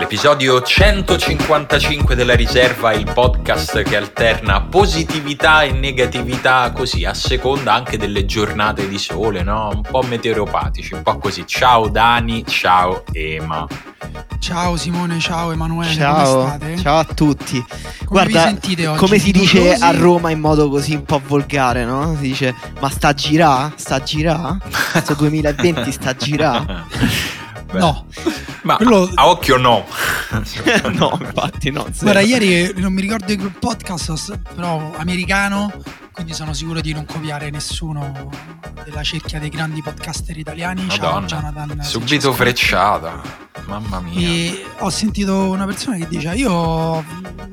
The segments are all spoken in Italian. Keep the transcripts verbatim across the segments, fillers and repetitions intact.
L'episodio centocinquantacinque della Riserva, il podcast che alterna positività e negatività così a seconda anche delle giornate di sole, no? Un po' meteoropatici, un po' così. Ciao Dani, ciao Ema. Ciao Simone, ciao Emanuele, ciao, come state? Ciao a tutti. Come Guarda, vi sentite oggi? come si dice Fiduciosi? a Roma in modo così un po' volgare, no? Si dice, ma sta a girà? Sta a girà? Questo duemilaventi sta a girà? No. Ma Quello... a occhio no. No, infatti no. Guarda, ieri non mi ricordo il podcast, però americano, quindi sono sicuro di non copiare nessuno della cerchia dei grandi podcaster italiani. Madonna, ciao Jonathan. subito frecciata. Mamma mia. E ho sentito una persona che dice: io ho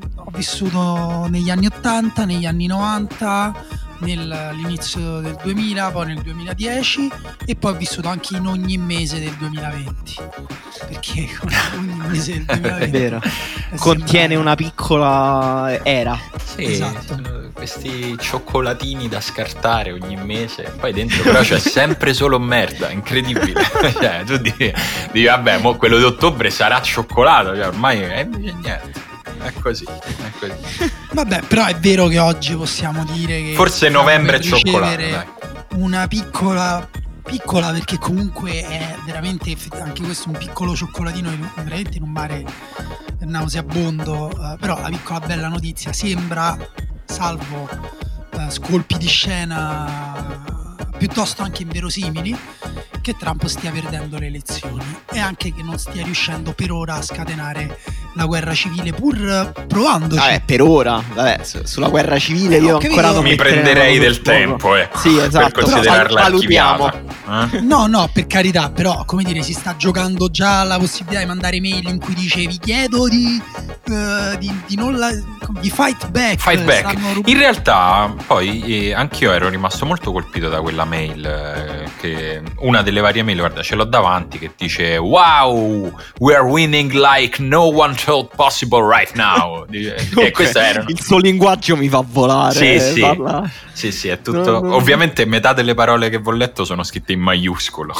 vissuto negli anni ottanta, negli anni novanta, nell'inizio del duemila, poi nel duemiladieci e poi ho vissuto anche in ogni mese del duemilaventi, perché ogni mese del duemilaventi È vero, è contiene sembrato... una piccola era. Sì, esatto. Questi cioccolatini da scartare ogni mese, poi dentro però c'è sempre solo merda, incredibile. Cioè, tu dici, dici vabbè, mo quello di ottobre sarà cioccolato, cioè ormai è niente. È così, è così. Vabbè, però è vero che oggi possiamo dire che forse novembre è cioccolato, dai. Una piccola piccola perché comunque è veramente anche questo un piccolo cioccolatino veramente in un mare nauseabondo, uh, però la piccola bella notizia sembra, salvo uh, scolpi di scena piuttosto anche inverosimili, che Trump stia perdendo le elezioni e anche che non stia riuscendo per ora a scatenare la guerra civile, pur provandoci. Vabbè, per ora, vabbè, su- sulla guerra civile Eh, io ho ancora non mi metterei prenderei una mano del sul fuoco. tempo, ecco, sì, esatto, per considerarla però valutiamo. archiviata. Eh? No, no, per carità, però come dire, si sta giocando già la possibilità di mandare mail in cui dice: vi chiedo di uh, di, di non la, di fight back. Fight back. Stanno rub- In realtà poi eh, anch'io ero rimasto molto colpito da quella mail, eh, che una delle varie mail, guarda, ce l'ho davanti, che dice: wow, we are winning like no one thought possible right now. Dice, e queste erano Il suo linguaggio mi fa volare. Sì, sì. parla- Sì, sì, è tutto. No, no. Ovviamente metà delle parole che vi ho letto sono scritte in maiuscolo.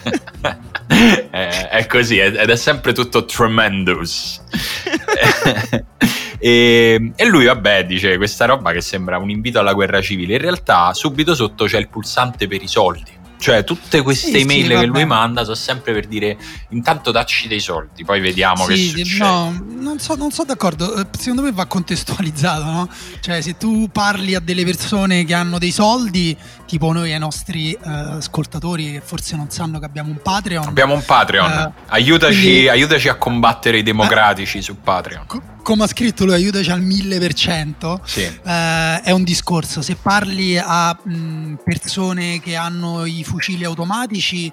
è, è così, ed è sempre tutto tremendous. e, e lui, vabbè, dice questa roba che sembra un invito alla guerra civile. In realtà, subito sotto c'è il pulsante per i soldi. Cioè, tutte queste Sì, email sì, che vabbè. lui manda sono sempre per dire: intanto dacci dei soldi, poi vediamo che Sì, succede. no, non so, non so d'accordo. Eh, Secondo me va contestualizzato, no? Cioè, se tu parli a delle persone che hanno dei soldi, tipo noi ai nostri eh, ascoltatori che forse non sanno che abbiamo un Patreon. Abbiamo un Patreon. Eh, aiutaci, quindi- aiutaci a combattere i democratici su Patreon. Co- come ha scritto lui, aiutaci al mille per cento. Sì. Eh, è un discorso. Se parli a mh, persone che hanno i fucili automatici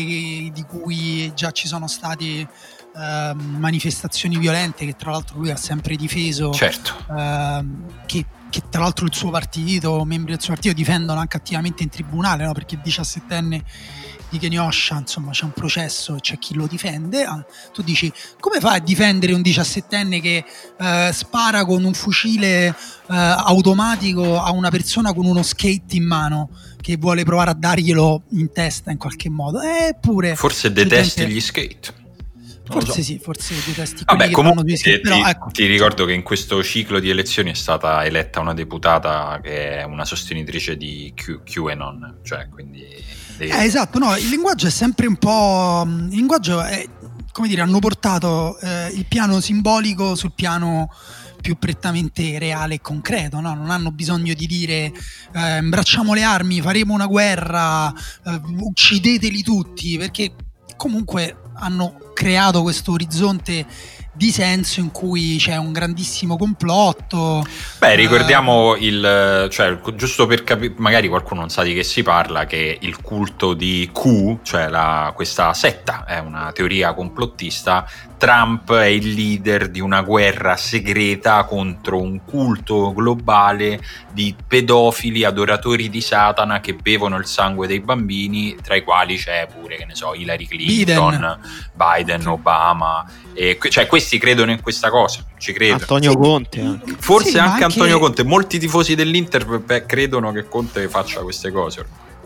e di cui già ci sono stati eh, manifestazioni violente, che tra l'altro lui ha sempre difeso, Certo. ehm, che, che tra l'altro il suo partito, membri del suo partito difendono anche attivamente in tribunale, no? Perché il diciassettenne di Kenosha, insomma, c'è un processo e c'è chi lo difende. Ah, tu dici: come fai a difendere un diciassettenne che eh, spara con un fucile eh, automatico a una persona con uno skate in mano che vuole provare a darglielo in testa in qualche modo? Eppure Forse c'è detesti gente- gli skate. Non lo Forse so. sì, forse detesti quelli Vabbè, che comunque fanno due ti, skate, però ecco. ti ricordo che in questo ciclo di elezioni è stata eletta una deputata che è una sostenitrice di Q, QAnon, cioè quindi dei- Eh, esatto, no, il linguaggio è sempre un po'. Il linguaggio è, come dire, hanno portato eh, il piano simbolico sul piano più prettamente reale e concreto, no? Non hanno bisogno di dire eh, imbracciamo le armi, faremo una guerra, eh, uccideteli tutti, perché comunque hanno creato questo orizzonte di senso in cui c'è un grandissimo complotto. Beh, ricordiamo il, cioè, giusto per capire, magari qualcuno non sa di che si parla, che il culto di Q, cioè la, questa setta, è una teoria complottista. Trump è il leader di una guerra segreta contro un culto globale di pedofili, adoratori di Satana che bevono il sangue dei bambini, tra i quali c'è pure, che ne so, Hillary Clinton, Biden, Biden Obama, e, cioè questi credono in questa cosa, ci credo. Antonio Sì. Conte anche. Forse Sì, anche, ma anche Antonio Conte. Molti tifosi dell'Inter beh, credono che Conte faccia queste cose.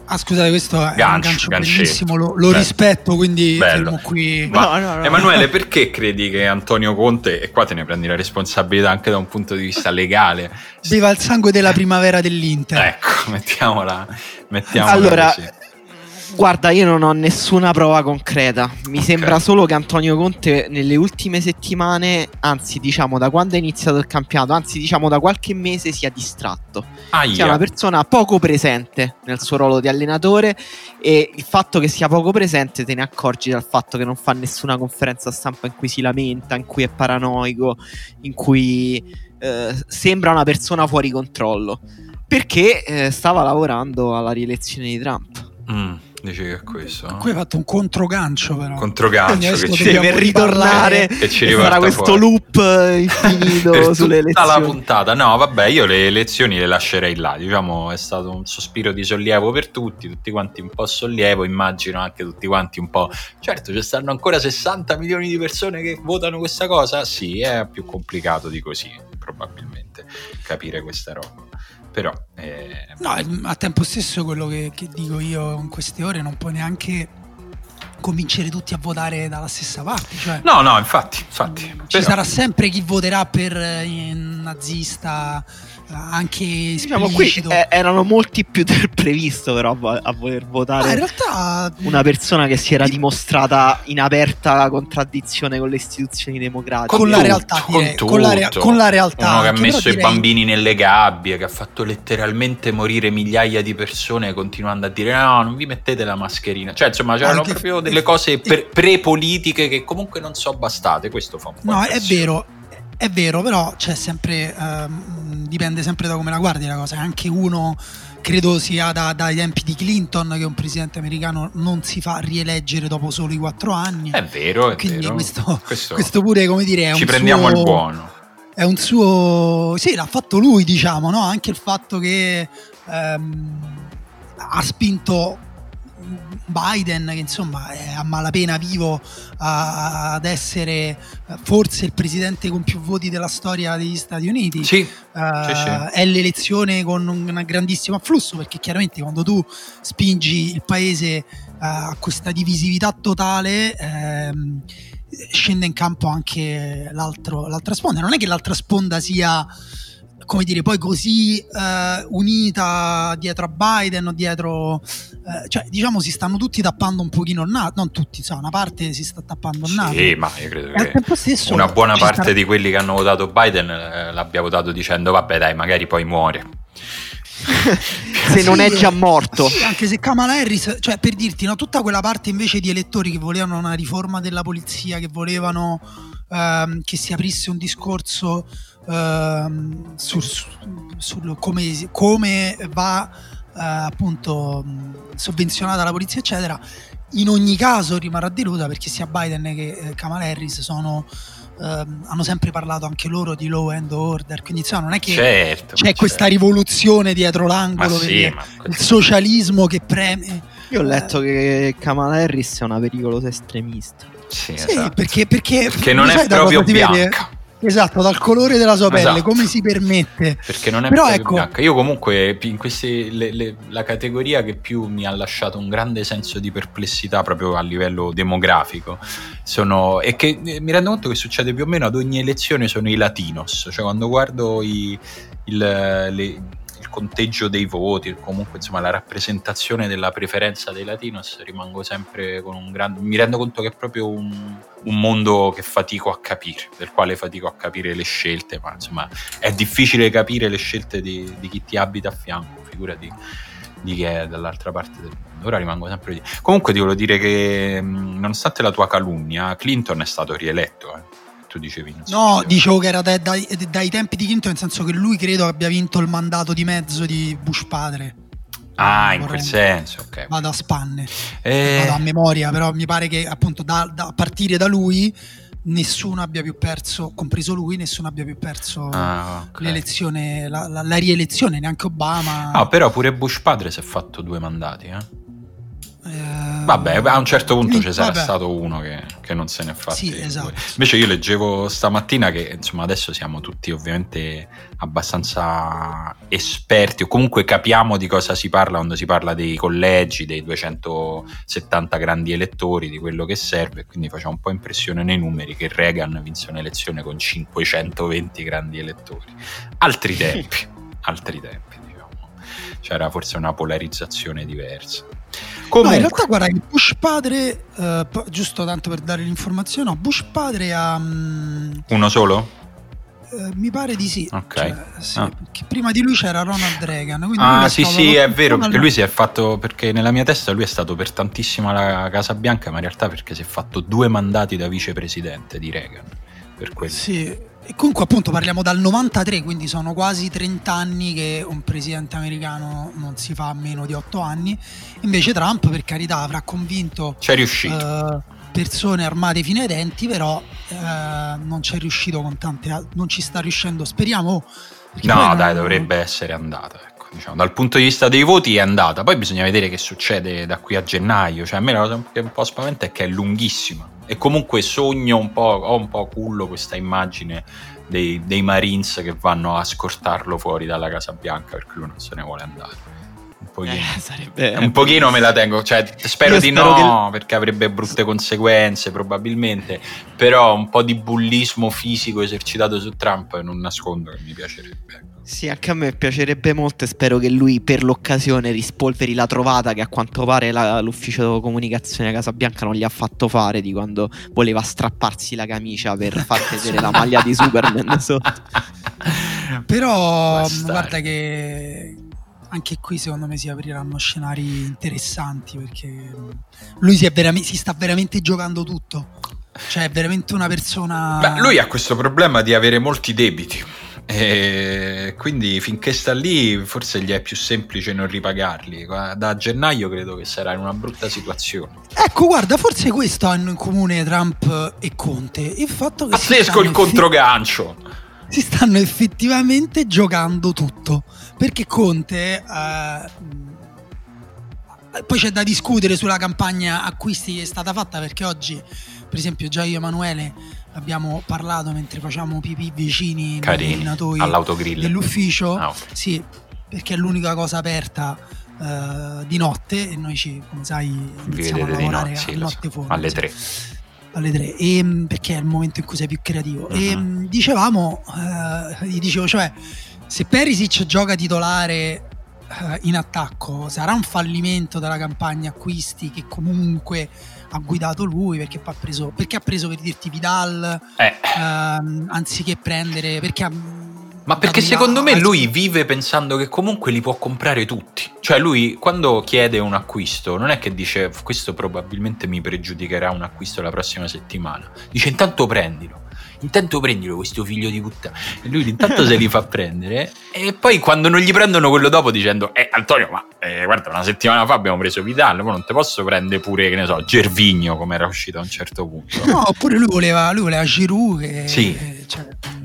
Ah, scusate, questo è Gancio, un gancio gancetto. bellissimo, lo, lo rispetto, quindi Bello. fermo qui. Ma, No, no, no. Emanuele, perché credi che Antonio Conte, e qua te ne prendi la responsabilità anche da un punto di vista legale, Beva il sangue della primavera dell'Inter. ecco, mettiamola, mettiamola Allora, così. guarda, io non ho nessuna prova concreta. Mi Ok. sembra solo che Antonio Conte nelle ultime settimane, anzi diciamo da quando è iniziato il campionato, anzi diciamo da qualche mese, sia distratto. Aia. Sia una persona poco presente nel suo ruolo di allenatore, e il fatto che sia poco presente te ne accorgi dal fatto che non fa nessuna conferenza stampa in cui si lamenta, in cui è paranoico, in cui eh, sembra una persona fuori controllo, perché eh, stava lavorando alla rielezione di Trump. Mm, dici che è questo? no? Qui hai fatto un controgancio, però. Quindi Controgancio adesso che ci, dobbiamo per ritornare che ci e riporta sarà questo fuori. loop eh, infinito Per sulle tutta la elezioni. puntata. No, vabbè, io le elezioni le lascerei là. Diciamo, è stato un sospiro di sollievo per tutti, tutti quanti un po' sollievo, immagino anche tutti quanti un po'. Certo, ci stanno ancora sessanta milioni di persone che votano questa cosa. Sì, è più complicato di così, probabilmente, capire questa roba. Però eh, No, a tempo stesso quello che, che dico io in queste ore, non puoi neanche convincere tutti a votare dalla stessa parte, cioè, no, no, infatti, infatti. ci Però- sarà sempre chi voterà per eh, nazista, eh, anche Diciamo qui esplicito. eh, erano molti più del previsto, però a, a voler Ma in votare realtà una persona che si era dimostrata in aperta contraddizione con le istituzioni democratiche. Con la tutto, realtà, direi, con, con la rea- tutto. con la realtà Uno che ha anche, messo però i direi- bambini nelle gabbie, che ha fatto letteralmente morire migliaia di persone, continuando a dire no, non vi mettete la mascherina. Cioè, insomma, c'erano Anche- proprio delle cose pre- pre-politiche che comunque non so bastate. Questo fa un po' No, è impressione. vero, è vero, però c'è sempre, ehm, dipende sempre da come la guardi la cosa. Anche uno, credo sia da, dai tempi di Clinton, che un presidente americano non si fa rieleggere dopo solo i quattro anni. È vero, è Quindi vero. questo, Questo- questo pure, come dire, è ci un prendiamo suo, il buono. È un suo... Sì, l'ha fatto lui, diciamo, no? Anche il fatto che ehm, ha spinto Biden, che insomma è a malapena vivo a- ad essere forse il presidente con più voti della storia degli Stati Uniti. Sì, Eh, sì, sì. È l'elezione con un grandissimo afflusso, perché chiaramente quando tu spingi il paese eh, a questa divisività totale, ehm, scende in campo anche l'altro, l'altra sponda. Non è che l'altra sponda sia, come dire, poi così eh, unita dietro a Biden o dietro, eh, cioè diciamo si stanno tutti tappando un pochino il naso, non tutti, insomma, una parte si sta tappando il naso. Sì, ma io credo E al che tempo stesso una buona ci parte sarà- di quelli che hanno votato Biden eh, l'abbia votato dicendo vabbè dai, magari poi muore. Se non Sì, è già morto. sì, anche se Kamala Harris, cioè per dirti, no, tutta quella parte invece di elettori che volevano una riforma della polizia, che volevano ehm, che si aprisse un discorso ehm, sul, sul- sul come, come va eh, appunto mh, sovvenzionata la polizia, eccetera, in ogni caso rimarrà delusa, perché sia Biden che eh, Kamala Harris sono ehm, hanno sempre parlato anche loro di law and order, quindi insomma non è che Certo. c'è ma questa certo. rivoluzione dietro Ma l'angolo, sì, perché ma il socialismo che preme. Io ho letto che Kamala Harris è una pericolosa estremista. Sì, Sì, esatto. perché, perché, Perché non lo è sai da proprio cosa si vede? bianca. Esatto, dal colore della sua pelle, Esatto. come si permette. Perché non è Però proprio ecco- bianca. Io comunque in questi le- le- la categoria che più mi ha lasciato un grande senso di perplessità proprio a livello demografico sono, e che eh, mi rendo conto che succede più o meno ad ogni elezione, sono i latinos. Cioè quando guardo i, il, le, il conteggio dei voti, comunque insomma la rappresentazione della preferenza dei latinos, rimango sempre con un grande, mi rendo conto che è proprio un, un mondo che fatico a capire, del quale fatico a capire le scelte, ma insomma è difficile capire le scelte di, di chi ti abita a fianco, figurati di chi è dall'altra parte del mondo. Ora rimango sempre lì. Comunque ti volevo dire che mh, nonostante la tua calunnia, Clinton è stato rieletto, eh. Tu dicevi non so No, se- dicevo che era dai, dai- dai tempi di Clinton, nel senso che lui credo abbia vinto il mandato di mezzo di Bush padre. Ah, in Vorrei- quel senso, ok. Vado a spanne, Eh, vado a memoria, però mi pare che appunto da, da- a partire da lui nessuno abbia più perso, compreso lui, nessuno abbia più perso ah, ok. l'elezione, la, la- la rielezione, neanche Obama. Ah, però pure Bush padre si è fatto due mandati, eh. Eh, Vabbè, a un certo punto quindi, ci sarà vabbè. stato uno che, che non se ne è fatti. Sì, esatto. Invece io leggevo stamattina che insomma adesso siamo tutti ovviamente abbastanza esperti o comunque capiamo di cosa si parla quando si parla dei collegi, dei duecentosettanta grandi elettori, di quello che serve, quindi facciamo un po' impressione nei numeri che Reagan vinse un'elezione con cinquecentoventi grandi elettori. Altri tempi, altri tempi diciamo. C'era forse una polarizzazione diversa. Comunque. No, in realtà guarda che Bush padre, eh, giusto tanto per dare l'informazione, no, Bush padre ha... Um, uno solo? Eh, mi pare di sì, ok. Cioè, sì ah. perché prima di lui c'era Ronald Reagan. Ah sì sì è vero, perché lui si è fatto, perché nella mia testa lui è stato per tantissimo alla Casa Bianca, ma in realtà perché si è fatto due mandati da vicepresidente di Reagan, per quello. Sì. E comunque appunto parliamo dal novantatré, quindi sono quasi trenta anni che un presidente americano non si fa a meno di otto anni. Invece Trump, per carità, avrà convinto c'è riuscito eh, persone armate fino ai denti, però eh, non c'è riuscito con tante, non ci sta riuscendo, speriamo. No non... dai, dovrebbe essere andata, ecco, diciamo, dal punto di vista dei voti è andata, poi bisogna vedere che succede da qui a gennaio. Cioè a me la cosa che un po' spaventa è che è lunghissima. E comunque sogno un po', ho un po' cullo questa immagine dei, dei Marines che vanno a scortarlo fuori dalla Casa Bianca perché lui non se ne vuole andare. Un pochino, eh, sarebbe un pochino me la tengo, cioè spero Io di spero no, che... perché avrebbe brutte conseguenze probabilmente, però un po' di bullismo fisico esercitato su Trump non nascondo che mi piacerebbe. Sì, anche a me piacerebbe molto e spero che lui per l'occasione rispolveri la trovata che a quanto pare la, l'ufficio comunicazione a Casa Bianca non gli ha fatto fare, di quando voleva strapparsi la camicia per far vedere la maglia di Superman sotto. Però Bastare. Guarda che anche qui secondo me si apriranno scenari interessanti, perché lui si, è veramente, si sta veramente giocando tutto, cioè è veramente una persona. Beh, lui ha questo problema di avere molti debiti e quindi finché sta lì forse gli è più semplice non ripagarli. Da gennaio credo che sarà in una brutta situazione. Ecco, guarda, forse questo hanno in comune Trump e Conte, il fatto che pazzesco il controgancio, si stanno effettivamente giocando tutto, perché Conte eh, poi c'è da discutere sulla campagna acquisti che è stata fatta, perché oggi per esempio già io e Emanuele abbiamo parlato mentre facciamo pipì vicini carini, nei natoi all'autogrill dell'ufficio. ah, okay. Sì, perché è l'unica cosa aperta uh, di notte e noi ci, come sai, iniziamo a lavorare no, sì, a notte so. fonda, alle tre sì. alle tre e, perché è il momento in cui sei più creativo. Uh-huh. E dicevamo uh, gli dicevo, cioè se Perisic gioca titolare uh, in attacco sarà un fallimento della campagna acquisti che comunque ha guidato lui, perché poi ha preso, perché ha preso per dirti Vidal eh. uh, anziché prendere, perché ha, ma perché secondo me lui vive pensando che comunque li può comprare tutti. Cioè lui quando chiede un acquisto non è che dice questo probabilmente mi pregiudicherà un acquisto la prossima settimana, dice intanto prendilo, intanto prendilo questo figlio di puttana, e lui intanto se li fa prendere e poi quando non gli prendono quello dopo dicendo eh Antonio ma eh, guarda una settimana fa abbiamo preso Vidal, ma non te posso prendere pure che ne so Gervinho come era uscito a un certo punto. No, oppure lui voleva lui voleva Giroud che sì cioè,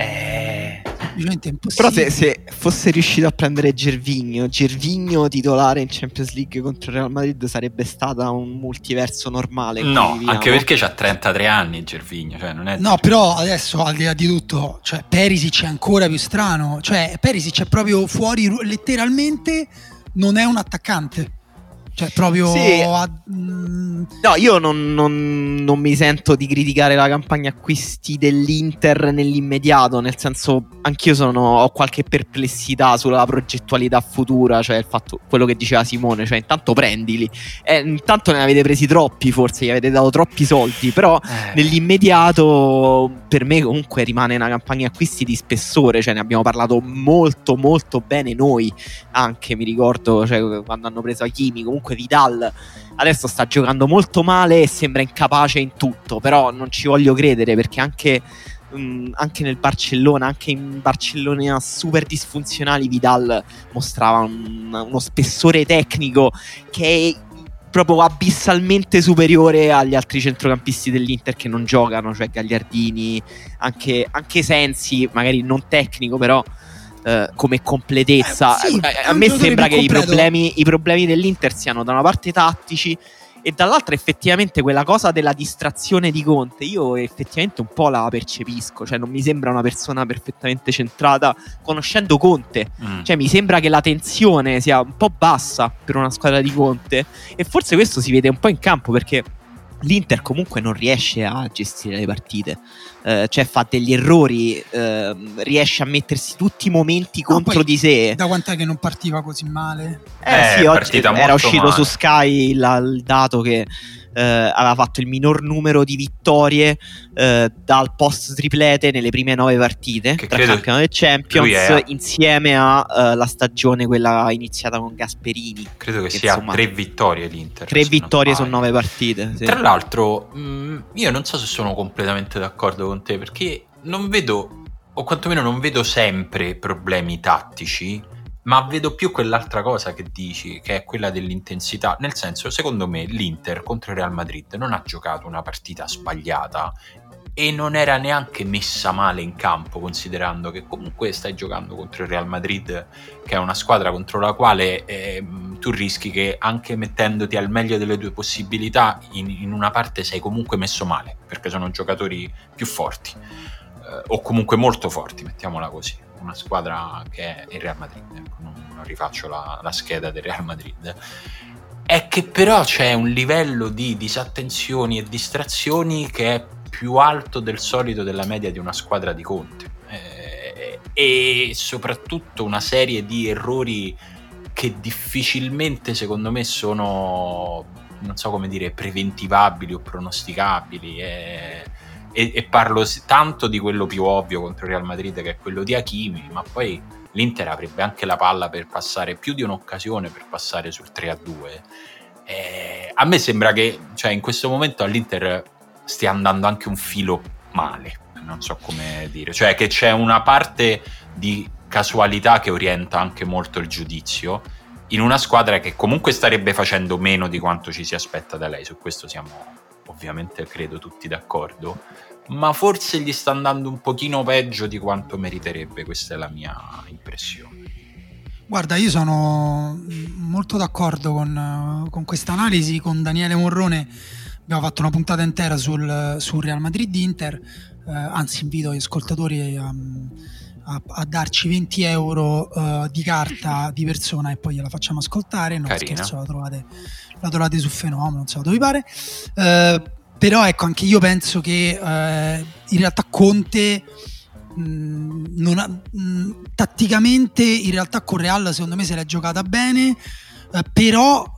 eh però se, se fosse riuscito a prendere Gervinho Gervinho titolare in Champions League contro il Real Madrid sarebbe stata un multiverso normale. No, anche perché c'ha trentatré anni Gervinho, cioè non è... No, però adesso al di là di tutto, cioè Perisic è ancora più strano, cioè Perisic è proprio fuori, letteralmente non è un attaccante. Cioè proprio sì. a, mm... No, io non, non, non mi sento di criticare la campagna acquisti dell'Inter nell'immediato, nel senso anch'io sono, ho qualche perplessità sulla progettualità futura, cioè il fatto, quello che diceva Simone, cioè intanto prendili, eh, intanto ne avete presi troppi, forse gli avete dato troppi soldi, però eh. nell'immediato per me comunque rimane una campagna acquisti di spessore, cioè ne abbiamo parlato molto molto bene noi, anche mi ricordo, cioè quando hanno preso Hakimi, comunque Vidal adesso sta giocando molto male e sembra incapace in tutto, però non ci voglio credere, perché anche, mh, anche nel Barcellona, anche in Barcellona super disfunzionali, Vidal mostrava un, uno spessore tecnico che è proprio abissalmente superiore agli altri centrocampisti dell'Inter che non giocano, cioè Gagliardini, anche, anche Sensi, magari non tecnico, però Uh, come completezza. Eh, sì, a, a me sembra che i problemi, i problemi dell'Inter siano da una parte tattici e dall'altra effettivamente quella cosa della distrazione di Conte io effettivamente un po' la percepisco, cioè non mi sembra una persona perfettamente centrata conoscendo Conte, mm. cioè mi sembra che la tensione sia un po' bassa per una squadra di Conte, e forse questo si vede un po' in campo perché l'Inter comunque non riesce a gestire le partite, eh, cioè fa degli errori, eh, riesce a mettersi tutti i momenti no, contro di sé. Da quant'è che non partiva così male? Eh, eh sì, oggi era uscito male. Su Sky il, il dato che eh, aveva fatto il minor numero di vittorie eh, dal post triplete nelle prime nove partite che tra campionato e Champions, è... insieme alla uh, stagione quella iniziata con Gasperini. Credo che, che sia insomma, tre vittorie l'Inter. Tre vittorie su nove partite. Sì. Tra l'altro, mh, io non so se sono completamente d'accordo con te, perché non vedo, o quantomeno non vedo sempre problemi tattici, ma vedo più quell'altra cosa che dici, che è quella dell'intensità. Nel senso, secondo me l'Inter contro il Real Madrid non ha giocato una partita sbagliata e non era neanche messa male in campo, considerando che comunque stai giocando contro il Real Madrid, che è una squadra contro la quale eh, tu rischi che anche mettendoti al meglio delle tue possibilità in, in una parte sei comunque messo male, perché sono giocatori più forti eh, o comunque molto forti, mettiamola così. Una squadra che è il Real Madrid, ecco, non, non rifaccio la, la scheda del Real Madrid, è che però c'è un livello di disattenzioni e distrazioni che è più alto del solito della media di una squadra di Conte, eh, e soprattutto una serie di errori che difficilmente secondo me sono, non so come dire, preventivabili o pronosticabili, eh, E, e parlo tanto di quello più ovvio contro il Real Madrid, che è quello di Hakimi, ma poi l'Inter avrebbe anche la palla per passare, più di un'occasione per passare sul tre a due. Eh, a me sembra che, cioè, in questo momento all'Inter stia andando anche un filo male, non so come dire, cioè che c'è una parte di casualità che orienta anche molto il giudizio in una squadra che comunque starebbe facendo meno di quanto ci si aspetta da lei. Su questo siamo ovviamente credo tutti d'accordo, ma forse gli sta andando un pochino peggio di quanto meriterebbe, questa è la mia impressione. Guarda, io sono molto d'accordo con, con questa analisi. Con Daniele Morrone abbiamo fatto una puntata intera sul, sul Real Madrid-Inter, eh, anzi invito gli ascoltatori a, a, a darci venti euro uh, di carta di persona e poi gliela facciamo ascoltare. Non Carina. Scherzo, la trovate, la trovate su Fenomeno, non so dove vi pare. Uh, però ecco, anche io penso che uh, in realtà Conte mh, non ha, mh, tatticamente in realtà con Real secondo me se l'è giocata bene, uh, però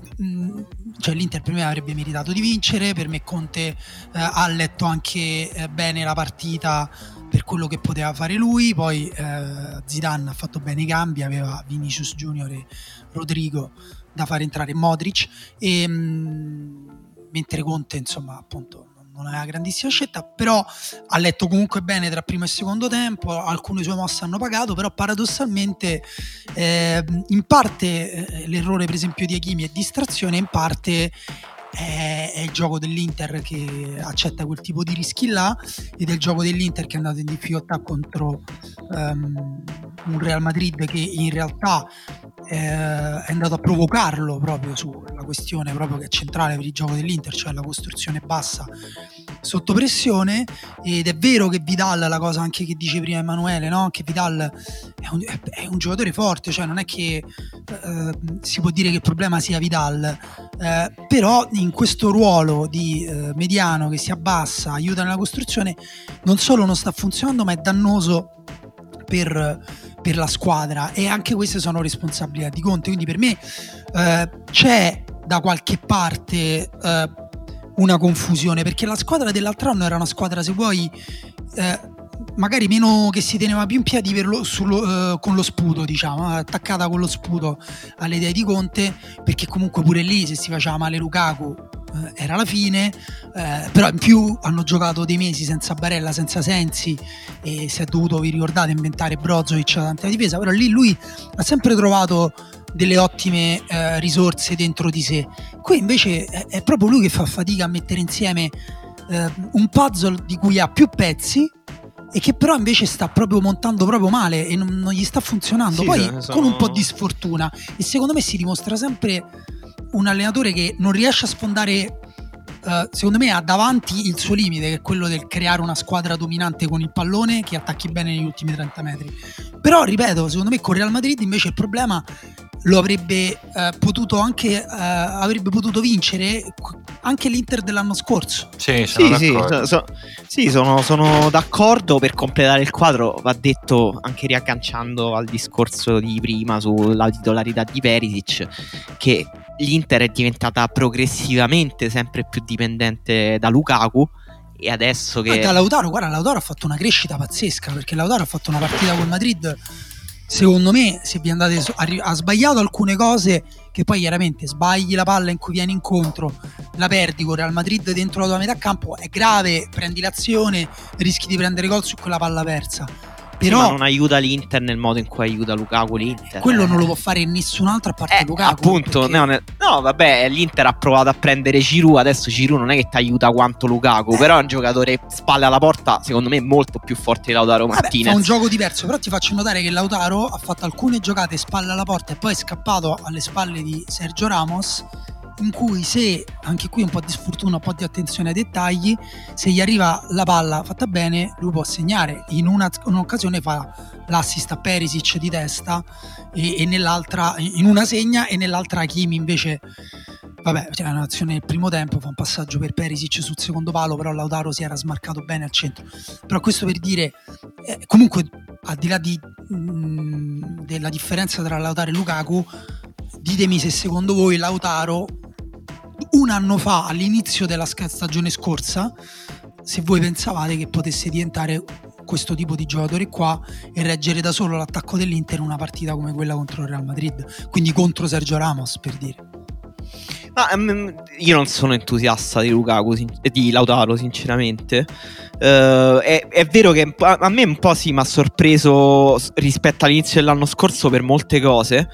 cioè l'Inter per me avrebbe meritato di vincere. Per me Conte eh, ha letto anche eh, bene la partita per quello che poteva fare lui. Poi eh, Zidane ha fatto bene i cambi, aveva Vinicius Junior e Rodrigo da fare entrare Modric, e mh, mentre Conte insomma appunto non è una grandissima scelta, però ha letto comunque bene tra primo e secondo tempo. Alcune sue mosse hanno pagato, però paradossalmente eh, in parte eh, l'errore per esempio di Hakimi è distrazione, in parte è, è il gioco dell'Inter che accetta quel tipo di rischi là, ed è il gioco dell'Inter che è andato in difficoltà contro um, un Real Madrid che in realtà eh, è andato a provocarlo proprio sulla questione proprio che è centrale per il gioco dell'Inter, cioè la costruzione bassa sotto pressione. Ed è vero che Vidal, la cosa anche che dice prima Emanuele, no? Che Vidal è un, è un giocatore forte, cioè non è che eh, si può dire che il problema sia Vidal, eh, però in questo ruolo di eh, mediano che si abbassa, aiuta nella costruzione, non solo non sta funzionando ma è dannoso per, per la squadra, e anche queste sono responsabilità di Conte. Quindi per me eh, c'è da qualche parte eh, una confusione, perché la squadra dell'altro anno era una squadra, se vuoi, eh, magari meno, che si teneva più in piedi per lo, sullo, eh, con lo sputo, diciamo, attaccata con lo sputo alle idee di Conte, perché comunque pure lì se si faceva male Lukaku eh, era la fine, eh, però in più hanno giocato dei mesi senza Barella, senza Sensi, e si è dovuto, vi ricordate, inventare Brozovic davanti alla difesa, però lì lui ha sempre trovato delle ottime eh, risorse dentro di sé. Qui invece è, è proprio lui che fa fatica a mettere insieme eh, un puzzle di cui ha più pezzi e che però invece sta proprio montando proprio male e non, non gli sta funzionando, sì, poi sono... con un po' di sfortuna, e secondo me si dimostra sempre un allenatore che non riesce a sfondare, uh, secondo me ha davanti il suo limite, che è quello del creare una squadra dominante con il pallone che attacchi bene negli ultimi trenta metri. Però ripeto, secondo me con Real Madrid invece il problema lo avrebbe uh, potuto anche uh, avrebbe potuto vincere anche l'Inter dell'anno scorso. Sì, sono sì, sì, so, so, sì sono, sono d'accordo. Per completare il quadro va detto, anche riagganciando al discorso di prima sulla titolarità di Perisic, che l'Inter è diventata progressivamente sempre più dipendente da Lukaku. E adesso che da Lautaro, guarda, Lautaro ha fatto una crescita pazzesca, perché Lautaro ha fatto una partita col Madrid, secondo me, se vi andate su, ha, ha sbagliato alcune cose che poi chiaramente sbagli la palla in cui vieni incontro, la perdi con Real Madrid dentro la tua metà campo, è grave, prendi l'azione, rischi di prendere gol su quella palla persa. Però sì, ma non aiuta l'Inter nel modo in cui aiuta Lukaku l'Inter. Quello eh. non lo può fare nessun altro a parte eh, Lukaku. Appunto, perché... no, ne... no, vabbè, l'Inter ha provato a prendere Giroud, adesso Giroud non è che ti aiuta quanto Lukaku, eh. però è un giocatore spalle alla porta, secondo me molto più forte di Lautaro Martinez. Vabbè, fa un gioco diverso, però ti faccio notare che Lautaro ha fatto alcune giocate spalle alla porta e poi è scappato alle spalle di Sergio Ramos, in cui, se anche qui un po' di sfortuna, un po' di attenzione ai dettagli, se gli arriva la palla fatta bene lui può segnare. In una, in un'occasione fa l'assist a Perisic di testa e, e nell'altra, in una segna e nell'altra Hakimi invece, vabbè, c'è un'azione nel primo tempo, fa un passaggio per Perisic sul secondo palo, però Lautaro si era smarcato bene al centro. Però questo per dire, eh, comunque al di là di, mh, della differenza tra Lautaro e Lukaku, ditemi se secondo voi Lautaro un anno fa, all'inizio della stagione scorsa, se voi pensavate che potesse diventare questo tipo di giocatore qua e reggere da solo l'attacco dell'Inter in una partita come quella contro il Real Madrid, quindi contro Sergio Ramos, per dire. Ma um, io non sono entusiasta di Lukaku, sin- di Lautaro, sinceramente. Uh, è, è vero che a, a me un po' sì mi ha sorpreso rispetto all'inizio dell'anno scorso per molte cose.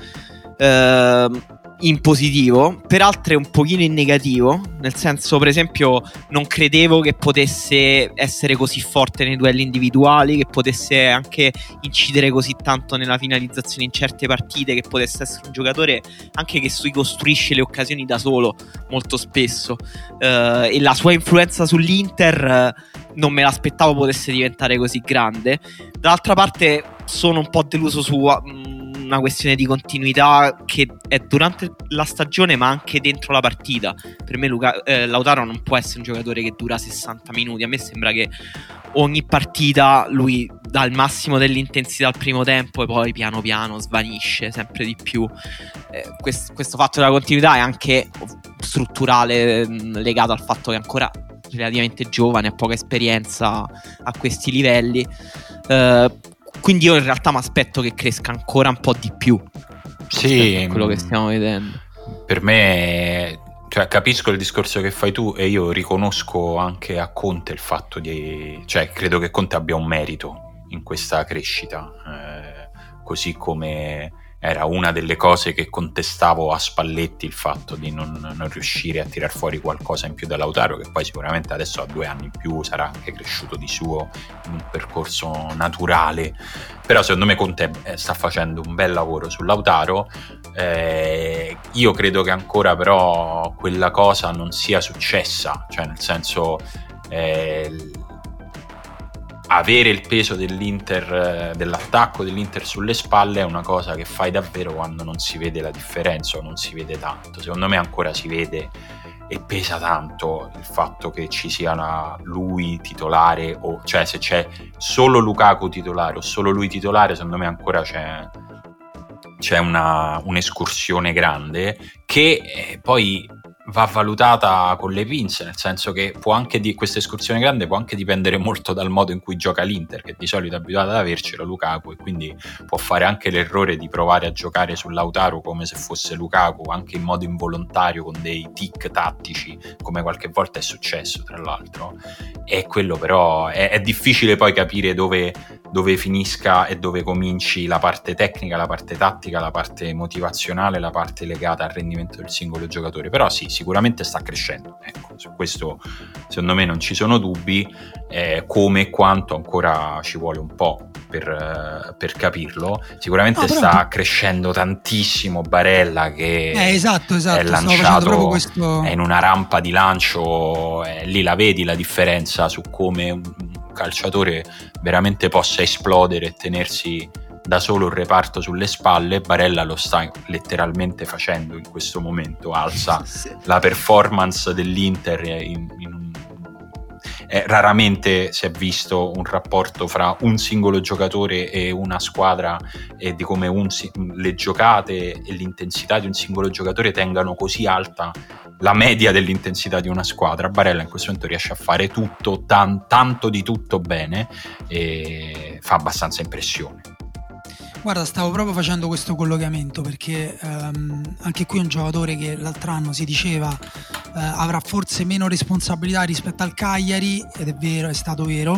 Uh, in positivo, per altre un pochino in negativo, nel senso, per esempio, non credevo che potesse essere così forte nei duelli individuali, che potesse anche incidere così tanto nella finalizzazione in certe partite, che potesse essere un giocatore anche che si costruisce le occasioni da solo molto spesso, uh, e la sua influenza sull'Inter uh, non me l'aspettavo potesse diventare così grande. Dall'altra parte sono un po' deluso su uh, una questione di continuità che è durante la stagione ma anche dentro la partita. Per me Luca, eh, Lautaro non può essere un giocatore che dura sessanta minuti. A me sembra che ogni partita lui dà il massimo dell'intensità al primo tempo e poi piano piano svanisce sempre di più. Eh, quest, questo fatto della continuità è anche strutturale, mh, legato al fatto che è ancora relativamente giovane, ha poca esperienza a questi livelli. Eh, Quindi io in realtà mi aspetto che cresca ancora un po' di più. Sì, quello che stiamo vedendo. Per me, cioè, capisco il discorso che fai tu e io riconosco anche a Conte il fatto di, cioè, credo che Conte abbia un merito in questa crescita, eh, così come era una delle cose che contestavo a Spalletti, il fatto di non, non riuscire a tirar fuori qualcosa in più da Lautaro, che poi sicuramente adesso ha due anni in più, sarà anche cresciuto di suo in un percorso naturale, però secondo me Conte sta facendo un bel lavoro su Lautaro. Eh, io credo che ancora però quella cosa non sia successa, cioè nel senso, eh, avere il peso dell'Inter, dell'attacco dell'Inter sulle spalle è una cosa che fai davvero quando non si vede la differenza o non si vede tanto. Secondo me ancora si vede e pesa tanto il fatto che ci sia una, lui titolare, o cioè se c'è solo Lukaku titolare o solo lui titolare, secondo me ancora c'è c'è una, un'escursione grande che eh, poi va valutata con le pinze, nel senso che può anche di questa escursione grande può anche dipendere molto dal modo in cui gioca l'Inter, che di solito è abituata ad avercelo Lukaku, e quindi può fare anche l'errore di provare a giocare su Lautaro come se fosse Lukaku, anche in modo involontario, con dei tic tattici, come qualche volta è successo tra l'altro. E quello però è, è difficile poi capire dove, dove finisca e dove cominci la parte tecnica, la parte tattica, la parte motivazionale, la parte legata al rendimento del singolo giocatore. Però sì, sicuramente sta crescendo, ecco, su questo secondo me non ci sono dubbi, eh, come e quanto ancora ci vuole un po'. per, per capirlo. Sicuramente no, sta però... crescendo tantissimo Barella, che eh, esatto, esatto. è lanciato questo... è in una rampa di lancio, eh, lì la vedi la differenza su come un calciatore veramente possa esplodere e tenersi da solo un reparto sulle spalle. Barella lo sta letteralmente facendo in questo momento, alza sì. la performance dell'Inter in, in un... eh, raramente si è visto un rapporto fra un singolo giocatore e una squadra e di come un, le giocate e l'intensità di un singolo giocatore tengano così alta la media dell'intensità di una squadra. Barella in questo momento riesce a fare tutto, tan, tanto di tutto bene, e fa abbastanza impressione. Guarda, stavo proprio facendo questo collegamento perché um, anche qui un giocatore che l'altro anno si diceva uh, avrà forse meno responsabilità rispetto al Cagliari, ed è vero, è stato vero,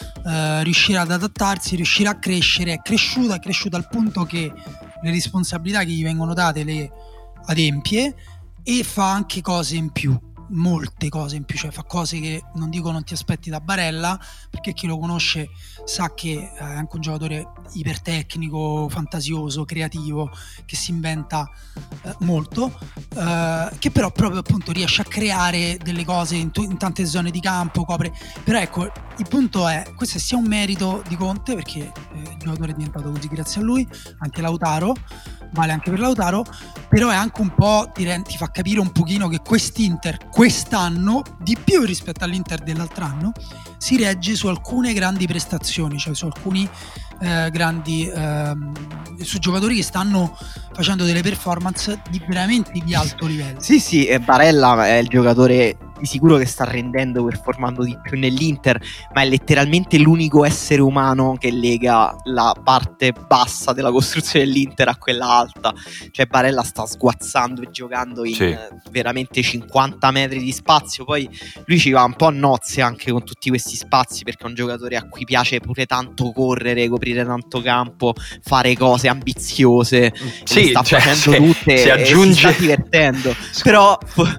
uh, riuscirà ad adattarsi, riuscirà a crescere, è cresciuta, è cresciuta al punto che le responsabilità che gli vengono date le adempie e fa anche cose in più, molte cose in più, cioè fa cose che non dico non ti aspetti da Barella, perché chi lo conosce sa che è anche un giocatore ipertecnico, fantasioso, creativo, che si inventa eh, molto, eh, che però proprio appunto riesce a creare delle cose in, t- in tante zone di campo, copre. Però ecco, il punto è, questo è sia un merito di Conte, perché eh, il giocatore è diventato così grazie a lui, anche Lautaro, vale anche per Lautaro, però è anche un po', ti, ti fa capire un pochino che quest'Inter quest'anno, di più rispetto all'Inter dell'altro anno, si regge su alcune grandi prestazioni, cioè su alcuni eh, grandi eh, su giocatori che stanno facendo delle performance di veramente di alto livello. Sì, sì, e Barella è il giocatore di sicuro che sta rendendo, performando di più nell'Inter, ma è letteralmente l'unico essere umano che lega la parte bassa della costruzione dell'Inter a quella alta. Cioè Barella sta sguazzando e giocando in sì. veramente cinquanta metri di spazio. Poi lui ci va un po' a nozze anche con tutti questi spazi, perché è un giocatore a cui piace pure tanto correre, coprire tanto campo, fare cose ambiziose. Sì, sta cioè, facendo se, tutte si aggiunge... e si sta divertendo. Però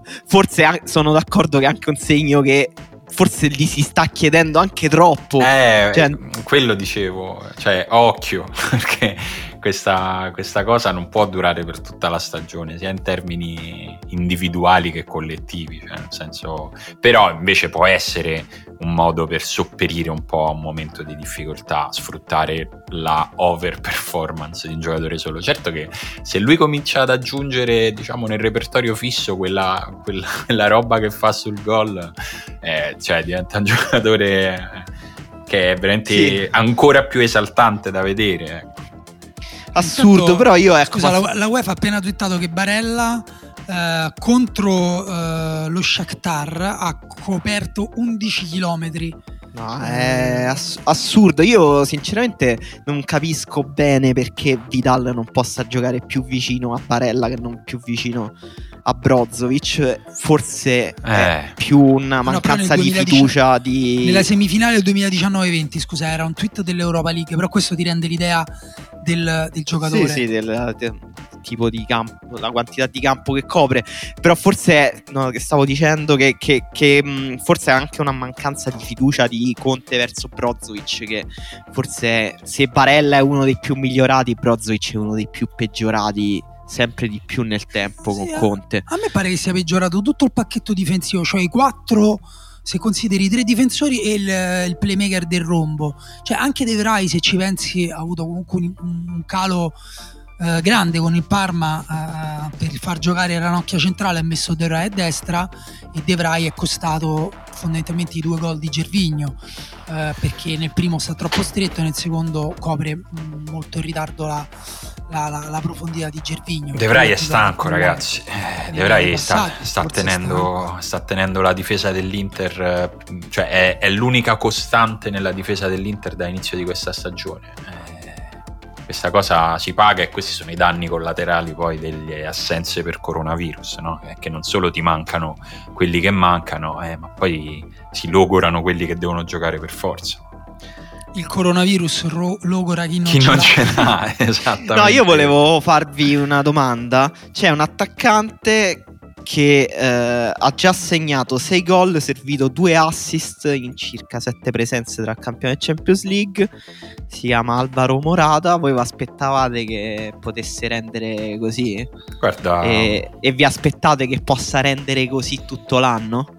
forse sono d'accordo che è anche un segno che forse gli si sta chiedendo anche troppo. Eh, cioè... quello dicevo, cioè occhio, perché questa, questa cosa non può durare per tutta la stagione, sia in termini individuali che collettivi, cioè nel senso, però invece può essere un modo per sopperire un po' a un momento di difficoltà, sfruttare la over performance di un giocatore solo. Certo che se lui comincia ad aggiungere, diciamo, nel repertorio fisso quella, quella, quella roba che fa sul gol, eh, cioè diventa un giocatore che è veramente sì. ancora più esaltante da vedere. Assurdo. Intanto, però io ecco, scusa, la, la UEFA ha appena twittato che Barella Uh, contro uh, lo Shakhtar ha coperto undici chilometri. No, è ass- assurdo. Io sinceramente non capisco bene perché Vidal non possa giocare più vicino a Barella che non più vicino a Brozovic. Forse eh. è più una mancanza no, di fiducia di... Nella semifinale del duemiladiciannove venti, scusa, era un tweet dell'Europa League, però questo ti rende l'idea del, del giocatore. Sì, sì, del, del tipo di campo, la quantità di campo che copre. Però forse no, che stavo dicendo che, che, che mh, forse è anche una mancanza di fiducia di Conte verso Brozovic, che forse se Barella è uno dei più migliorati, Brozovic è uno dei più peggiorati sempre di più nel tempo sì, con Conte. A me pare che sia peggiorato tutto il pacchetto difensivo, cioè i quattro, se consideri i tre difensori e il, il playmaker del rombo. Cioè anche De Vrij, se ci pensi, ha avuto comunque un, un calo eh, grande con il Parma eh, per far giocare Ranocchia centrale, ha messo De Vrij a destra e De Vrij è costato fondamentalmente i due gol di Gervinho, eh, perché nel primo sta troppo stretto e nel secondo copre mh, molto in ritardo la, la, la, la profondità di Gervinho. De Vrij è stanco, ragazzi. Eh, De Vrij sta, sta, tenendo, sta tenendo la difesa dell'Inter, cioè è, è l'unica costante nella difesa dell'Inter da inizio di questa stagione. Eh, questa cosa si paga e questi sono i danni collaterali poi delle assenze per coronavirus, no? Eh, che non solo ti mancano quelli che mancano, eh, ma poi si logorano quelli che devono giocare per forza. Il coronavirus ro- logora chi non, chi ce, non l'ha. ce l'ha. Esattamente. No, io volevo farvi una domanda. C'è un attaccante che eh, ha già segnato sei gol, servito due assist in circa sette presenze tra campione e Champions League. Si chiama Alvaro Morata. Voi vi aspettavate che potesse rendere così? Guarda, E, e vi aspettate che possa rendere così tutto l'anno?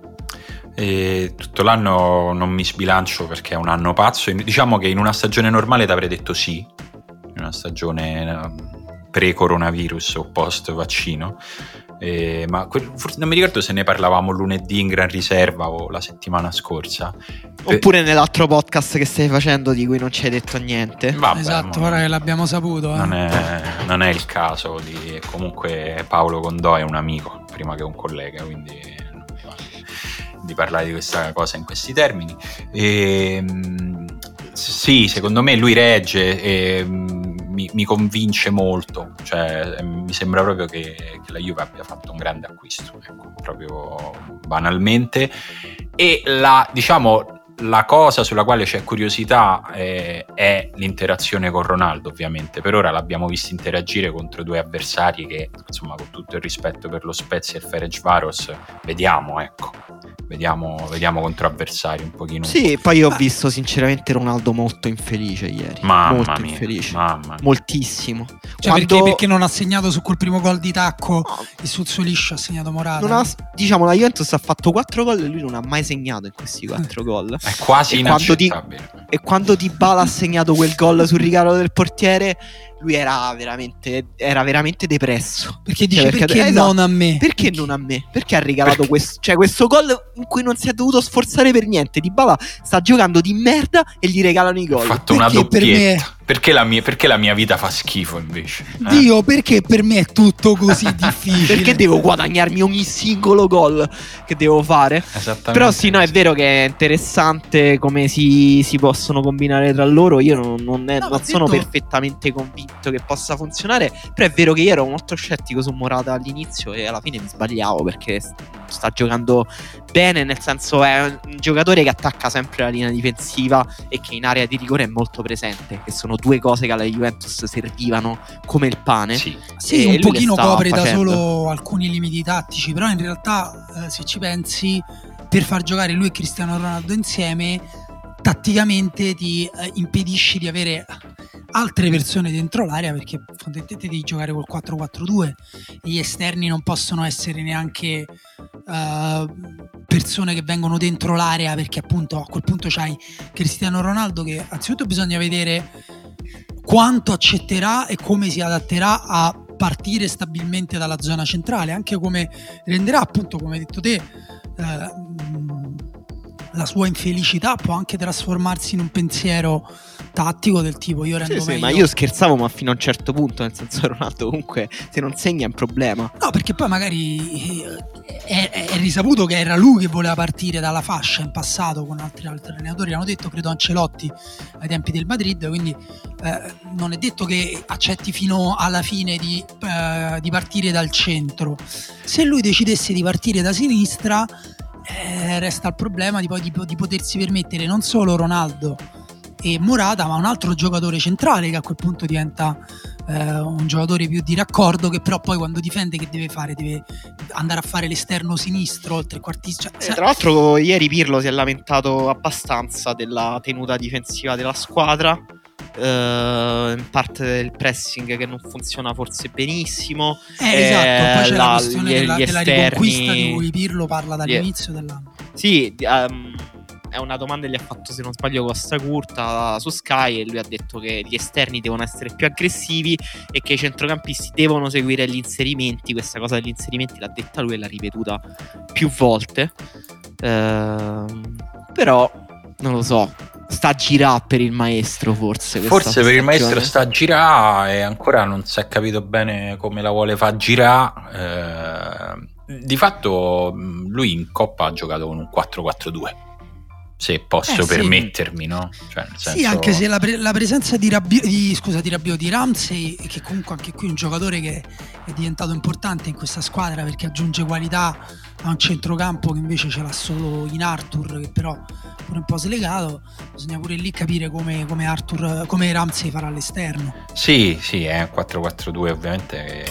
E tutto l'anno non mi sbilancio perché è un anno pazzo. Diciamo che in una stagione normale ti avrei detto sì, in una stagione pre-coronavirus o post-vaccino. Eh, ma que- forse non mi ricordo se ne parlavamo lunedì in gran riserva o la settimana scorsa. Oppure nell'altro podcast che stai facendo di cui non ci hai detto niente. Vabbè, esatto, ma ora che l'abbiamo saputo. Eh. Non, è, non è il caso di, comunque Paolo Condò è un amico prima che un collega, quindi non mi va di parlare di questa cosa in questi termini. E, sì, secondo me lui regge e mi, mi convince molto, cioè mi sembra proprio che, che la Juve abbia fatto un grande acquisto, ecco, proprio banalmente. E la, diciamo, la cosa sulla quale c'è curiosità è, è l'interazione con Ronaldo, ovviamente. Per ora l'abbiamo visto interagire contro due avversari che, insomma, con tutto il rispetto per lo Spezia e il Ferencvaros, vediamo, ecco. Vediamo, vediamo contro avversari un pochino. Sì, poi io ho visto sinceramente Ronaldo molto infelice ieri. Mamma molto mia, infelice. mamma mia. Moltissimo. Cioè, Quando- perché, perché non ha segnato su quel primo gol di tacco No. e sul suo liscio ha segnato Morata. Non ha, diciamo, la Juventus ha fatto quattro gol e lui non ha mai segnato in questi quattro gol. È quasi E quando di- inaccettabile. E quando Dybala ha segnato quel gol sul ricalo del portiere, lui era veramente, era veramente depresso. Perché dice Cioè, perché, perché- esatto. non a me? Perché non a me? Perché ha regalato Perché? questo, cioè questo gol in cui non si è dovuto sforzare per niente? Dybala sta giocando di merda e gli regalano i Ho gol. fatto una Perché per doppietta. me- Perché, la mia, perché la mia vita fa schifo invece? Eh? Dio, perché per me è tutto così difficile? Perché devo guadagnarmi ogni singolo gol che devo fare? Esattamente. Però sì, no, è vero che è interessante come si, si possono combinare tra loro. Io non, non è- No, non ma sono detto- perfettamente convinto che possa funzionare. Però è vero che io ero molto scettico su Morata all'inizio e alla fine mi sbagliavo, perché st- sta giocando bene, nel senso è un giocatore che attacca sempre la linea difensiva e che in area di rigore è molto presente, che sono due cose che alla Juventus servivano come il pane. Sì. Sì, E un lui pochino le sta copre da facendo. solo alcuni limiti tattici, però in realtà eh, se ci pensi, per far giocare lui e Cristiano Ronaldo insieme, tatticamente ti eh, impedisci di avere altre persone dentro l'area, perché fondamentalmente devi giocare col quattro quattro due e gli esterni non possono essere neanche eh, persone che vengono dentro l'area, perché appunto a quel punto c'hai Cristiano Ronaldo che anzitutto bisogna vedere quanto accetterà e come si adatterà a partire stabilmente dalla zona centrale, anche come renderà, appunto, come hai detto te, eh, la sua infelicità può anche trasformarsi in un pensiero tattico del tipo io rendo Sì, sì, meglio. ma io scherzavo, ma fino a un certo punto, nel senso, Ronaldo comunque se non segna è un problema. No, perché poi magari eh, è, è risaputo che era lui che voleva partire dalla fascia in passato, con altri, altri allenatori l'hanno detto, credo Ancelotti ai tempi del Madrid, quindi eh, non è detto che accetti fino alla fine di, eh, di partire dal centro. Se lui decidesse di partire da sinistra, eh, resta il problema di, poi, di, di potersi permettere non solo Ronaldo e Morata, ma un altro giocatore centrale che a quel punto diventa eh, un giocatore più di raccordo, che però poi quando difende che deve fare? Deve andare a fare l'esterno sinistro, il trequartista. Cioè, Eh, tra l'altro ieri Pirlo si è lamentato abbastanza della tenuta difensiva della squadra, eh, in parte del pressing che non funziona forse benissimo. eh, eh, esatto, poi c'è la la- questione gli- della, gli della esterni- riconquista di cui Pirlo parla dall'inizio dell'anno. Sì, ehm, è una domanda che gli ha fatto, se non sbaglio, Costa Curta su Sky, e lui ha detto che gli esterni devono essere più aggressivi e che i centrocampisti devono seguire gli inserimenti. Questa cosa degli inserimenti l'ha detta lui e l'ha ripetuta più volte. Ehm, però non lo so, sta a girare per il maestro forse questa Forse per il maestro stagione. sta a girare e ancora non si è capito bene come la vuole far girare. Eh, di fatto mh, lui in Coppa ha giocato con un quattro quattro due, se posso Eh, sì. permettermi, no? Cioè, nel senso... Sì, anche se la, pre- la presenza di, Rabbio, di, scusa, di Rabiot, di Ramsey, che comunque anche qui è un giocatore che è diventato importante in questa squadra perché aggiunge qualità a un centrocampo che invece ce l'ha solo in Arthur, che però è pure un po' slegato. Bisogna pure lì capire come, come Arthur, come Ramsey farà all'esterno. Sì, sì, è un quattro quattro due ovviamente è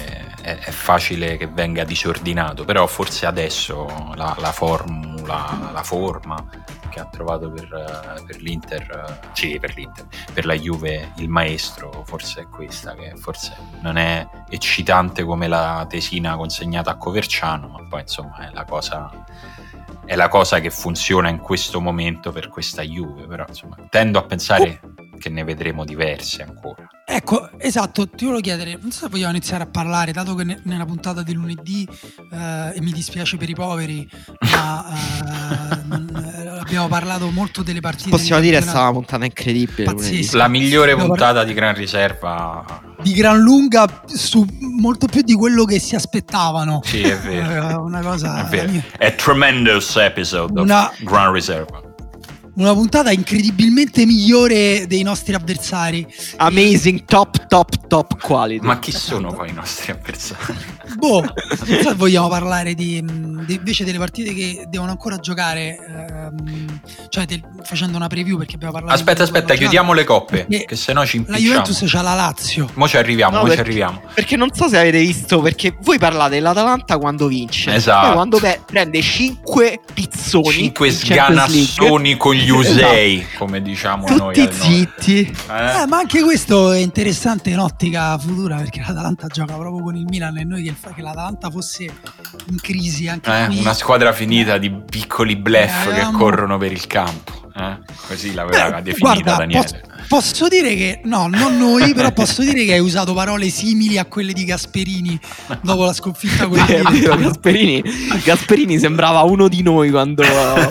è, è facile che venga disordinato, però forse adesso la, la formula, la forma che ha trovato per, per l'Inter, sì, per l'Inter, per la Juve il maestro, forse è questa, che forse non è eccitante come la tesina consegnata a Coverciano, ma poi insomma è la cosa, è la cosa che funziona in questo momento per questa Juve. Però insomma tendo a pensare che ne vedremo diverse ancora. Ecco, esatto, ti volevo chiedere, non so se vogliamo iniziare a parlare, dato che ne- nella puntata di lunedì, eh, e mi dispiace per i poveri, ma eh, non- eh, abbiamo parlato molto delle partite. Possiamo di dire è campionato. stata una puntata incredibile. Pazzesca. lunedì. La migliore Abbiamo puntata di Gran Riserva. Di gran lunga, su molto più di quello che si aspettavano. Sì, è vero. Eh, una cosa È vero. È tremendous episode Una- of Gran Riserva. una puntata incredibilmente migliore dei nostri avversari. Amazing, top, top, top quality. Ma chi sono poi i nostri avversari? Boh, non so se vogliamo parlare di, di- invece delle partite che devono ancora giocare, ehm, cioè del- facendo una preview, perché abbiamo parlato di Aspetta, quello che aspetta, hanno chiudiamo le giocato. coppe, Perché che se no ci la impicciamo. Juventus c'ha la Lazio. Mo ci arriviamo, No, mo ci perché- arriviamo. Perché non so se avete visto, perché voi parlate dell'Atalanta quando vince. Esatto. Poi quando pe- prende cinque pizzoni, Cinque in Champions League, sganassoni con gli usei, come diciamo noi. tutti al nord. zitti. Eh? Eh, ma anche questo è interessante in ottica futura, perché l'Atalanta gioca proprio con il Milan e noi che, il fa- che l'Atalanta fosse in crisi anche Eh, qui. una squadra finita di piccoli bluff Eh, che avevamo- corrono per il campo. Eh? Così l'aveva Eh, definita guarda, Daniele. posso, posso dire che no, non noi, però posso dire che hai usato parole simili a quelle di Gasperini dopo la sconfitta con È il vero, Gasperini, Gasperini sembrava uno di noi quando...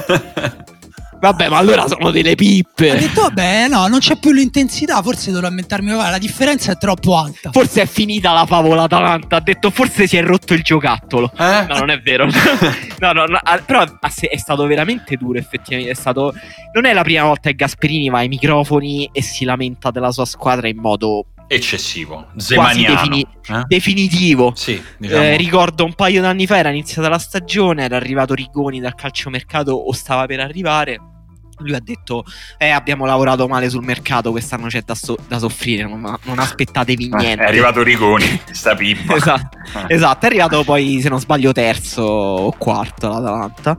Vabbè, ma allora sono delle Ha pippe. detto vabbè, no, non c'è più l'intensità, forse dovrò ammettermi, guarda, la differenza è troppo alta. Forse è finita la favola Atalanta. Ha detto forse si è rotto il giocattolo. Eh? No, non è vero. No, no, no, ah, però ah, se- è stato veramente duro, effettivamente. È stato. Non è la prima volta che Gasperini va ai microfoni e si lamenta della sua squadra in modo Eccessivo, quasi zemaniano. defini- eh? definitivo. Sì, diciamo. Eh, ricordo un paio d'anni fa era iniziata la stagione, era arrivato Rigoni dal calciomercato o stava per arrivare. Lui ha detto: Eh, abbiamo lavorato male sul mercato, quest'anno c'è da, so- da soffrire, non, non aspettatevi Eh, niente. è arrivato Rigoni, sta pippa. Esatto, Eh. esatto, è arrivato poi, se non sbaglio, terzo o quarto l'Atalanta.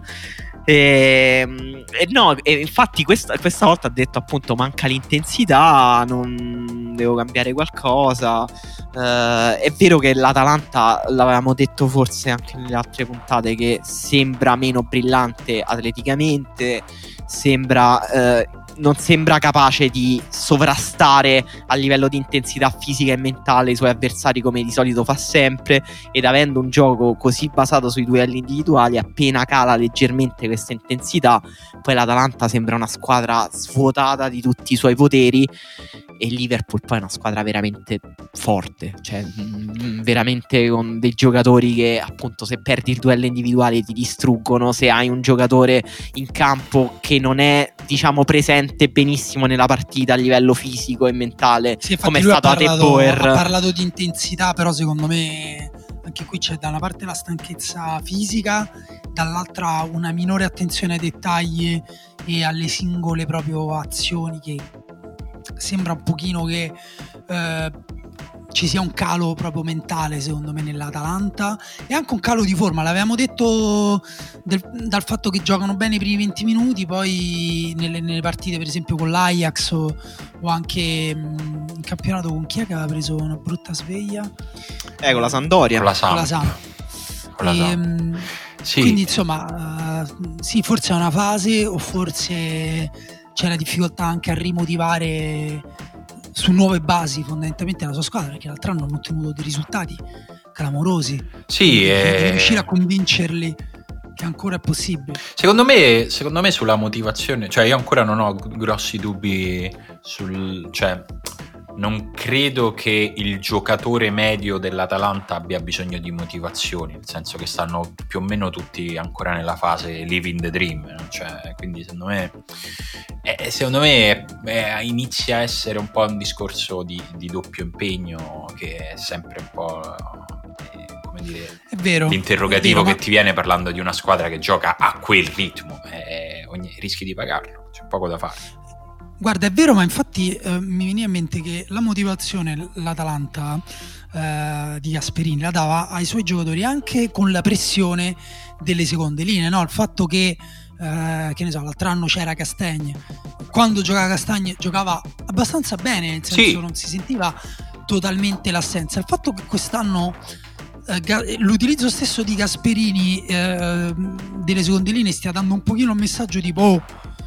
E, e no, e infatti questa, questa volta ha detto appunto manca l'intensità, non devo cambiare qualcosa. Eh, è vero che l'Atalanta, l'avevamo detto forse anche nelle altre puntate, che sembra meno brillante atleticamente, sembra eh, non sembra capace di sovrastare a livello di intensità fisica e mentale i suoi avversari come di solito fa sempre, ed avendo un gioco così basato sui duelli individuali, appena cala leggermente questa intensità, poi l'Atalanta sembra una squadra svuotata di tutti i suoi poteri, e il Liverpool poi è una squadra veramente forte, cioè mm, veramente con dei giocatori che appunto se perdi il duello individuale ti distruggono, se hai un giocatore in campo che non è diciamo presente benissimo nella partita a livello fisico e mentale, Sì, infatti come è lui ha stato Ade parlato, Boer. ha parlato di intensità, però secondo me anche qui c'è da una parte la stanchezza fisica, dall'altra una minore attenzione ai dettagli e alle singole proprio azioni, che sembra un pochino che eh, ci sia un calo proprio mentale secondo me nell'Atalanta, e anche un calo di forma. L'avevamo detto del, dal fatto che giocano bene i primi venti minuti, poi nelle, nelle partite per esempio con l'Ajax o, o anche mh, in campionato con chi è che aveva preso una brutta sveglia? Eh, con la Sampdoria. Con la Con la Samp. Samp. Con la Samp. Ehm, Sì. Quindi insomma uh, sì, forse è una fase, o forse c'è la difficoltà anche a rimotivare su nuove basi fondamentalmente la sua squadra, perché l'altro anno hanno ottenuto dei risultati clamorosi. Sì, Quindi eh, devi riuscire a convincerli che ancora è possibile. Secondo me, secondo me sulla motivazione, cioè io ancora non ho grossi dubbi sul, cioè non credo che il giocatore medio dell'Atalanta abbia bisogno di motivazioni, nel senso che stanno più o meno tutti ancora nella fase living the dream, no? Cioè, quindi secondo me eh, secondo me eh, inizia a essere un po' un discorso di, di doppio impegno, che è sempre un po' eh, come dire, È vero. l'interrogativo è vero, che ti viene parlando di una squadra che gioca a quel ritmo, eh, ogni, rischi di pagarlo, c'è poco da fare. Guarda, è vero, ma infatti eh, mi viene in mente che la motivazione, l'Atalanta eh, di Gasperini la dava ai suoi giocatori anche con la pressione delle seconde linee, no? Il fatto che eh, che ne so, l'altro anno c'era Castagne, quando giocava Castagne giocava abbastanza bene, nel senso Sì. non si sentiva totalmente l'assenza. Il fatto che quest'anno eh, l'utilizzo stesso di Gasperini eh, delle seconde linee stia dando un pochino un messaggio tipo oh,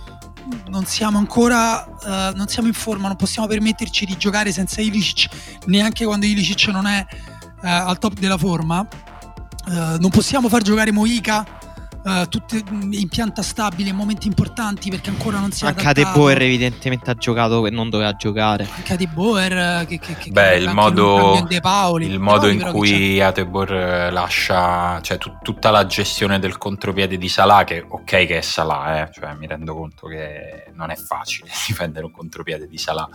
non siamo ancora uh, non siamo in forma, non possiamo permetterci di giocare senza Ilicic, neanche quando Ilicic non è uh, al top della forma, uh, non possiamo far giocare Mojica uh, tutte in pianta stabile in momenti importanti perché ancora non si è anche adattato. De Boer evidentemente ha giocato e non doveva giocare, anche De Boer che, che, che beh il modo, De Paoli, il modo Paoli in cui Atebor lascia, cioè t- tutta la gestione del contropiede di Salah, che ok che è Salah, eh, cioè mi rendo conto che non è facile difendere un contropiede di Salah,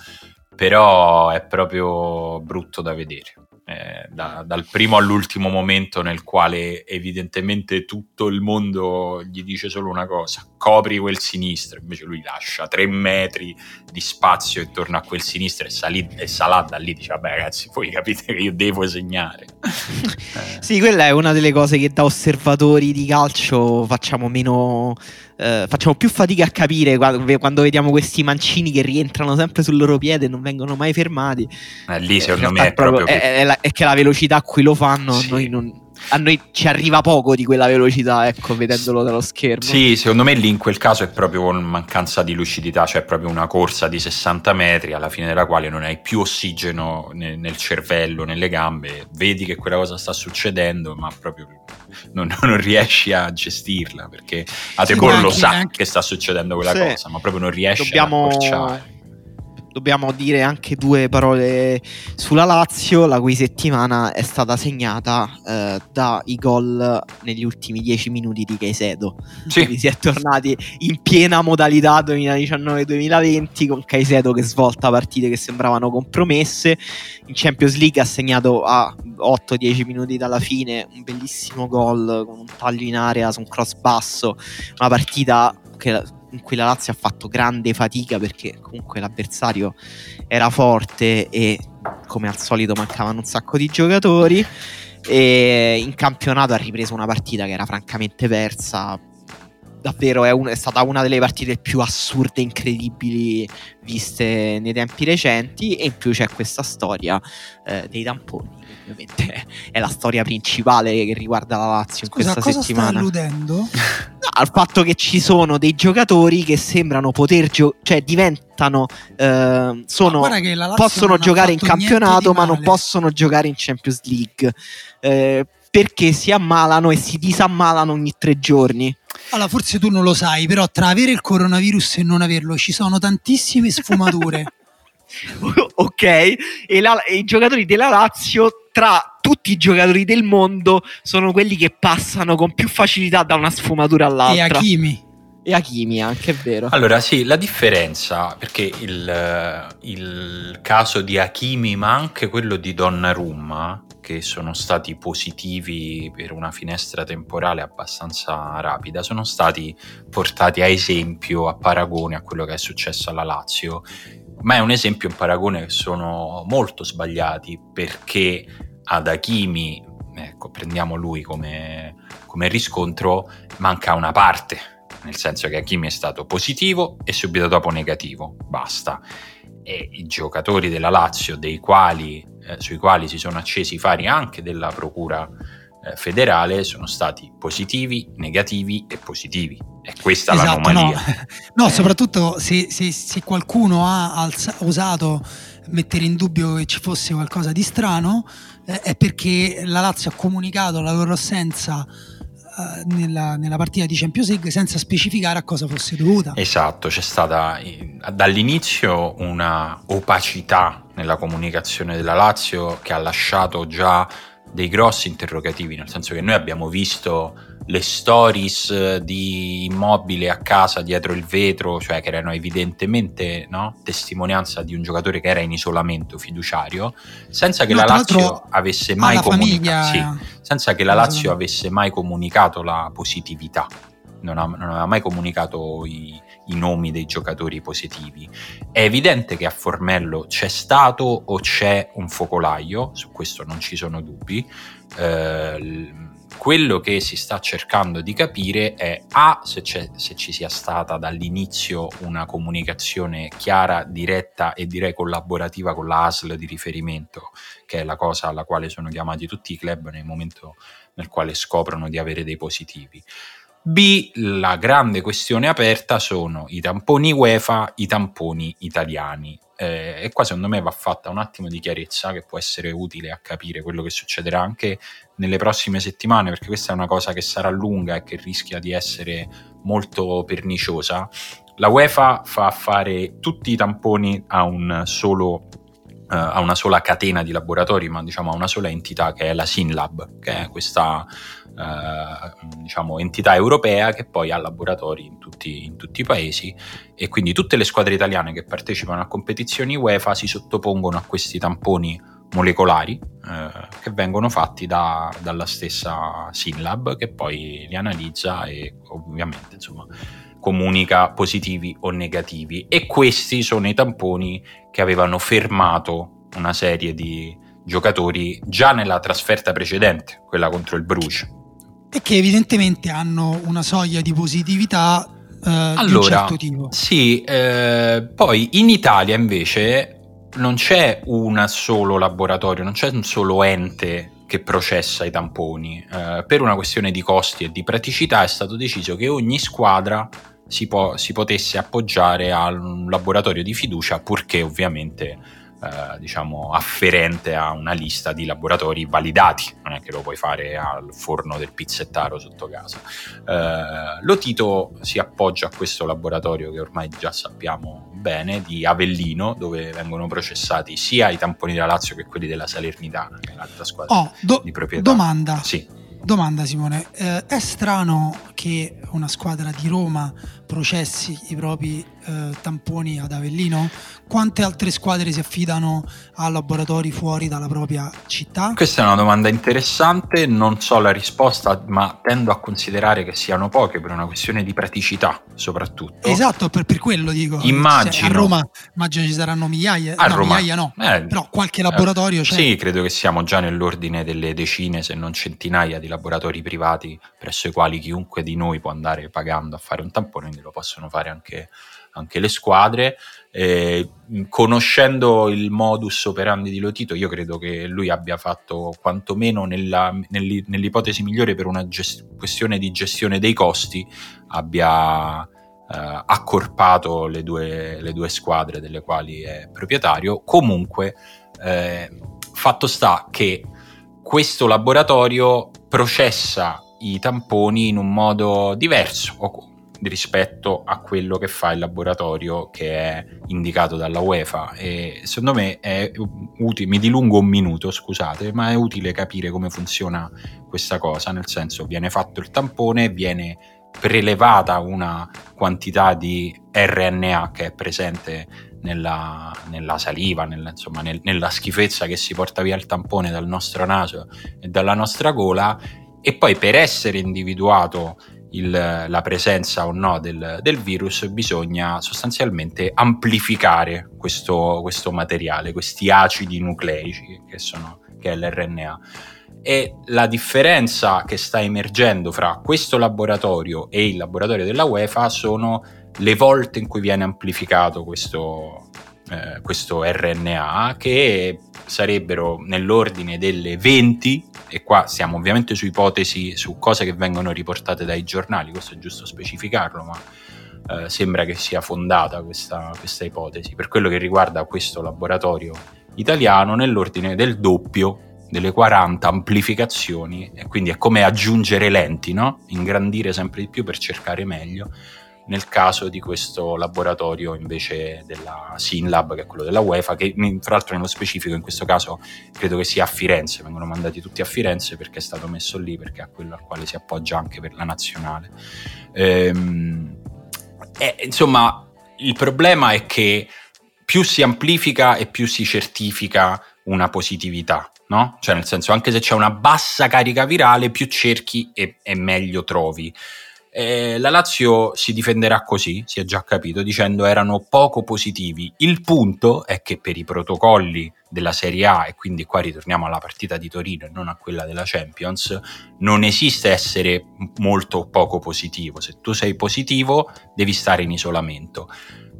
però è proprio brutto da vedere. Eh, da, dal primo all'ultimo momento nel quale evidentemente tutto il mondo gli dice solo una cosa: copri quel sinistro, invece lui lascia tre metri di spazio intorno a quel sinistro e, Salì, e Salah da lì dice vabbè ragazzi, voi capite che io devo segnare. eh. Sì, quella è una delle cose che da osservatori di calcio facciamo meno eh, facciamo più fatica a capire quando, quando vediamo questi mancini che rientrano sempre sul loro piede e non vengono mai fermati. Eh, lì secondo In me è proprio, è, è, la, è che la velocità a cui lo fanno sì. noi non, a noi ci arriva poco di quella velocità, ecco, vedendolo dallo schermo. Sì, secondo me lì in quel caso è proprio mancanza di lucidità, cioè proprio una corsa di sessanta metri alla fine della quale non hai più ossigeno nel, nel cervello, nelle gambe, vedi che quella cosa sta succedendo ma proprio non, non riesci a gestirla perché Atebor sì, lo anche, sa anche... che sta succedendo quella sì. cosa ma proprio non riesce Dobbiamo... ad accorciare. Dobbiamo dire anche due parole sulla Lazio, la cui settimana è stata segnata eh, dai gol negli ultimi dieci minuti di Caicedo. Sì. Quindi si è tornati in piena modalità duemiladiciannove duemilaventi con Caicedo che svolta partite che sembravano compromesse. In Champions League ha segnato a otto dieci minuti dalla fine un bellissimo gol con un taglio in area su un cross basso, una partita che in cui la Lazio ha fatto grande fatica perché comunque l'avversario era forte e come al solito mancavano un sacco di giocatori, e in campionato ha ripreso una partita che era francamente persa. Davvero è, un, è stata una delle partite più assurde e incredibili viste nei tempi recenti, e in più c'è questa storia eh, dei tamponi, che ovviamente è la storia principale che riguarda la Lazio in Scusa, questa cosa settimana. Stai alludendo? No, al fatto che ci sono dei giocatori che sembrano poter giocare, cioè diventano eh, sono, ah, che la Lazio possono non giocare in campionato ma non male. possono giocare in Champions League eh, perché si ammalano e si disammalano ogni tre giorni. Allora, forse tu non lo sai, però tra avere il coronavirus e non averlo ci sono tantissime sfumature. Ok, e, la, e i giocatori della Lazio, tra tutti i giocatori del mondo, sono quelli che passano con più facilità da una sfumatura all'altra. E Hakimi. E Hakimi anche, è vero. Allora sì, la differenza, perché il, il caso di Hakimi ma anche quello di Donnarumma, che sono stati positivi per una finestra temporale abbastanza rapida, sono stati portati a esempio, a paragone a quello che è successo alla Lazio, ma è un esempio, un paragone che sono molto sbagliati, perché ad Hakimi, ecco, prendiamo lui come, come riscontro, manca una parte, nel senso che Hakimi è stato positivo e subito dopo negativo, basta. E i giocatori della Lazio, dei quali, eh, sui quali si sono accesi i fari anche della procura eh, federale, sono stati positivi, negativi e positivi. E questa esatto, è l'anomalia. No, no soprattutto se, se, se qualcuno ha alza, osato mettere in dubbio che ci fosse qualcosa di strano, eh, è perché la Lazio ha comunicato la loro assenza Nella, nella partita di Champions League senza specificare a cosa fosse dovuta. Esatto, c'è stata dall'inizio una opacità nella comunicazione della Lazio che ha lasciato già dei grossi interrogativi, nel senso che noi abbiamo visto le stories di Immobile a casa dietro il vetro, cioè che erano evidentemente, no, testimonianza di un giocatore che era in isolamento fiduciario, senza che no, la Lazio avesse mai comunicato, sì, senza che la Lazio avesse mai comunicato la positività. non, ha, non aveva mai comunicato i, i nomi dei giocatori positivi. È evidente che a Formello c'è stato o c'è un focolaio, su questo non ci sono dubbi. Eh, quello che si sta cercando di capire è a se, c'è, se ci sia stata dall'inizio una comunicazione chiara, diretta e direi collaborativa con la A S L di riferimento, che è la cosa alla quale sono chiamati tutti i club nel momento nel quale scoprono di avere dei positivi. B, la grande questione aperta sono i tamponi UEFA, i tamponi italiani. Eh, e qua secondo me va fatta un attimo di chiarezza che può essere utile a capire quello che succederà anche nelle prossime settimane, perché questa è una cosa che sarà lunga e che rischia di essere molto perniciosa. La UEFA fa fare tutti i tamponi a un solo Uh, a una sola catena di laboratori, ma diciamo a una sola entità, che è la SYNLAB, che è questa uh, diciamo entità europea che poi ha laboratori in tutti, in tutti i paesi, e quindi tutte le squadre italiane che partecipano a competizioni UEFA si sottopongono a questi tamponi molecolari uh, che vengono fatti da, dalla stessa SYNLAB, che poi li analizza e ovviamente insomma comunica positivi o negativi. E questi sono i tamponi che avevano fermato una serie di giocatori già nella trasferta precedente, quella contro il Bruges, e che evidentemente hanno una soglia di positività eh, allora, di un certo tipo. Sì, eh, poi in Italia invece non c'è un solo laboratorio, non c'è un solo ente che processa i tamponi. Eh, per una questione di costi e di praticità è stato deciso che ogni squadra si, po- si potesse appoggiare a un laboratorio di fiducia, purché ovviamente eh, diciamo afferente a una lista di laboratori validati. Non è che lo puoi fare al forno del pizzettaro sotto casa. Eh, Lotito si appoggia a questo laboratorio che ormai già sappiamo bene, di Avellino, dove vengono processati sia i tamponi della Lazio che quelli della Salernitana, che è l'altra squadra oh, do- di proprietà. Domanda. Sì. Domanda Simone, eh, è strano che una squadra di Roma processi i propri eh, tamponi ad Avellino? Quante altre squadre si affidano a laboratori fuori dalla propria città? Questa è una domanda interessante, non so la risposta, ma tendo a considerare che siano poche, per una questione di praticità soprattutto. Esatto, per, per quello dico. Immagino. Cioè, a Roma immagino ci saranno migliaia, a no, Roma, migliaia no, eh, però qualche laboratorio eh, c'è. Sì, credo che siamo già nell'ordine delle decine, se non centinaia di laboratori privati presso i quali chiunque di noi può andare pagando a fare un tampone, quindi lo possono fare anche, anche le squadre. Eh, conoscendo il modus operandi di Lotito, io credo che lui abbia fatto quantomeno nella, nell'ipotesi migliore, per una gest- questione di gestione dei costi, abbia eh, accorpato le due, le due squadre delle quali è proprietario. Comunque eh, fatto sta che questo laboratorio processa i tamponi in un modo diverso rispetto a quello che fa il laboratorio che è indicato dalla UEFA, e secondo me è utile, mi dilungo un minuto scusate, ma è utile capire come funziona questa cosa, nel senso, viene fatto il tampone, viene prelevata una quantità di R N A che è presente nella, nella saliva, nella, insomma nel, nella schifezza che si porta via il tampone dal nostro naso e dalla nostra gola, e poi per essere individuato Il, la presenza o no del, del virus bisogna sostanzialmente amplificare questo, questo materiale, questi acidi nucleici che sono che è l'R N A. E la differenza che sta emergendo fra questo laboratorio e il laboratorio della UEFA sono le volte in cui viene amplificato questo, eh, questo R N A, che sarebbero nell'ordine delle venti, e qua siamo ovviamente su ipotesi, su cose che vengono riportate dai giornali, questo è giusto specificarlo, ma eh, sembra che sia fondata questa, questa ipotesi. Per quello che riguarda questo laboratorio italiano, nell'ordine del doppio delle quaranta amplificazioni, e quindi è come aggiungere lenti, no? Ingrandire sempre di più per cercare meglio. Nel caso di questo laboratorio invece della SYNLAB, che è quello della UEFA, che tra l'altro nello specifico in questo caso credo che sia a Firenze, vengono mandati tutti a Firenze perché è stato messo lì, perché è quello al quale si appoggia anche per la nazionale. Ehm, e, insomma, il problema è che più si amplifica e più si certifica una positività, no? Cioè, nel senso, anche se c'è una bassa carica virale, più cerchi e, e meglio trovi. Eh, la Lazio si difenderà così, si è già capito, dicendo erano poco positivi. Il punto è che per i protocolli della Serie A, e quindi qua ritorniamo alla partita di Torino e non a quella della Champions, non esiste essere molto poco positivo. Se tu sei positivo devi stare in isolamento.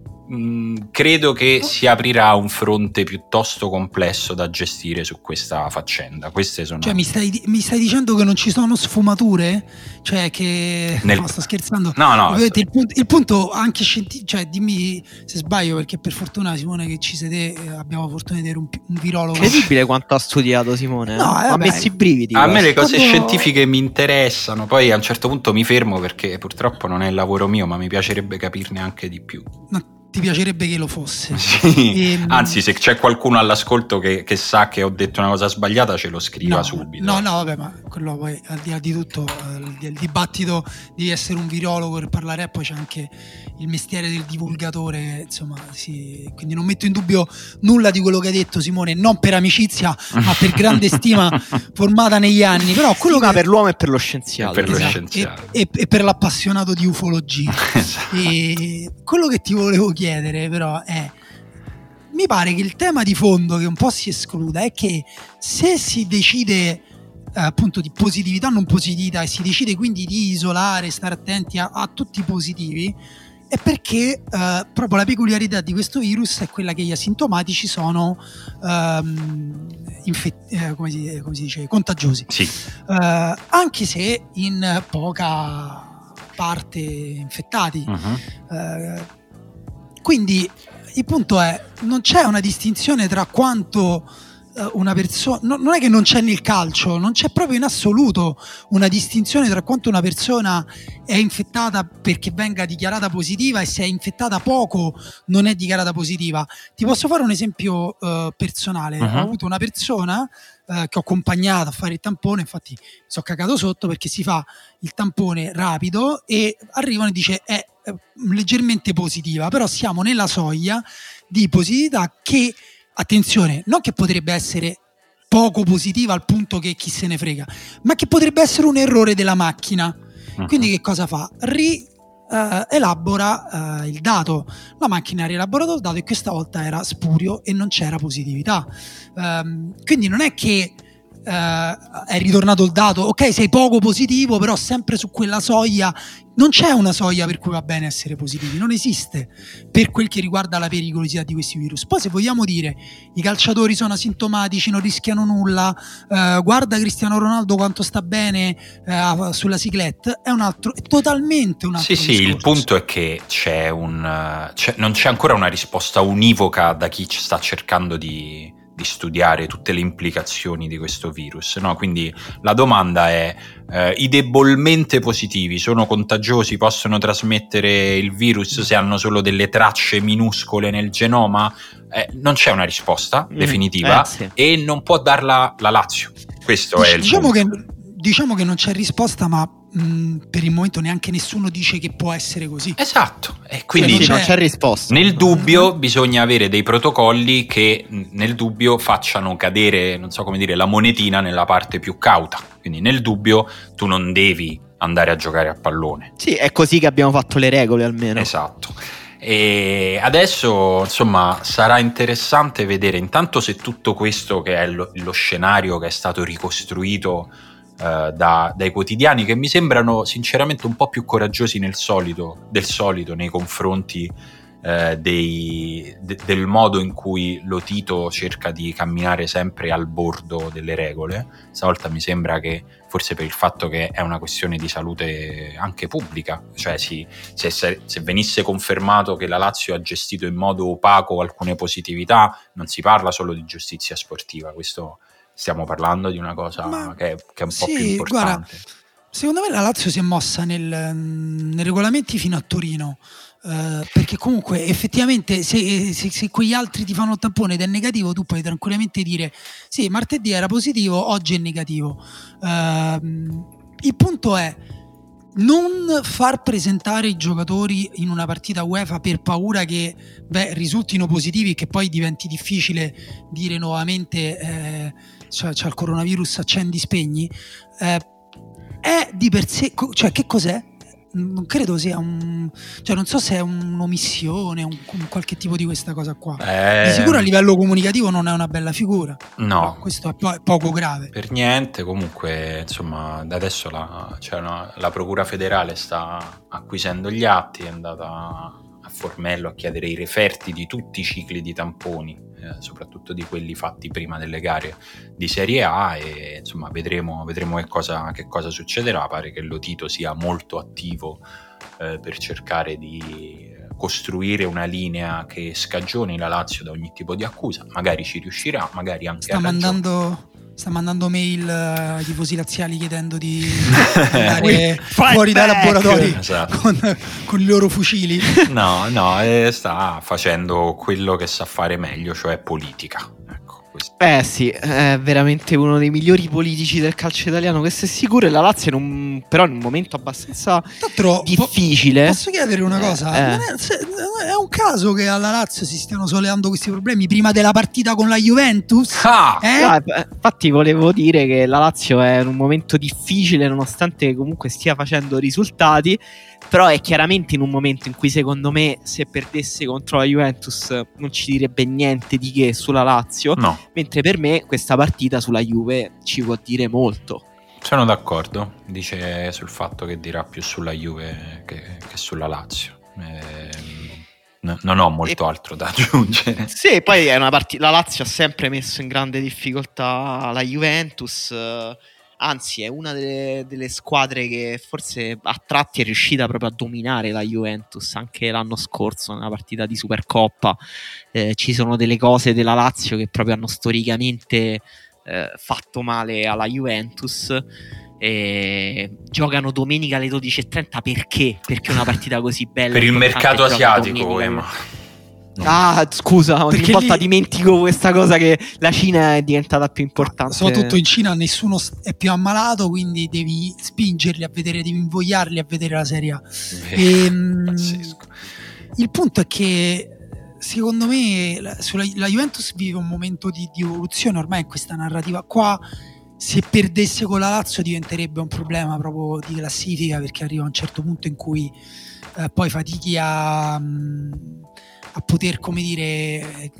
Mm, credo che si aprirà un fronte piuttosto complesso da gestire su questa faccenda. Queste sono... Cioè mi stai, mi stai dicendo che non ci sono sfumature? Cioè che... Nel... No, sto scherzando. No, no. Ovviamente il punto, il punto anche scientifico, cioè dimmi se sbaglio, perché per fortuna Simone che ci siede, eh, abbiamo fortuna di avere un, un virologo. Incredibile quanto ha studiato Simone. No, eh? Ha messo i brividi. A me le cose Quando... scientifiche mi interessano, poi a un certo punto mi fermo perché purtroppo non è il lavoro mio, ma mi piacerebbe capirne anche di più. No. Ti piacerebbe che lo fosse? Sì. E, anzi, se c'è qualcuno all'ascolto che, che sa che ho detto una cosa sbagliata, ce lo scriva no, subito. No, no, vabbè, ma quello poi al di là di tutto, eh, il dibattito di essere un virologo per parlare, e poi c'è anche il mestiere del divulgatore, insomma, sì, quindi non metto in dubbio nulla di quello che hai detto, Simone, non per amicizia, ma per grande stima formata negli anni. Però quello stima che... per l'uomo e per lo scienziato. E per lo esatto, scienziato. E, e, e per l'appassionato di ufologia. Esatto. E quello che ti volevo chiedere però è, mi pare che il tema di fondo che un po' si escluda è che se si decide eh, appunto di positività o non positività e si decide quindi di isolare, stare attenti a, a tutti i positivi, è perché eh, proprio la peculiarità di questo virus è quella che gli asintomatici sono ehm, infett- eh, come, si, come si dice, contagiosi, sì. eh, anche se in poca parte infettati. Uh-huh. eh, Quindi il punto è, non c'è una distinzione tra quanto uh, una persona, no, non è che non c'è nel calcio, non c'è proprio in assoluto una distinzione tra quanto una persona è infettata perché venga dichiarata positiva e se è infettata poco non è dichiarata positiva. Ti posso fare un esempio uh, personale. Uh-huh. Ho avuto una persona uh, che ho accompagnato a fare il tampone, infatti mi sono cagato sotto perché si fa il tampone rapido e arrivano e dice è leggermente positiva, però siamo nella soglia di positività che, attenzione, non che potrebbe essere poco positiva al punto che chi se ne frega, ma che potrebbe essere un errore della macchina. Uh-huh. Quindi che cosa fa? Ri uh, elabora uh, il dato, la macchina ha rielaborato il dato e questa volta era spurio e non c'era positività. Um, quindi non è che Uh, è ritornato il dato, ok, sei poco positivo, però sempre su quella soglia. Non c'è una soglia per cui va bene essere positivi, non esiste per quel che riguarda la pericolosità di questi virus. Poi se vogliamo dire i calciatori sono asintomatici, non rischiano nulla, uh, guarda Cristiano Ronaldo quanto sta bene uh, sulla ciclette, è un altro, è totalmente un altro sì discorso. Sì, il punto è che c'è un c'è, non c'è ancora una risposta univoca da chi sta cercando di di studiare tutte le implicazioni di questo virus, no? Quindi la domanda è eh, i debolmente positivi sono contagiosi, possono trasmettere il virus se hanno solo delle tracce minuscole nel genoma? Eh, non c'è una risposta mm, definitiva eh, sì. E non può darla la Lazio, questo Dic- è il diciamo punto. Che, diciamo che non c'è risposta, ma mh, per il momento neanche nessuno dice che può essere così. Esatto, e quindi sì, non c'è risposta. Nel dubbio bisogna avere dei protocolli che nel dubbio facciano cadere, non so come dire, la monetina nella parte più cauta. Quindi nel dubbio tu non devi andare a giocare a pallone. Sì, è così che abbiamo fatto le regole almeno. Esatto. E adesso insomma sarà interessante vedere intanto se tutto questo che è lo, lo scenario che è stato ricostruito Uh, da, dai quotidiani, che mi sembrano sinceramente un po' più coraggiosi nel solito, del solito nei confronti uh, dei, de, del modo in cui Lotito cerca di camminare sempre al bordo delle regole. Stavolta mi sembra che forse per il fatto che è una questione di salute anche pubblica, cioè si, se, se venisse confermato che la Lazio ha gestito in modo opaco alcune positività, non si parla solo di giustizia sportiva, questo stiamo parlando di una cosa Ma, che, è, che è un po' sì, più importante. Guarda, secondo me la Lazio si è mossa nel, nei regolamenti fino a Torino, eh, perché comunque effettivamente se, se, se quegli altri ti fanno il tampone ed è negativo, tu puoi tranquillamente dire sì, martedì era positivo, oggi è negativo. Eh, il punto è non far presentare i giocatori in una partita UEFA per paura che beh, risultino positivi e che poi diventi difficile dire nuovamente eh, c'è, c'è il coronavirus, accendi, spegni, eh, è di per sé, cioè che cos'è? non credo sia un, cioè non so se è un'omissione, un, un qualche tipo di questa cosa qua. Eh, Di sicuro a livello comunicativo non è una bella figura. No, no questo è, po- è poco grave. Per niente. Comunque, insomma, da adesso la, cioè una, la Procura Federale sta acquisendo gli atti, è andata a Formello a chiedere i referti di tutti i cicli di tamponi, eh, soprattutto di quelli fatti prima delle gare di Serie A, e insomma vedremo, vedremo che cosa, che cosa succederà. Pare che Lotito sia molto attivo eh, per cercare di costruire una linea che scagioni la Lazio da ogni tipo di accusa. Magari ci riuscirà, magari anche sta a mandando sta mandando mail ai tifosi laziali chiedendo di andare fuori dai laboratori, esatto, con, con i loro fucili. No, no, eh, sta facendo quello che sa fare meglio, cioè politica. Eh sì, è veramente uno dei migliori politici del calcio italiano, questo è sicuro. E la Lazio in un, però in un momento abbastanza T'altro, difficile. Po- posso chiedere una cosa? Eh. Non è, se, è un caso che alla Lazio si stiano sollevando questi problemi prima della partita con la Juventus? Ah! Eh? Ah, infatti volevo dire che la Lazio è in un momento difficile, nonostante comunque stia facendo risultati. Però è chiaramente in un momento in cui secondo me se perdesse contro la Juventus non ci direbbe niente di che sulla Lazio, no. Mentre per me questa partita sulla Juve ci può dire molto. Sono d'accordo, dice sul fatto che dirà più sulla Juve che, che sulla Lazio. Eh, no, non ho molto e... altro da aggiungere. Sì, poi è una partita, la Lazio ha sempre messo in grande difficoltà la Juventus. Anzi, è una delle, delle squadre che forse a tratti è riuscita proprio a dominare la Juventus anche l'anno scorso nella partita di Supercoppa. Eh, ci sono delle cose della Lazio che proprio hanno storicamente eh, fatto male alla Juventus. E giocano domenica alle dodici e trenta perché? Perché è una partita così bella. Per il mercato asiatico, Ema. No. Ah, scusa, ogni perché volta lì... dimentico questa cosa che la Cina è diventata più importante. Soprattutto in Cina nessuno è più ammalato, quindi devi spingerli a vedere, devi invogliarli a vedere la Serie A. Eh, e, il punto è che secondo me la, sulla, la Juventus vive un momento di, di evoluzione ormai in questa narrativa qua. Se perdesse con la Lazio diventerebbe un problema proprio di classifica, perché arriva a un certo punto in cui eh, poi fatichi a... Mh, a poter, come dire, eh,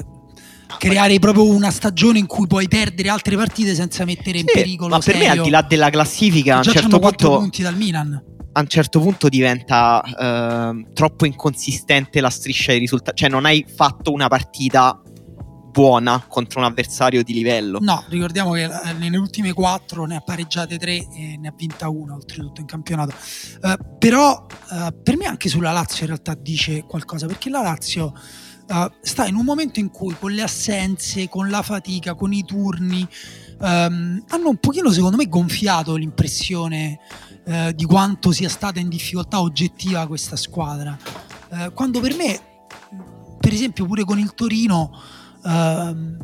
creare proprio una stagione in cui puoi perdere altre partite senza mettere in sì, pericolo ma per serio. me al di là della classifica a un già certo hanno quattro punto punti dal Milan, a un certo punto diventa eh, troppo inconsistente la striscia di risultati, cioè non hai fatto una partita buona contro un avversario di livello. No, ricordiamo che nelle ultime quattro ne ha pareggiate tre e ne ha vinta una oltretutto in campionato. Uh, però uh, per me anche sulla Lazio in realtà dice qualcosa, perché la Lazio uh, sta in un momento in cui con le assenze, con la fatica, con i turni um, hanno un pochino secondo me gonfiato l'impressione uh, di quanto sia stata in difficoltà oggettiva questa squadra, uh, quando per me per esempio pure con il Torino Uh,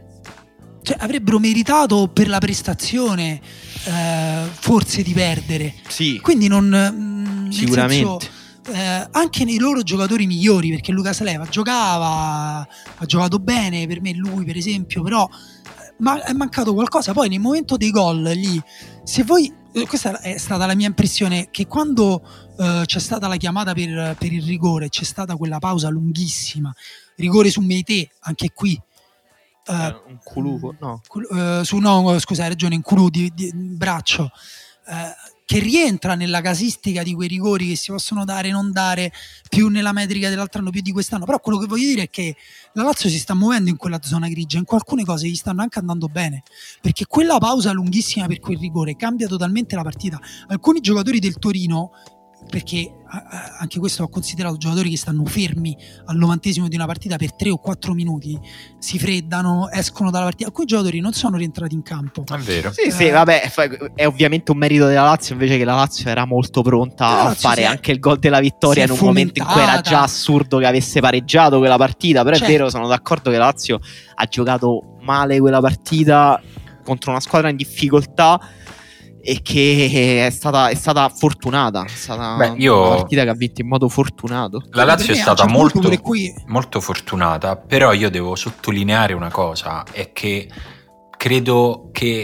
cioè avrebbero meritato per la prestazione uh, forse di perdere. Sì. Quindi non mh, sicuramente nel senso, uh, anche nei loro giocatori migliori, perché Lucas Leiva giocava, ha giocato bene per me lui per esempio, però ma è mancato qualcosa. Poi nel momento dei gol lì, se voi, questa è stata la mia impressione, che quando uh, c'è stata la chiamata per, per il rigore, c'è stata quella pausa lunghissima, rigore su Meite, anche qui uh, un culo, no. Uh, su, no, scusa, hai ragione, in culo di, di, di braccio, uh, che rientra nella casistica di quei rigori che si possono dare e non dare, più nella metrica dell'altro anno, più di quest'anno. Però quello che voglio dire è che la Lazio si sta muovendo in quella zona grigia, in alcune cose gli stanno anche andando bene, perché quella pausa lunghissima per quel rigore cambia totalmente la partita. Alcuni giocatori del Torino, perché anche questo ho considerato giocatori che stanno fermi al novantesimo di una partita per tre o quattro minuti, si freddano, escono dalla partita. Alcuni giocatori non sono rientrati in campo. È vero. Sì, eh, sì, vabbè, è ovviamente un merito della Lazio, invece che la Lazio era molto pronta a fare anche il gol della vittoria in un momento in cui era già assurdo che avesse pareggiato quella partita. Però certo, è vero, sono d'accordo che la Lazio ha giocato male quella partita contro una squadra in difficoltà e che è stata, è stata fortunata, è stata Beh, io... una partita che ha vinto in modo fortunato. La Lazio è stata molto, molto fortunata, però io devo sottolineare una cosa, è che credo che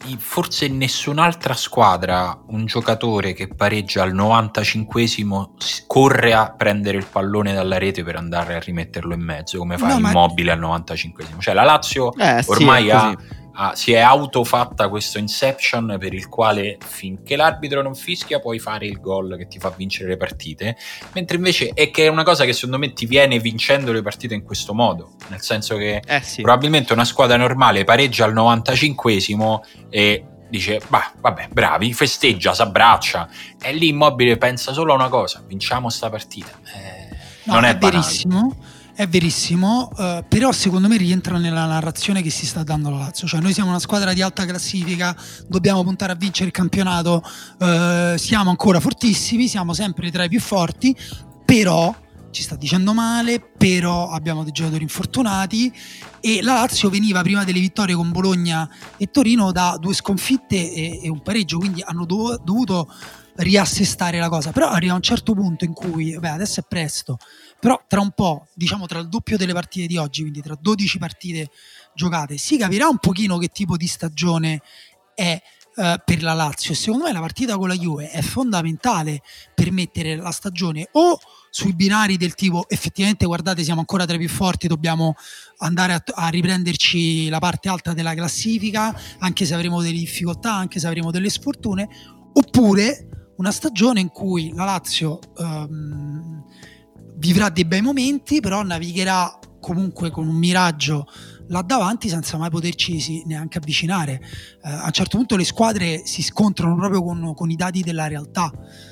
forse in nessun'altra squadra un giocatore che pareggia al novantacinquesimo corre a prendere il pallone dalla rete per andare a rimetterlo in mezzo come fa no, Immobile ma... al novantacinquesimo. Cioè la Lazio eh, ormai sì, ha, ha, si è autofatta questo inception per il quale finché l'arbitro non fischia puoi fare il gol che ti fa vincere le partite, mentre invece è che è una cosa che secondo me ti viene vincendo le partite in questo modo, nel senso che eh, sì. probabilmente una squadra normale pareggia al novantacinquesimo e dice bah vabbè bravi, festeggia, s'abbraccia, e lì Immobile pensa solo a una cosa: vinciamo sta partita. eh, no, non è, è verissimo, è verissimo, uh, però secondo me rientra nella narrazione che si sta dando la Lazio, cioè noi siamo una squadra di alta classifica, dobbiamo puntare a vincere il campionato, uh, siamo ancora fortissimi, siamo sempre tra i più forti, però ci sta dicendo male, però abbiamo dei giocatori infortunati, e la Lazio veniva prima delle vittorie con Bologna e Torino da due sconfitte e, e un pareggio, quindi hanno dov- dovuto riassestare la cosa, però arriva a un certo punto in cui, vabbè adesso è presto, però tra un po', diciamo tra il doppio delle partite di oggi, quindi tra dodici partite giocate, si capirà un pochino che tipo di stagione è uh, per la Lazio, e secondo me la partita con la Juve è fondamentale per mettere la stagione o sui binari del tipo effettivamente guardate siamo ancora tra i più forti, dobbiamo andare a, a riprenderci la parte alta della classifica anche se avremo delle difficoltà, anche se avremo delle sfortune, oppure una stagione in cui la Lazio um, vivrà dei bei momenti, però navigherà comunque con un miraggio là davanti senza mai poterci neanche avvicinare. Uh, a un certo punto le squadre si scontrano proprio con, con i dati della realtà,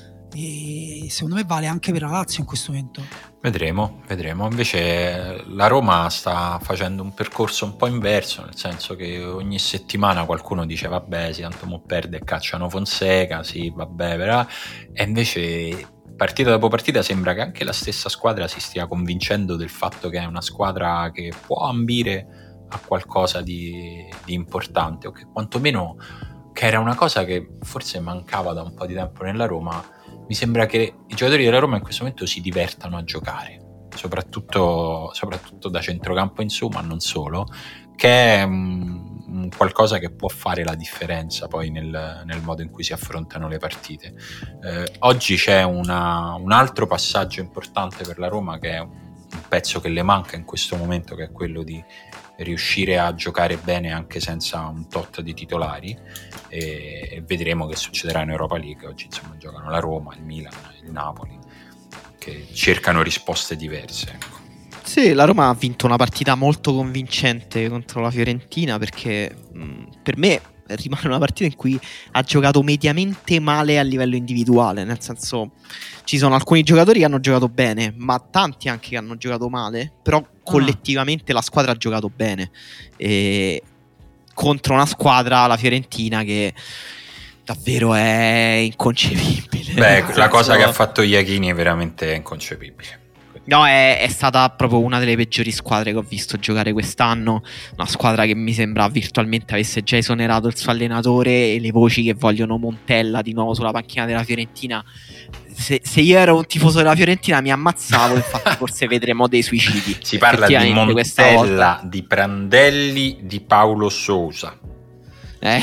e secondo me vale anche per la Lazio in questo momento. Vedremo, vedremo. Invece la Roma sta facendo un percorso un po' inverso, nel senso che ogni settimana qualcuno dice vabbè, sì, tanto mo perde e cacciano Fonseca, sì, vabbè, però, e invece partita dopo partita sembra che anche la stessa squadra si stia convincendo del fatto che è una squadra che può ambire a qualcosa di, di importante, o che quantomeno, che era una cosa che forse mancava da un po' di tempo nella Roma. Mi sembra che i giocatori della Roma in questo momento si divertano a giocare, soprattutto, soprattutto da centrocampo in su, ma non solo, che è um, qualcosa che può fare la differenza poi nel, nel modo in cui si affrontano le partite. Eh, oggi c'è una, un altro passaggio importante per la Roma, che è un pezzo che le manca in questo momento, che è quello di riuscire a giocare bene anche senza un tot di titolari, e, e vedremo che succederà in Europa League. Oggi insomma giocano la Roma, il Milan, il Napoli, che cercano risposte diverse, ecco. Sì, la Roma ha vinto una partita molto convincente contro la Fiorentina, perché mh, per me rimane una partita in cui ha giocato mediamente male a livello individuale, nel senso ci sono alcuni giocatori che hanno giocato bene, ma tanti anche che hanno giocato male, però collettivamente la squadra ha giocato bene, e contro una squadra, la Fiorentina, che davvero è inconcepibile. Beh, la senso... cosa che ha fatto Iachini è veramente inconcepibile. No, è, è stata proprio una delle peggiori squadre che ho visto giocare quest'anno. Una squadra che mi sembra virtualmente avesse già esonerato il suo allenatore, e le voci che vogliono Montella di nuovo sulla panchina della Fiorentina. Se, se io ero un tifoso della Fiorentina mi ammazzavo. Infatti forse vedremo dei suicidi. Si parla di Montella, di Prandelli, di Paulo Sousa. È,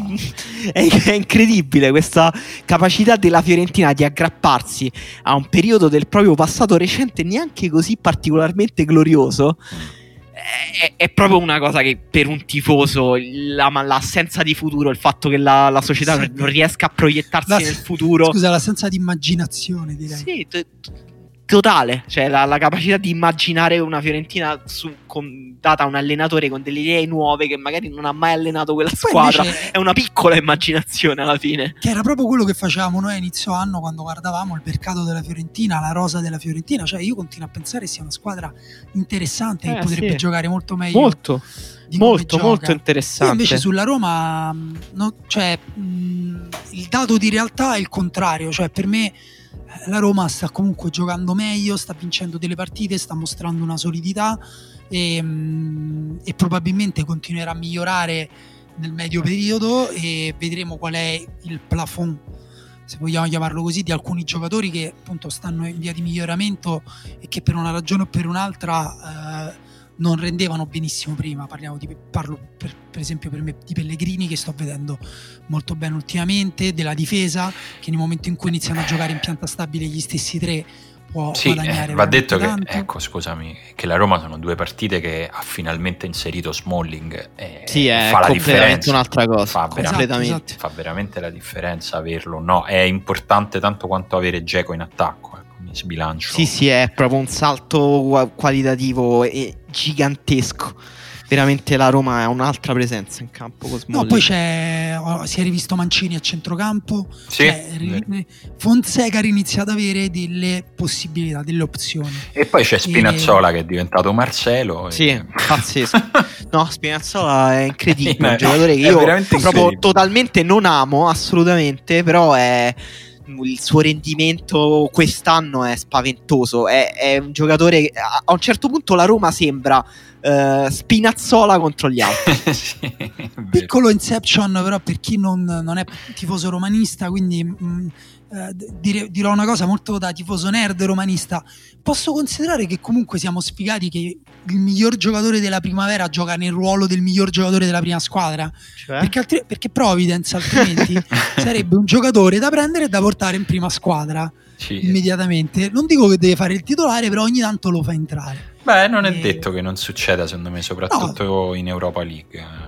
è incredibile questa capacità della Fiorentina di aggrapparsi a un periodo del proprio passato recente neanche così particolarmente glorioso. È, è proprio una cosa che per un tifoso la, l'assenza di futuro, il fatto che la, la società sì. non riesca a proiettarsi la, nel futuro, scusa, l'assenza di immaginazione, direi. Sì, t- t- totale, cioè la, la capacità di immaginare una Fiorentina su, con, data a un allenatore con delle idee nuove che magari non ha mai allenato quella squadra. Invece, è una piccola immaginazione alla fine, che era proprio quello che facevamo noi a inizio anno quando guardavamo il mercato della Fiorentina, la rosa della Fiorentina. Cioè io continuo a pensare sia una squadra interessante, eh, che potrebbe sì. giocare molto meglio, molto molto molto interessante. E invece sulla Roma no, cioè, mh, il dato di realtà è il contrario. Cioè per me la Roma sta comunque giocando meglio, sta vincendo delle partite, sta mostrando una solidità, e, mh, e probabilmente continuerà a migliorare nel medio periodo, e vedremo qual è il plafond, se vogliamo chiamarlo così, di alcuni giocatori che appunto stanno in via di miglioramento e che per una ragione o per un'altra eh, non rendevano benissimo prima. Parliamo di, parlo per, per esempio per me di Pellegrini, che sto vedendo molto bene ultimamente, della difesa che nel momento in cui iniziano a giocare in pianta stabile gli stessi tre può sì, guadagnare. Eh, va detto tanto. che, ecco, scusami, che la Roma sono due partite che ha finalmente inserito Smalling e sì, è fa la completamente differenza. un'altra cosa. Fa, esatto, veramente, esatto. fa veramente la differenza averlo. No, è importante tanto quanto avere Dzeko in attacco. Ecco, mi sbilancio. Sì, sì, è proprio un salto qualitativo e gigantesco. Veramente la Roma ha un'altra presenza in campo con Smalling. No, poi c'è, si è rivisto Mancini a centrocampo, sì, cioè, Fonseca ha iniziato ad avere delle possibilità, delle opzioni. E poi c'è Spinazzola e... che è diventato Marcelo. Sì, e... pazzesco. No, Spinazzola è incredibile, è un giocatore che io proprio totalmente non amo, assolutamente, però è... il suo rendimento quest'anno è spaventoso. È, è un giocatore che a un certo punto la Roma sembra uh, Spinazzola contro gli altri. Sì, piccolo inception però per chi non, non è tifoso romanista, quindi mh, eh, dire, dirò una cosa molto da tifoso nerd romanista. Posso considerare che comunque siamo sfigati che il miglior giocatore della primavera gioca nel ruolo del miglior giocatore della prima squadra, cioè? perché, altri, perché Providence altrimenti sarebbe un giocatore da prendere e da portare in prima squadra, sì, immediatamente. Non dico che deve fare il titolare, però ogni tanto lo fa entrare. Beh, non è e... detto che non succeda, secondo me, soprattutto no. in Europa League.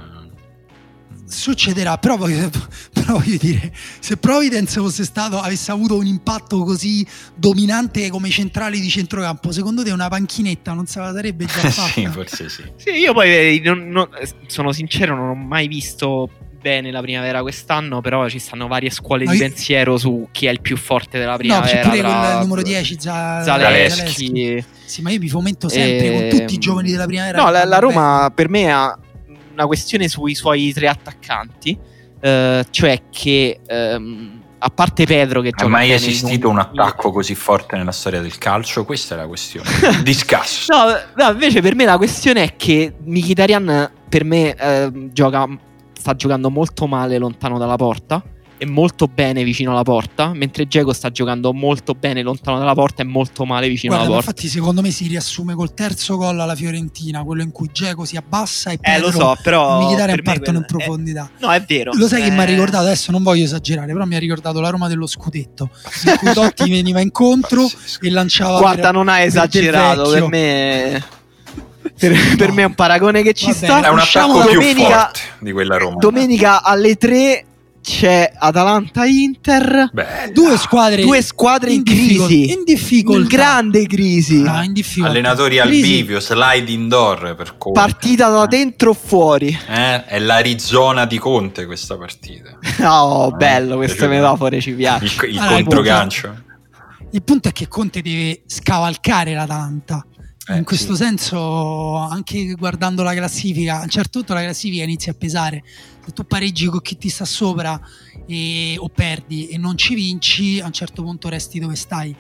Succederà, però voglio, però voglio dire, se Providence fosse stato, avesse avuto un impatto così dominante come i centrali di centrocampo, secondo te una panchinetta non se la sarebbe già fatta? Sì, forse sì. Sì, io poi non, non, sono sincero, non ho mai visto bene la primavera quest'anno, però ci stanno varie scuole no, di io... pensiero su chi è il più forte della primavera. No, c'è pure quel numero dieci Z- Zaleschi. Zaleschi. Sì, ma io mi fomento sempre e... con tutti i giovani della primavera. No, la, la Roma bene. Per me ha una questione sui suoi tre attaccanti, eh, cioè che ehm, a parte Pedro che è mai esistito un attacco così forte nella storia del calcio? Questa è la questione. Discusso. no, no, invece per me la questione è che Mkhitaryan per me eh, gioca sta giocando molto male lontano dalla porta e molto bene vicino alla porta, mentre Dzeko sta giocando molto bene lontano dalla porta e molto male vicino Guarda, alla porta. Infatti secondo me si riassume col terzo gol alla Fiorentina, quello in cui Dzeko si abbassa e Pedro eh, lo so, però Mkhitaryan partono in profondità. È... No, è vero. Lo sai eh... che mi ha ricordato, adesso non voglio esagerare, però mi ha ricordato la Roma dello scudetto, in cui Totti veniva incontro e lanciava. Guarda, per, non hai esagerato, per me Per, no. per me è un paragone che ci Va sta. È un attacco più domenica, forte di quella Roma. Domenica alle tre c'è Atalanta-Inter. Bella. Due squadre, due squadre in, in crisi, in difficoltà, in grande crisi. No, in difficoltà. Allenatori al bivio, slide indoor per Conte. Partita da dentro o fuori. Eh, è l'Arizona di Conte questa partita. Oh, eh, bello, queste metafore ci piacciono. Il, il allora, controgancio. Il punto, il punto è che Conte deve scavalcare l'Atalanta. Eh, in questo sì. senso, anche guardando la classifica, a un certo punto la classifica inizia a pesare. Se tu pareggi con chi ti sta sopra e, o perdi e non ci vinci, a un certo punto resti dove stai.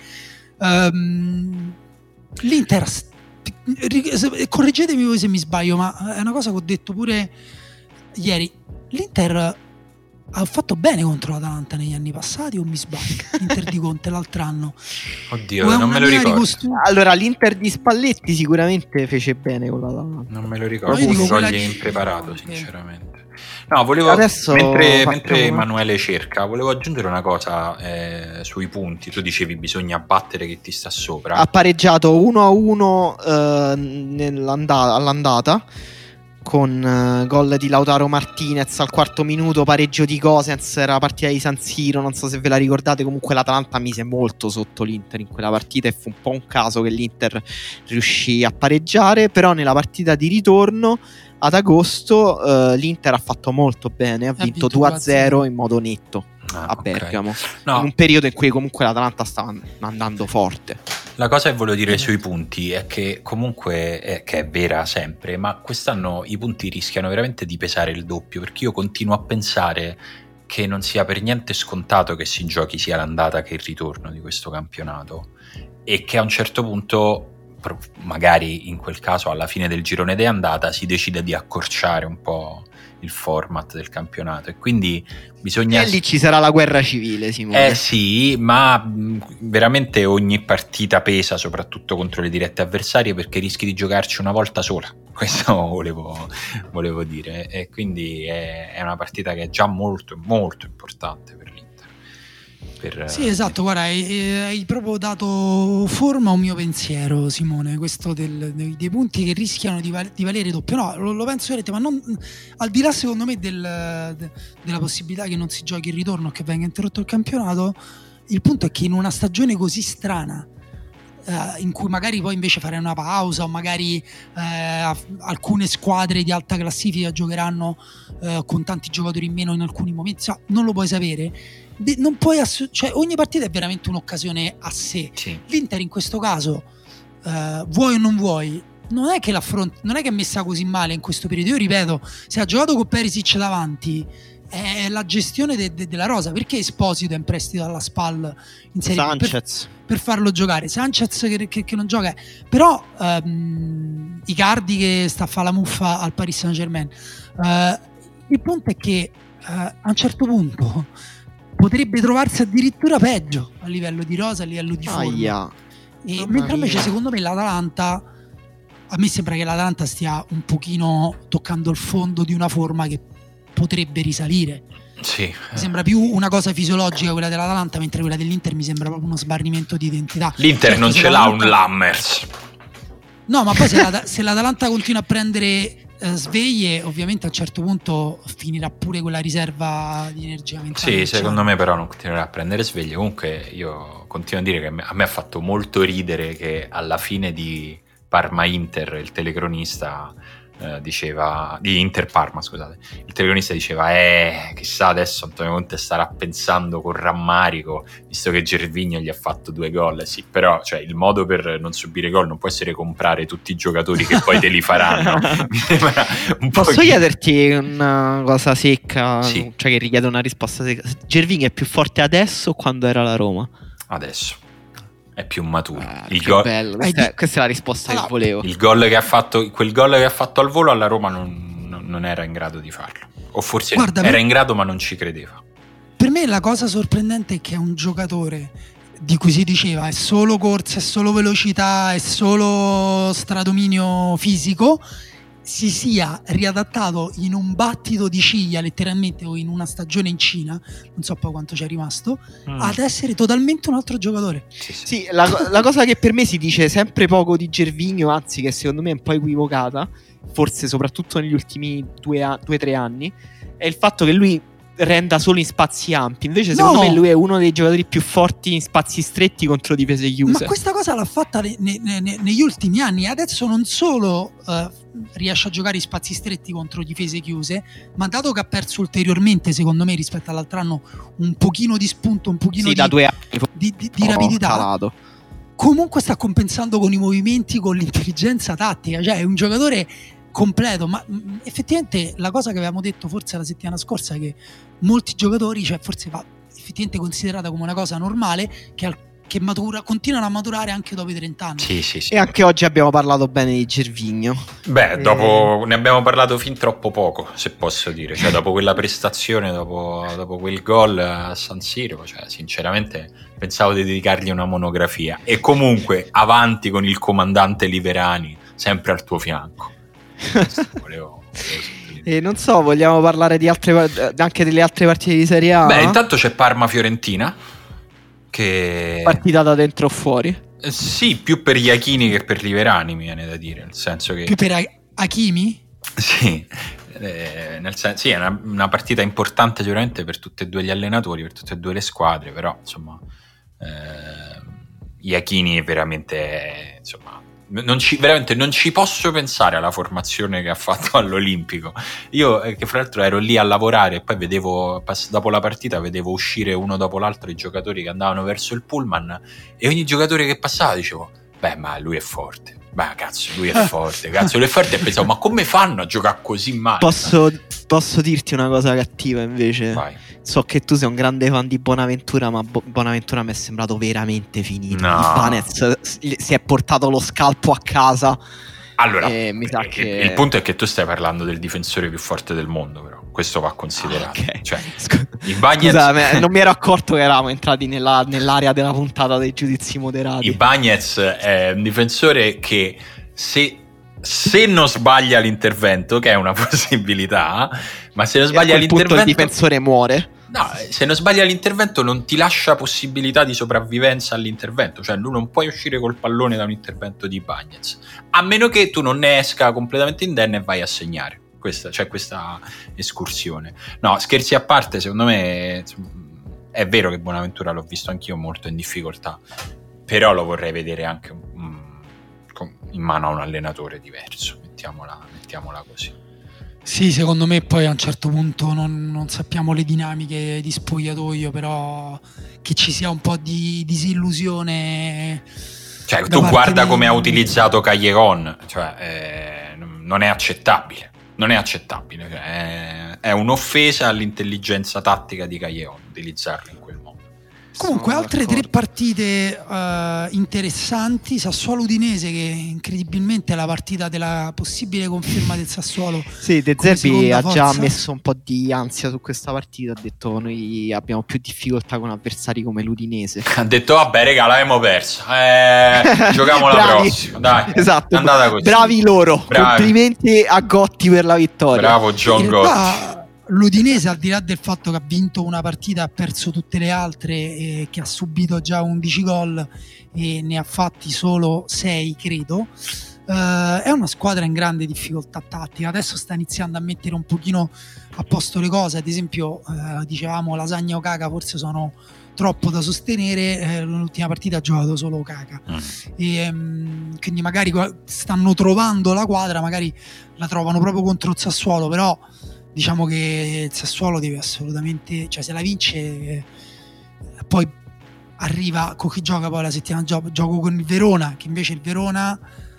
Um, L'Inter, correggetemi voi se mi sbaglio, ma è una cosa che ho detto pure ieri. L'Inter ha fatto bene contro l'Atalanta negli anni passati o mi sbaglio? L'Inter di Conte l'altro anno. Oddio, non me lo ricordo. Ricostu- allora l'Inter di Spalletti sicuramente fece bene con l'Atalanta. Non me lo ricordo, mi coglie impreparato sinceramente. No, volevo Adesso mentre, mentre Emanuele cerca, volevo aggiungere una cosa eh, sui punti. Tu dicevi bisogna battere chi ti sta sopra. Ha pareggiato uno a uno eh, nell'andata, all'andata con uh, gol di Lautaro Martinez al quarto minuto, pareggio di Gosens, era la partita di San Siro, non so se ve la ricordate. Comunque l'Atalanta mise molto sotto l'Inter in quella partita e fu un po' un caso che l'Inter riuscì a pareggiare. Però nella partita di ritorno ad agosto uh, l'Inter ha fatto molto bene, ha, ha vinto due a zero in modo netto ah, a Bergamo, okay. no. in un periodo in cui comunque l'Atalanta stava andando forte. La cosa che voglio dire sui punti è che comunque è, che è vera sempre, ma quest'anno i punti rischiano veramente di pesare il doppio, perché io continuo a pensare che non sia per niente scontato che si giochi sia l'andata che il ritorno di questo campionato e che a un certo punto, magari in quel caso alla fine del girone di andata, si decide di accorciare un po' il format del campionato, e quindi bisogna... E lì ci sarà la guerra civile, Simone. Eh sì, ma mh, veramente ogni partita pesa, soprattutto contro le dirette avversarie, perché rischi di giocarci una volta sola. Questo volevo, volevo dire, e quindi è, è una partita che è già molto molto importante per l'Inter. Per, sì, esatto, guarda, hai, hai proprio dato forma a un mio pensiero, Simone, questo del, dei, dei punti che rischiano di, val- di valere doppio. No, lo, lo penso veramente, ma non, al di là secondo me del, de, della possibilità che non si giochi il ritorno, che venga interrotto il campionato, il punto è che in una stagione così strana, Uh, in cui magari poi invece fare una pausa, o magari uh, alcune squadre di alta classifica giocheranno uh, con tanti giocatori in meno in alcuni momenti, cioè, non lo puoi sapere. De- non puoi ass- cioè, ogni partita è veramente un'occasione a sé. Sì. L'Inter in questo caso, uh, vuoi o non vuoi, non è che l'affront- non è che è messa così male in questo periodo. Io ripeto, se ha giocato con Perisic davanti, è la gestione de- de- della rosa. Perché Esposito è in prestito alla Spal in Serie B? Sanchez per, per farlo giocare, Sanchez che, che, che non gioca, però um, Icardi che sta a fare la muffa al Paris Saint-Germain. Uh, il punto è che uh, a un certo punto potrebbe trovarsi addirittura peggio a livello di rosa, a livello di forma. Aia. E mentre invece secondo me l'Atalanta, a me sembra che l'Atalanta stia un pochino toccando il fondo di una forma che potrebbe risalire. Sì. Mi sembra più una cosa fisiologica quella dell'Atalanta, mentre quella dell'Inter mi sembra proprio uno sbarrimento di identità. L'Inter certo, non ce l'ha un Lammers. No, ma poi se, la, se l'Atalanta continua a prendere eh, sveglie, ovviamente a un certo punto finirà pure quella riserva di energia mentale. Sì, secondo me però non continuerà a prendere sveglie. Comunque io continuo a dire che a me ha fatto molto ridere che alla fine di Parma-Inter il telecronista eh, diceva, di Inter-Parma scusate, il telecronista diceva eh chissà adesso Antonio Conte starà pensando con rammarico, visto che Gervinho gli ha fatto due gol. Sì, però cioè, il modo per non subire gol non può essere comprare tutti i giocatori che poi te li faranno. Mi sembra un po' Posso chi... chiederti una cosa secca, sì. Cioè che richiede una risposta secca? Gervinho è più forte adesso o quando era alla Roma? Adesso è più maturo. Ah, il che go- bello. Questa, è, questa è la risposta allora, che volevo. Il gol che ha fatto, quel gol che ha fatto al volo alla Roma non, non, non era in grado di farlo, o forse Guarda, era per... in grado ma non ci credeva. Per me la cosa sorprendente è che è un giocatore di cui si diceva è solo corsa, è solo velocità, è solo stradominio fisico, si sia riadattato in un battito di ciglia letteralmente, o in una stagione in Cina, non so poi quanto c'è rimasto, mm. ad essere totalmente un altro giocatore. Sì, sì. Sì, la, la cosa che per me si dice sempre poco di Gervinho, anzi che secondo me è un po' equivocata, forse soprattutto negli ultimi due o tre anni, è il fatto che lui renda solo in spazi ampi. Invece secondo no. me lui è uno dei giocatori più forti in spazi stretti contro difese chiuse. Ma questa cosa l'ha fatta ne, ne, ne, negli ultimi anni. Adesso non solo uh, riesce a giocare in spazi stretti contro difese chiuse, ma dato che ha perso ulteriormente, secondo me, rispetto all'altro anno, un pochino di spunto, un pochino sì, di, da due anni. di, di, di oh, rapidità calato. Comunque sta compensando con i movimenti, con l'intelligenza tattica. Cioè è un giocatore completo, ma mh, effettivamente la cosa che avevamo detto forse la settimana scorsa, che molti giocatori, cioè forse va effettivamente considerata come una cosa normale, che, al, che matura, continuano a maturare anche dopo i trenta anni. Sì, sì, sì. E anche oggi abbiamo parlato bene di Gervinho. Beh, e... dopo ne abbiamo parlato fin troppo poco, se posso dire, cioè dopo quella prestazione, dopo, dopo quel gol a San Siro, cioè sinceramente pensavo di dedicargli una monografia. E comunque avanti con il comandante Liverani sempre al tuo fianco. volevo, volevo e non so, vogliamo parlare di altre, anche delle altre partite di Serie A? Beh, intanto c'è Parma-Fiorentina, che partita da dentro o fuori? Eh, sì, più per Iachini che per Liverani, mi viene da dire, nel senso che più per Hakimi? Sì, eh, nel senso, sì, è una, una partita importante sicuramente per tutti e due gli allenatori, per tutte e due le squadre, però insomma eh, Iachini è veramente, insomma, non ci, veramente non ci posso pensare alla formazione che ha fatto all'Olimpico. Io eh, che fra l'altro ero lì a lavorare e poi vedevo, pass- dopo la partita vedevo uscire uno dopo l'altro i giocatori che andavano verso il pullman, e ogni giocatore che passava dicevo beh, ma lui è forte, ma cazzo lui è forte, cazzo lui è forte, e pensavo ma come fanno a giocare così male? Posso, posso dirti una cosa cattiva invece? Vai. So che tu sei un grande fan di Bonaventura, ma Bo- Bonaventura mi è sembrato veramente finito. No. Ibanez si è portato lo scalpo a casa Allora, E mi sa eh, che... il punto è che tu stai parlando del difensore più forte del mondo, però questo va considerato. Ah, ok. Cioè, Scu- i Bagnets... Scusa, me- non mi ero accorto che eravamo entrati nella- nell'area della puntata dei giudizi moderati. I Bagnets è un difensore che se, se non sbaglia l'intervento, che è una possibilità, ma se non E a sbaglia quel punto l'intervento... il difensore muore. No, se non sbaglia l'intervento non ti lascia possibilità di sopravvivenza all'intervento, cioè tu non puoi uscire col pallone da un intervento di Bagnets, a meno che tu non ne esca completamente indenne e vai a segnare. Questa, c'è questa escursione. No, scherzi a parte, secondo me è vero che Bonaventura l'ho visto anch'io molto in difficoltà, però lo vorrei vedere anche mm, in mano a un allenatore diverso, mettiamola, mettiamola così. Sì, secondo me poi a un certo punto non, non sappiamo le dinamiche di spogliatoio, però che ci sia un po' di disillusione. Cioè, da tu parte guarda di- come ha utilizzato Callejon, cioè eh, non è accettabile, non è accettabile, cioè, è, è un'offesa all'intelligenza tattica di Callejon utilizzarlo in quel modo. Comunque Sono altre d'accordo. tre partite eh, interessanti. Sassuolo-Udinese, che incredibilmente è la partita della possibile conferma del Sassuolo. Sì, De come Zerbi seconda ha già forza. messo un po' di ansia su questa partita. Ha detto noi abbiamo più difficoltà con avversari come l'Udinese. Ha detto vabbè regà, l'abbiamo persa, eh, giochiamo la Bravi. prossima, dai, Esatto, è andata così. bravi loro. Bravi. Complimenti a Gotti per la vittoria. Bravo John In Gotti. realtà l'Udinese, al di là del fatto che ha vinto una partita, ha perso tutte le altre, e che ha subito già undici gol e ne ha fatti solo sei, credo, eh, è una squadra in grande difficoltà tattica. Adesso sta iniziando a mettere un pochino a posto le cose. Ad esempio, eh, dicevamo Lasagna o Caca forse sono troppo da sostenere, eh, l'ultima partita ha giocato solo Caca. Mm. E, um, quindi magari stanno trovando la quadra, magari la trovano proprio contro il Sassuolo, però diciamo che il Sassuolo deve assolutamente, cioè se la vince eh, poi arriva con chi gioca poi la settimana gioco, gioco con il Verona, che invece il Verona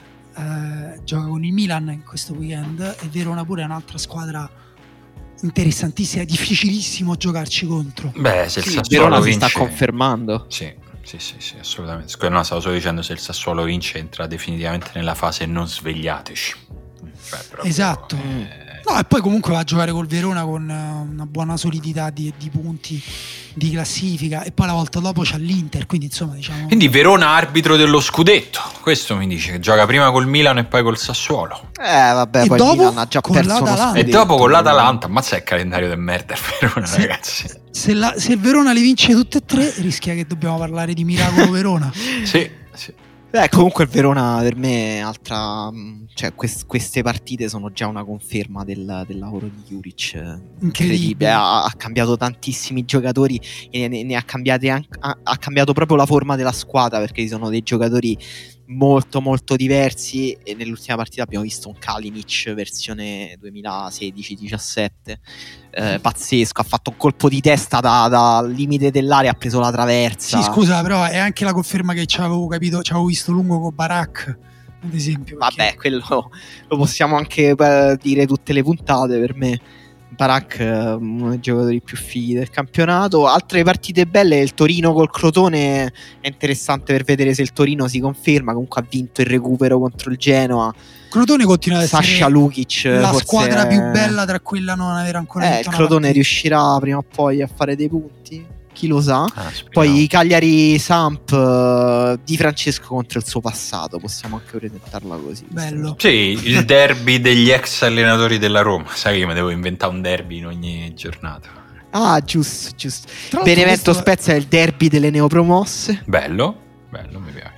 eh, gioca con il Milan in questo weekend, e il Verona pure è un'altra squadra interessantissima, è difficilissimo giocarci contro. Beh, se il Sì, Sassuolo Verona si vince, sta confermando. Sì, sì, sì, sì, assolutamente. Scusa, no, stavo solo dicendo, se il Sassuolo vince entra definitivamente nella fase non svegliateci. Cioè, proprio, Esatto. eh, No, e poi comunque va a giocare col Verona con uh, una buona solidità di, di punti, di classifica, e poi la volta dopo c'ha l'Inter, quindi insomma diciamo... Quindi Verona arbitro dello scudetto, questo mi dice, che gioca prima col Milan e poi col Sassuolo. Eh vabbè, E poi dopo il Milan ha già con perso uno l'Atalanta. E scudetto. dopo con l'Atalanta, ammazza il calendario del merda il Verona, Se- ragazzi. Se, la- se il Verona le vince tutte e tre, rischia che dobbiamo parlare di miracolo Verona. Sì, sì. Beh, comunque il Verona per me è altra, mh, cioè quest- queste partite sono già una conferma del, del lavoro di Juric, eh, incredibile. Ha, ha cambiato tantissimi giocatori e ne, ne ha cambiati anche, ha, ha cambiato proprio la forma della squadra, perché ci sono dei giocatori molto molto diversi, e nell'ultima partita abbiamo visto un Kalinic versione duemilasedici diciassette, eh, pazzesco, ha fatto un colpo di testa da- dal limite dell'area, ha preso la traversa. Sì, scusa, però è anche la conferma che ci avevo capito, ci avevo visto lungo con Barak, ad esempio. perché- Vabbè, quello lo possiamo anche eh, dire tutte le puntate. Per me Barak è uno dei giocatori più fighi del campionato. Altre partite belle, il Torino col Crotone è interessante per vedere se il Torino si conferma. Comunque ha vinto il recupero contro il Genoa. Crotone continua ad essere Sasha Lukic la forse squadra è- più bella tra quella a non aver ancora eh, vinto il una Crotone partita. riuscirà prima o poi a fare dei punti, chi lo sa. Ah, speriamo. Poi Cagliari Samp, eh, Di Francesco contro il suo passato, possiamo anche presentarla così. Bello. Sì, il derby degli ex allenatori della Roma. Sai che mi devo inventare un derby in ogni giornata. Ah, giusto, giusto. Tra l'altro Benevento questo- Spezia è il derby delle neopromosse. Bello, bello, mi piace.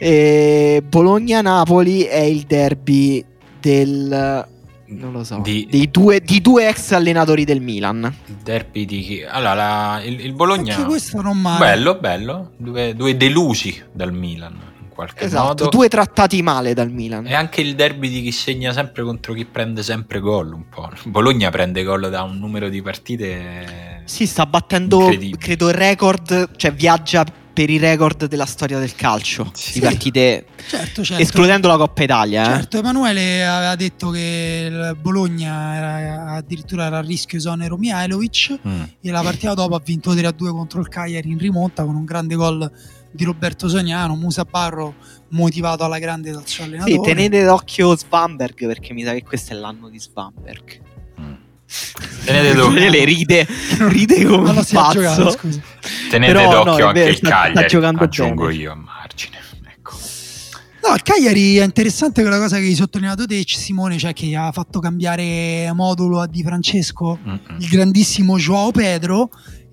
E Bologna-Napoli è il derby del... non lo so. Di- Dei due, di due ex allenatori del Milan. Il derby di chi? Allora, la- il, il Bologna. Anche questo non male. Bello, bello. Due, due delusi dal Milan, in qualche Esatto, modo. due trattati male dal Milan. E anche il derby di chi segna sempre contro chi prende sempre gol, un po'. Bologna prende gol da un numero di partite. Si sta battendo, Incredibile. credo, il record, cioè viaggia per i record della storia del calcio. Sì. Di partite, Certo, certo. escludendo la Coppa Italia. Eh. Certo, Emanuele aveva detto che il Bologna era, addirittura era a rischio esonero Mihailovic, Mm. e la partita dopo ha vinto tre a due contro il Cagliari in rimonta con un grande gol di Roberto Sognano, Musa Barro motivato alla grande dal suo allenatore. Sì, tenete d'occhio Svanberg, perché mi sa che questo è l'anno di Svanberg. Mm. Tenete d'occhio. Le ride, ride come un pazzo. Giocato, scusa. Tenete Però, d'occhio no, anche vero, il sta, Cagliari, sta giocando aggiungo bene. io a margine. Ecco. No, il Cagliari è interessante quella cosa che hai sottolineato te, Simone, cioè che ha fatto cambiare modulo a Di Francesco, Mm-mm. il grandissimo Joao Pedro.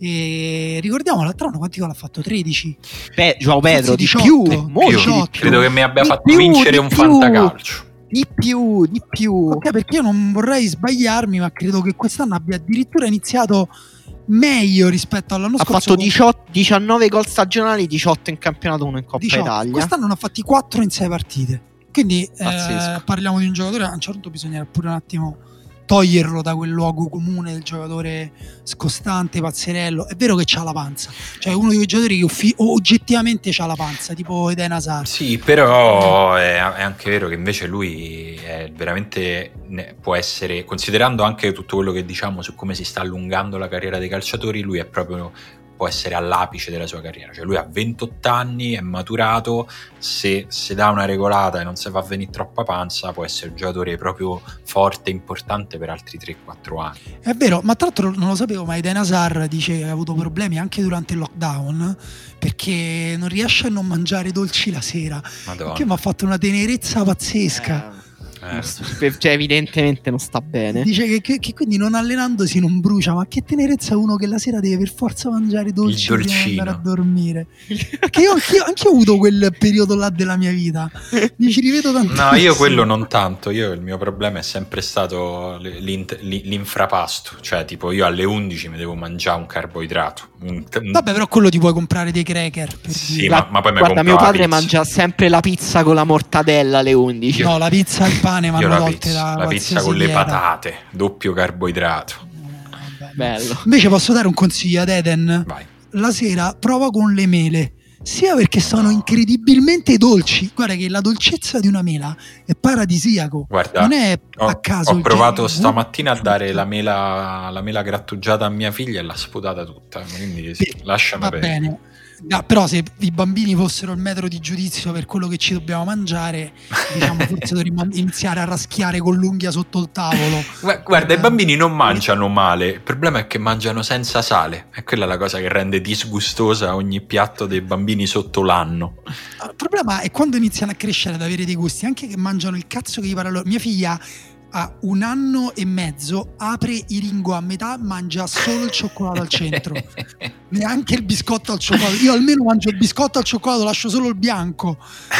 E ricordiamo l'altro anno quanti gol ha fatto? tredici. Beh, Joao Pedro di diciotto, più, molto diciotto. Credo che mi abbia di fatto più, vincere un più. fantacalcio. Di più, di più. Ok, perché io non vorrei sbagliarmi, ma credo che quest'anno abbia addirittura iniziato meglio rispetto all'anno ha scorso. Ha fatto diciotto, diciannove gol stagionali, diciotto in campionato, uno in Coppa diciotto. Italia. Quest'anno ne ha fatti quattro in sei partite. Quindi eh, parliamo di un giocatore, a un certo punto bisognerà pure un attimo toglierlo da quel luogo comune del giocatore scostante, pazzerello. È vero che c'ha la panza, cioè uno di quei giocatori che uffi- oggettivamente c'ha la panza, tipo Eden Hazard. Sì, però è, è anche vero che invece lui è veramente, può essere, considerando anche tutto quello che diciamo su come si sta allungando la carriera dei calciatori, lui è proprio, può essere all'apice della sua carriera. Cioè lui ha ventotto anni, è maturato, se si dà una regolata e non si fa venire troppa panza, può essere un giocatore proprio forte, importante per altri tre quattro anni. È vero, ma tra l'altro non lo sapevo, ma Eden Hazard dice che ha avuto problemi anche durante il lockdown perché non riesce a non mangiare dolci la sera. Madonna. Che mi ha fatto una tenerezza pazzesca. Eh. Eh. Cioè evidentemente non sta bene. Dice che, che, che quindi non allenandosi non brucia, ma che tenerezza uno che la sera deve per forza mangiare dolci prima di andare a dormire. Che io anch'io, anch'io ho avuto quel periodo là della mia vita, mi ci rivedo tantissimo. No, io quello non tanto. Io il mio problema è sempre stato l'infrapasto, cioè tipo io alle undici mi devo mangiare un carboidrato. Un, un... Vabbè, però quello ti puoi comprare dei cracker per sì, dire. ma, ma poi mi guarda, mio padre pizza. mangia sempre la pizza con la mortadella alle undici. No, la pizza al pane vanno tolte pizza, da la pizza con dieta. le patate, doppio carboidrato. Eh, bello. Invece posso dare un consiglio ad Eden? Vai. La sera prova con le mele, sia perché sono no. incredibilmente dolci. Guarda che la dolcezza di una mela è paradisiaco. Guarda, non è ho, a caso. Ho provato genere, stamattina a dare la mela, la mela grattugiata a mia figlia e l'ha sputata tutta. Quindi sì, lasciami va bene. bene. No, però se i bambini fossero il metro di giudizio per quello che ci dobbiamo mangiare, diciamo forse dovremmo iniziare a raschiare con l'unghia sotto il tavolo. Guarda, eh, i bambini non mangiano male, il problema è che mangiano senza sale, è quella la cosa che rende disgustosa ogni piatto dei bambini sotto l'anno. Il problema è quando iniziano a crescere, ad avere dei gusti, anche che mangiano il cazzo che gli pare loro. Mia figlia a un anno e mezzo apre i Ringo a metà, mangia solo il cioccolato al centro, neanche il biscotto al cioccolato. Io almeno mangio il biscotto al cioccolato, lascio solo il bianco.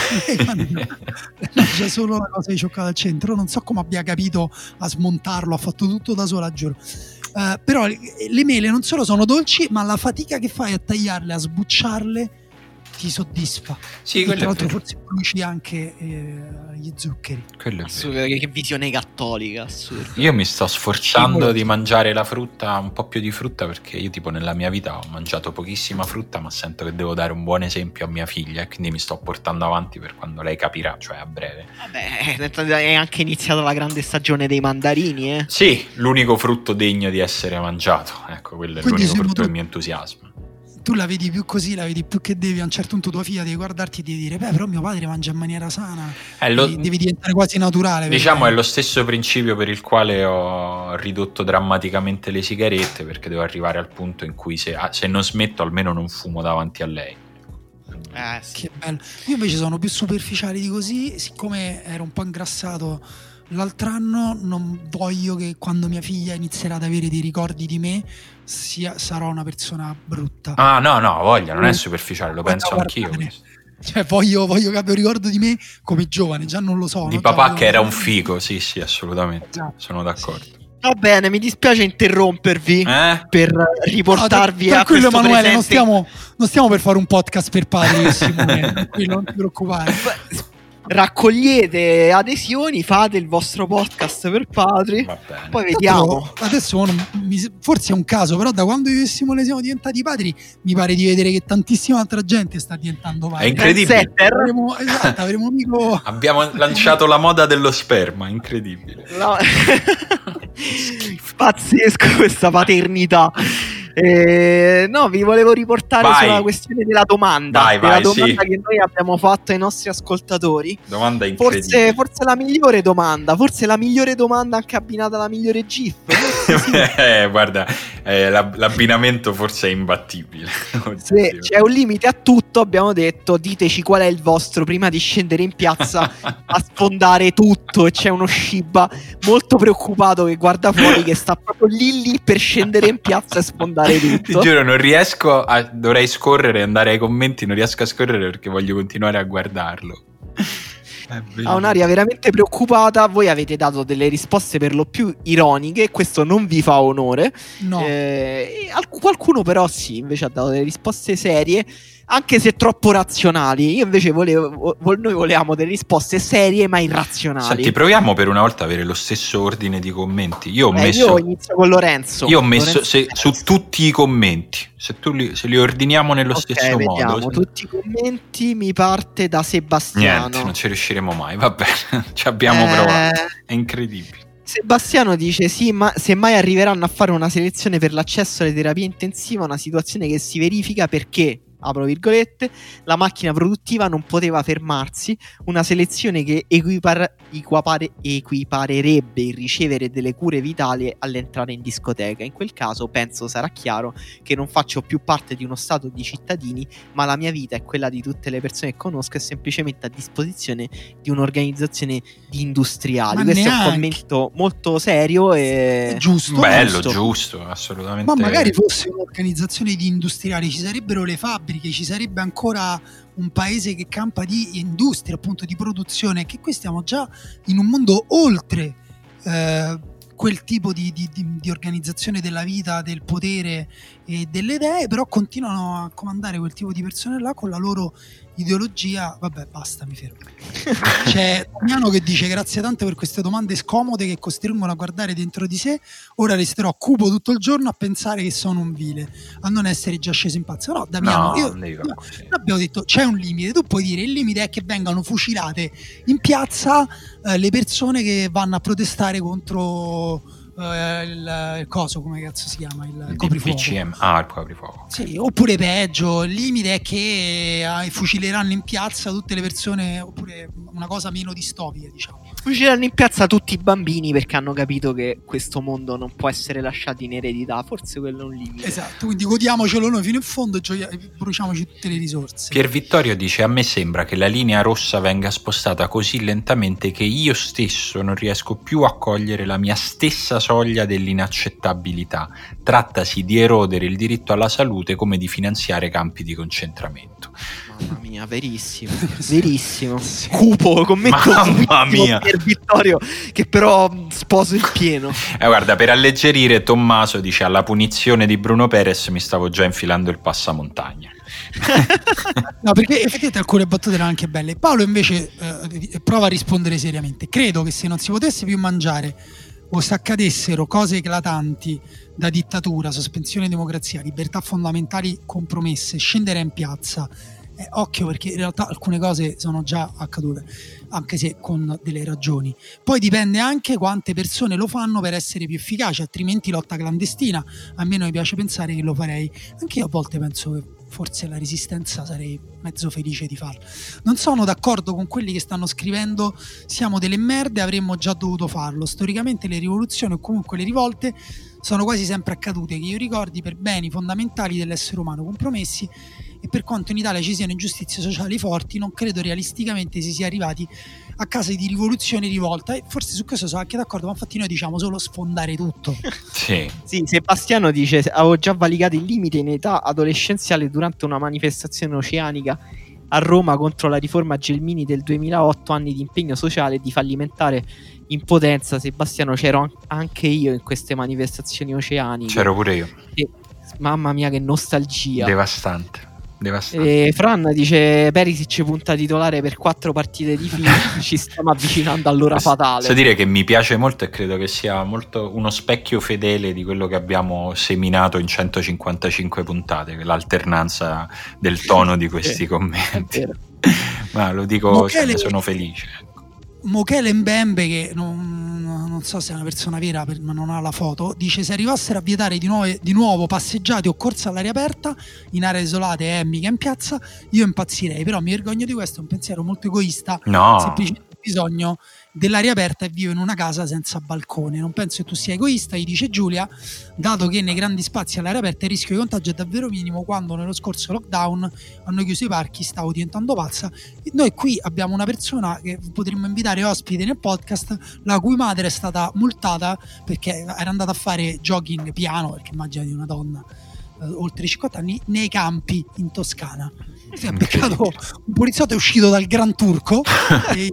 Mangia solo la cosa di cioccolato al centro. Non so come abbia capito a smontarlo, ha fatto tutto da sola, giuro. Uh, però le mele non solo sono dolci, ma la fatica che fai a tagliarle, a sbucciarle ti soddisfa. Sì, e tra l'altro forse bruci anche eh, gli zuccheri. Quello è assurdo, che visione cattolica, assurdo. Io mi sto sforzando sì, di mangiare la frutta, un po' più di frutta, perché io tipo nella mia vita ho mangiato pochissima frutta, ma sento che devo dare un buon esempio a mia figlia e quindi mi sto portando avanti per quando lei capirà, cioè a breve. Vabbè, è anche iniziata la grande stagione dei mandarini, eh? Sì, l'unico frutto degno di essere mangiato, ecco, quello è quindi l'unico frutto tu... del mio entusiasmo. Tu la vedi più così, la vedi più che devi, a un certo punto tua figlia devi guardarti e devi dire, beh, però mio padre mangia in maniera sana, eh, lo, devi diventare quasi naturale. Diciamo è lo stesso principio per il quale ho ridotto drammaticamente le sigarette, perché devo arrivare al punto in cui se, se non smetto almeno non fumo davanti a lei. Eh, sì. Che bello. Io invece sono più superficiale di così, siccome ero un po' ingrassato l'altro anno, non voglio che quando mia figlia inizierà ad avere dei ricordi di me sia, sarò una persona brutta. Ah no no, voglia, non è superficiale, lo penso anch'io. Cioè voglio, voglio che abbia un ricordo di me come giovane, già non lo so. Di papà che era un figo, sì sì, assolutamente, esatto. Sono d'accordo. Va bene, mi dispiace interrompervi eh? per riportarvi no, a questo Emanuele, presente. non stiamo, non stiamo per fare un podcast per padri, Simone, non ti preoccupare. Raccogliete adesioni, fate il vostro podcast per padri, poi vediamo. Adesso non, mi, forse è un caso, però da quando io e Simone siamo diventati padri mi pare di vedere che tantissima altra gente sta diventando padri. È incredibile. Avremo, esatto, avremo amico... Abbiamo lanciato la moda dello sperma, incredibile. No. Pazzesco questa paternità. Eh, no, vi volevo riportare vai. sulla questione della domanda, vai, della vai, domanda sì. che noi abbiamo fatto ai nostri ascoltatori. Domanda incredibile. Forse, forse la migliore domanda, forse la migliore domanda anche abbinata alla migliore GIF. Sì. eh, guarda, eh, l'abbinamento forse è imbattibile. Se c'è un limite a tutto, abbiamo detto, diteci qual è il vostro prima di scendere in piazza a sfondare tutto. E c'è uno Shiba molto preoccupato che guarda fuori, che sta proprio lì lì per scendere in piazza e sfondare tutto. Ti giuro, non riesco a, dovrei scorrere e andare ai commenti, non riesco a scorrere perché voglio continuare a guardarlo. Ha un'aria veramente preoccupata. Voi avete dato delle risposte per lo più ironiche, questo non vi fa onore. No. Eh, qualcuno però sì, invece ha dato delle risposte serie, anche se troppo razionali. Io invece volevo, noi volevamo delle risposte serie ma irrazionali. Senti, proviamo per una volta a avere lo stesso ordine di commenti. Io ho eh, messo io inizio con Lorenzo. Io ho messo Lorenzo se, su tutti i commenti, se tu li, se li ordiniamo nello okay, stesso vediamo, modo. Tutti i commenti. Mi parte da Sebastiano. Niente, non ci riusciremo mai, va bene. Ci abbiamo eh... provato. È incredibile. Sebastiano dice sì, ma se mai arriveranno a fare una selezione per l'accesso alle terapie intensive, una situazione che si verifica perché, apro virgolette, la macchina produttiva non poteva fermarsi, una selezione che equipar- equipare- equiparerebbe il ricevere delle cure vitali all'entrare in discoteca. In quel caso penso sarà chiaro che non faccio più parte di uno stato di cittadini, ma la mia vita è quella di tutte le persone che conosco, è semplicemente a disposizione di un'organizzazione di industriali. Ma questo neanche. è un commento molto serio e giusto, bello, giusto, giusto assolutamente. Ma magari fosse un'organizzazione di industriali, ci sarebbero le fabbriche, ci sarebbe ancora un paese che campa di industria, appunto di produzione, che qui stiamo già in un mondo oltre eh, quel tipo di, di, di, di organizzazione della vita, del potere e delle idee, però continuano a comandare quel tipo di persone là con la loro ideologia. Vabbè, basta, mi fermo. C'è Damiano che dice: grazie tante per queste domande scomode che costringono a guardare dentro di sé, ora resterò cupo tutto il giorno a pensare che sono un vile, a non essere già sceso in pazzo. No, Damiano, no, io, io, no, abbiamo detto c'è un limite. Tu puoi dire il limite è che vengano fucilate in piazza eh, le persone che vanno a protestare contro uh, il, il coso, come cazzo si chiama, il, il coprifuoco. B C M. Ah, il coprifuoco. Sì, oppure peggio, il limite è che eh, fucileranno in piazza tutte le persone, oppure una cosa meno distopica, diciamo. Fucileranno in piazza tutti i bambini perché hanno capito che questo mondo non può essere lasciato in eredità, forse quello è un limite. Esatto, quindi godiamocelo noi fino in fondo e gioia- bruciamoci tutte le risorse. Pier Vittorio dice: a me sembra che la linea rossa venga spostata così lentamente che io stesso non riesco più a cogliere la mia stessa soglia dell'inaccettabilità. Trattasi di erodere il diritto alla salute come di finanziare campi di concentramento. Mamma mia, verissimo, verissimo. Cupo, commento Mamma mia. Pier Vittorio, che però sposo in pieno. Eh, guarda, per alleggerire, Tommaso dice: alla punizione di Bruno Perez mi stavo già infilando il passamontagna. No, perché effettivamente alcune battute erano anche belle. Paolo invece eh, prova a rispondere seriamente. Credo che se non si potesse più mangiare o se accadessero cose eclatanti da dittatura, sospensione di democrazia, libertà fondamentali compromesse, scendere in piazza, eh, occhio, perché in realtà alcune cose sono già accadute, anche se con delle ragioni. Poi dipende anche quante persone lo fanno per essere più efficaci, altrimenti lotta clandestina. A me non mi piace pensare che lo farei. Anche io a volte penso che forse la resistenza sarei mezzo felice di farlo. Non sono d'accordo con quelli che stanno scrivendo siamo delle merde, avremmo già dovuto farlo. Storicamente le rivoluzioni o comunque le rivolte sono quasi sempre accadute, che io ricordi, per beni fondamentali dell'essere umano compromessi, e per quanto in Italia ci siano ingiustizie sociali forti, non credo realisticamente si sia arrivati a casi di rivoluzione e rivolta, e forse su questo sono anche d'accordo, ma infatti noi diciamo solo sfondare tutto. Sì. Sì, Sebastiano dice: avevo già valicato il limite in età adolescenziale durante una manifestazione oceanica a Roma contro la riforma Gelmini del duemilaotto, anni di impegno sociale e di fallimentare impotenza. Sebastiano, c'ero anche io in queste manifestazioni oceaniche. C'ero pure io. E, mamma mia, che nostalgia. Devastante. Devastante. E Fran dice: Perisic punta titolare per quattro partite di fila. Ci stiamo avvicinando all'ora fatale. So dire che mi piace molto e credo che sia molto uno specchio fedele di quello che abbiamo seminato in centocinquantacinque puntate, l'alternanza del tono di questi commenti. Ma lo dico, Mochele, sono felice. Mochele Mbembe, che non, non non so se è una persona vera, per, ma non ha la foto, dice: se arrivassero a vietare di nuovo, di nuovo passeggiate o corse all'aria aperta in aree isolate e mica in piazza, io impazzirei. Però mi vergogno di questo, è un pensiero molto egoista. No. Semplicemente ho bisogno dell'aria aperta e vivo in una casa senza balcone. Non penso che tu sia egoista, gli dice Giulia, dato che nei grandi spazi all'aria aperta il rischio di contagio è davvero minimo. Quando nello scorso lockdown hanno chiuso i parchi stavo diventando pazza. Noi qui abbiamo una persona che potremmo invitare ospite nel podcast, la cui madre è stata multata perché era andata a fare jogging piano, perché immaginati una donna eh, oltre i cinquanta anni, nei campi in Toscana. Si è beccato un poliziotto, è uscito dal Gran Turco e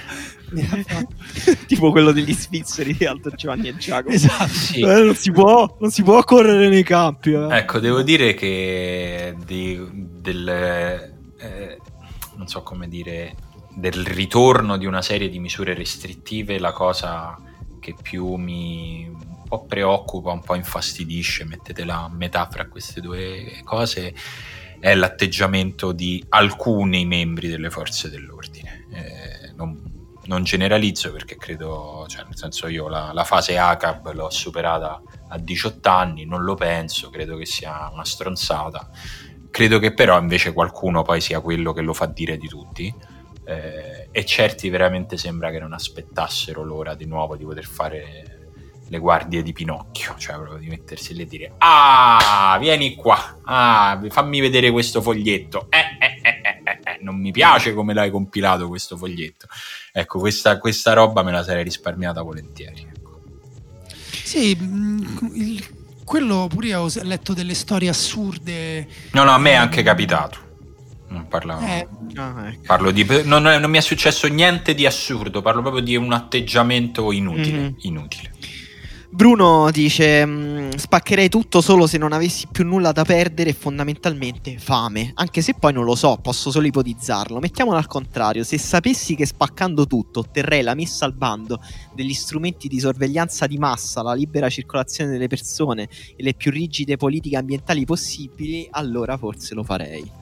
tipo quello degli svizzeri di Aldo Giovanni e Giacomo. Esatto. Sì. Eh, non si può, non si può correre nei campi. Eh. Ecco, devo dire che di, del eh, non so come dire, del ritorno di una serie di misure restrittive, la cosa che più mi un po' preoccupa, un po' infastidisce, mettetela a metà fra queste due cose, è l'atteggiamento di alcuni membri delle forze dell'ordine. Eh, non Non generalizzo, perché credo, cioè nel senso, io la, la fase A C A B l'ho superata a diciotto anni, non lo penso, credo che sia una stronzata. Credo che però invece qualcuno poi sia quello che lo fa dire di tutti, eh, e certi veramente sembra che non aspettassero l'ora di nuovo di poter fare le guardie di Pinocchio, cioè proprio di mettersi lì e dire: ah, vieni qua, ah, fammi vedere questo foglietto, eh, eh, eh, eh, eh, non mi piace come l'hai compilato questo foglietto. Ecco, questa, questa roba me la sarei risparmiata volentieri. Ecco. Sì, il, quello pure io ho letto delle storie assurde. No, no, a me è anche capitato. Non parlavo. Eh, Ah, ecco. Parlo di. Non, non mi è successo niente di assurdo, parlo proprio di un atteggiamento inutile. Mm-hmm. Inutile. Bruno dice: spaccherei tutto solo se non avessi più nulla da perdere e fondamentalmente fame. Anche se poi non lo so, posso solo ipotizzarlo. Mettiamolo al contrario: se sapessi che spaccando tutto otterrei la messa al bando degli strumenti di sorveglianza di massa, la libera circolazione delle persone e le più rigide politiche ambientali possibili, allora forse lo farei.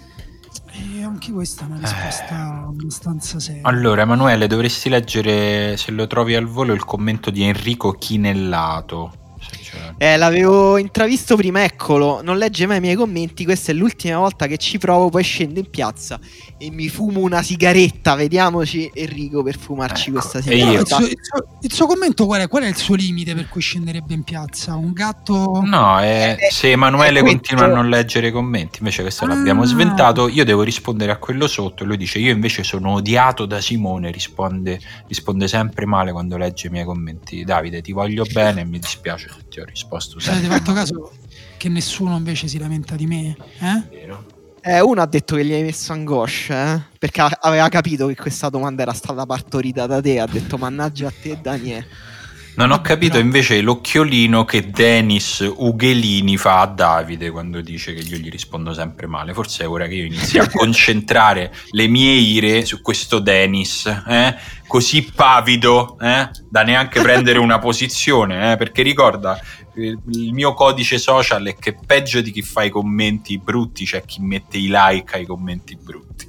E anche questa è una risposta eh. abbastanza seria. Allora, Emanuele, dovresti leggere, se lo trovi al volo, il commento di Enrico Chinellato. Eh, l'avevo intravisto prima, eccolo. Non legge mai i miei commenti. Questa è l'ultima volta che ci provo. Poi scendo in piazza e mi fumo una sigaretta. Vediamoci Enrico per fumarci ecco, questa sigaretta. io... il, suo, il, suo, il suo commento qual è? Qual è il suo limite per cui scenderebbe in piazza? Un gatto? No, è, eh, se Emanuele eh, continua questo... a non leggere i commenti, invece questo ah. l'abbiamo sventato, io devo rispondere a quello sotto. E lui dice: io invece sono odiato da Simone, risponde, risponde sempre male quando legge i miei commenti. Davide, ti voglio bene e mi dispiace se ti ho risposto sempre. Avete fatto caso che nessuno invece si lamenta di me? Eh? Vero? Eh, uno ha detto che gli hai messo angoscia, eh? Perché aveva capito che questa domanda era stata partorita da te. Ha detto: mannaggia a te, Daniele. Non ho capito invece l'occhiolino che Denis Ughelini fa a Davide quando dice che io gli rispondo sempre male. Forse è ora che io inizi a concentrare le mie ire su questo Denis, eh? Così pavido, eh? Da neanche prendere una posizione, eh? Perché ricorda, il mio codice social è che peggio di chi fa i commenti brutti c'è chi mette i like ai commenti brutti.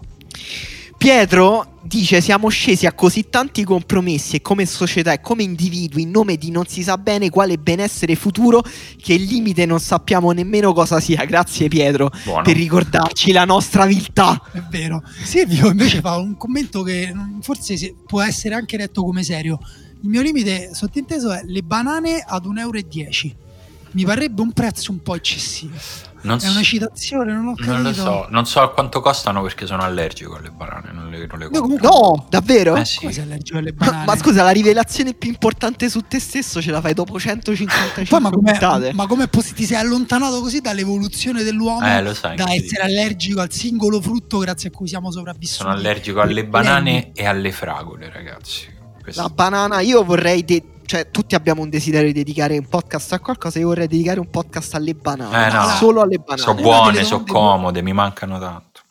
Pietro dice: siamo scesi a così tanti compromessi e come società e come individui in nome di non si sa bene quale benessere futuro, che il limite non sappiamo nemmeno cosa sia. Grazie Pietro. Buono. Per ricordarci la nostra viltà. È vero. Silvio invece fa un commento che forse può essere anche letto come serio. Il mio limite sottinteso è le banane ad un euro e dieci. Mi parrebbe un prezzo un po' eccessivo. Non è una citazione, non ho capito. Non lo so, non so a quanto costano perché sono allergico alle banane. Non le, non le no, comunque... no, davvero? Eh sì. Come sei allergico alle banane? Ma, ma scusa, la rivelazione più importante su te stesso ce la fai dopo centocinquantacinque Poi, ma com'è, puntate. Ma come possi- ti sei allontanato così dall'evoluzione dell'uomo, eh, lo sai, da essere allergico al singolo frutto grazie a cui siamo sopravvissuti? Sono allergico alle banane e alle fragole, ragazzi. Questo... La banana, io vorrei... De- cioè, tutti abbiamo un desiderio di dedicare un podcast a qualcosa. Io vorrei dedicare un podcast alle banane. Eh, no. Solo alle banane. Sono buone, sono comode, mi mancano tanto. Mi mancano.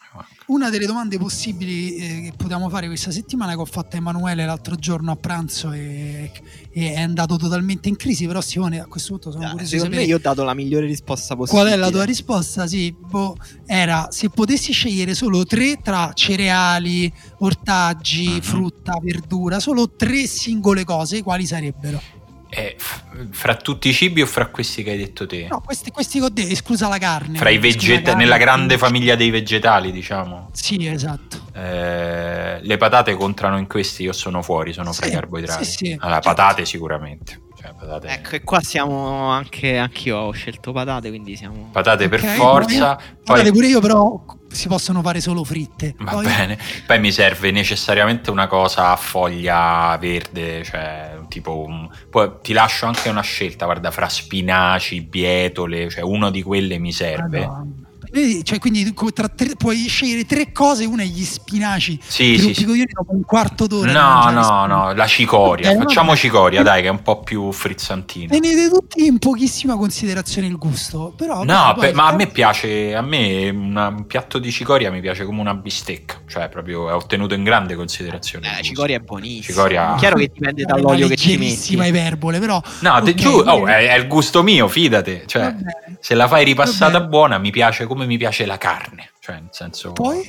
una delle domande possibili eh, che potevamo fare questa settimana, che ho fatto a Emanuele l'altro giorno a pranzo e, e è andato totalmente in crisi, però Simone a questo punto sono Ah, curioso di secondo me sapere io ho dato la migliore risposta possibile. qual è la tua risposta. Sì, boh, era se potessi scegliere solo tre tra cereali, ortaggi, Mhm. frutta, verdura, solo tre singole cose, quali sarebbero? Eh, f- fra tutti i cibi o fra questi che hai detto te? No, questi, questi che ho detto, esclusa la carne. Fra i esclusa la vegetali, carne, nella grande pesce. famiglia dei vegetali, diciamo. Sì, esatto. Eh, le patate contrano in questi, io sono fuori, sono fra i Sì, carboidrati. sì, sì, Allora, certo. patate sicuramente. Cioè, patate, Ecco, e qua siamo anche anch'io ho scelto patate, quindi siamo patate per Ok, forza. poi- Poi, Guardate, pure io però si possono fare solo fritte. va Poi- bene. Poi mi serve necessariamente una cosa a foglia verde, cioè tipo un... Poi ti lascio anche una scelta, guarda, fra spinaci, bietole, cioè uno di quelle mi serve. Madonna. Vedi, cioè, quindi co- tra tre- puoi scegliere tre cose, una è gli spinaci. Sì, Ti sì, rompi sì. i coglioni dopo un quarto d'ora. di No, mangiare no, spinaci. no, la cicoria. Eh, Facciamo vabbè. cicoria, dai, che è un po' più frizzantina. Tenete tutti in pochissima considerazione il gusto. Però, No, poi- pe- ma a me piace, a me una- un piatto di cicoria mi piace come una bistecca, cioè proprio è ottenuto in grande considerazione. Eh, il la gusto. cicoria è buonissima. Cicoria- Chiaro che dipende È dall'olio una che ci leggerissima metti. iperbole, però. No, te ok, giù, oh, bene. è, è il gusto mio, fidate. Cioè, Va bene. se la fai ripassata Va bene. buona, mi piace come mi piace la carne. Cioè, nel senso. Poi?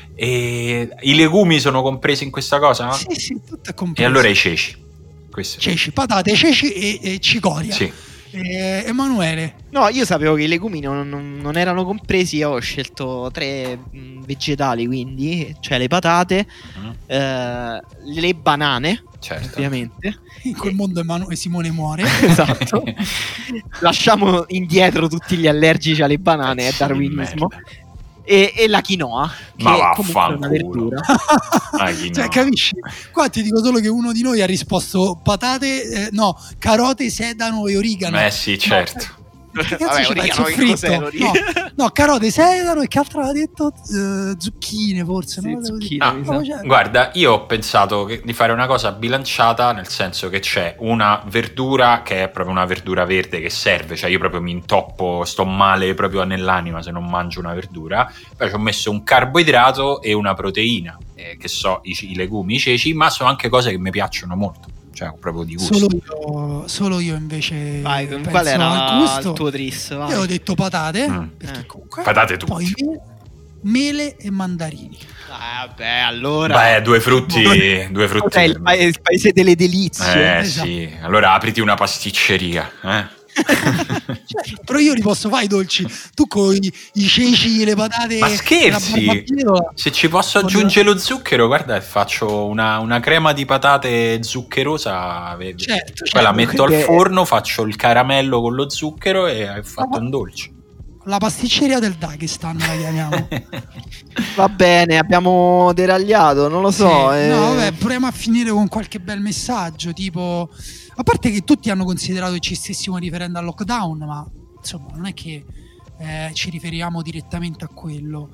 E i legumi sono compresi in questa cosa? Sì, sì, tutto è E compreso. allora i ceci. Questo. Ceci, patate, ceci e, e cicoria. Sì. Eh, Emanuele, No, io sapevo che i legumi non, non- non erano compresi. Io ho scelto tre mh, vegetali, quindi, cioè le patate, Mhm, eh, le banane, certo. ovviamente. in quel mondo Emanu- Simone muore. Esatto. Lasciamo indietro tutti gli allergici alle banane, è Pezzi di darwinismo. merda. E, e la quinoa, che Ma comunque è una vaffanculo. verdura. Ah, chi Cioè, no. capisci? Qua ti dico solo che uno di noi ha risposto patate, eh, no, carote, sedano e origano. Eh sì, certo. Che cazzo Vabbè, ci fai, il origano, che soffritto? cos'è l'origano? No, no, carote, sedano e che altro aveva detto? Eh, zucchine forse, Sì, no? zucchine, Ah, mi sa. No, cioè- Guarda, io ho pensato che- di fare una cosa bilanciata, nel senso che c'è una verdura che è proprio una verdura verde che serve, cioè io proprio mi intoppo, sto male proprio nell'anima se non mangio una verdura, poi ci ho messo un carboidrato e una proteina, eh, che so, i, i legumi, i ceci, ma sono anche cose che mi piacciono molto, cioè proprio di gusto. Solo io, solo io invece Vai, penso qual era al gusto. il tuo tris? Vai. Io ho detto patate, Mm. perché Eh. comunque Patate tutti. poi me- mele e mandarini. Ah, vabbè, allora. Beh, due frutti, due frutti. Cos'è il, pa- il paese delle delizie? Eh Esatto. sì, allora apriti una pasticceria, eh? Certo, però io li posso fare i dolci. Tu con i, i ceci, le patate, Ma la scherzi? barbabietola. Se ci posso Con- aggiungere lo zucchero, guarda, faccio una, una crema di patate zuccherosa. vedi? Certo, Poi la certo. metto al Quindi- forno, faccio il caramello con lo zucchero e hai fatto un dolce. La pasticceria del Dagestan la chiamiamo. Va bene, abbiamo deragliato, non lo so. Sì. eh. No, vabbè, proviamo a finire con qualche bel messaggio, tipo... A parte che tutti hanno considerato che ci stessimo riferendo al lockdown, ma insomma non è che eh, ci riferiamo direttamente a quello.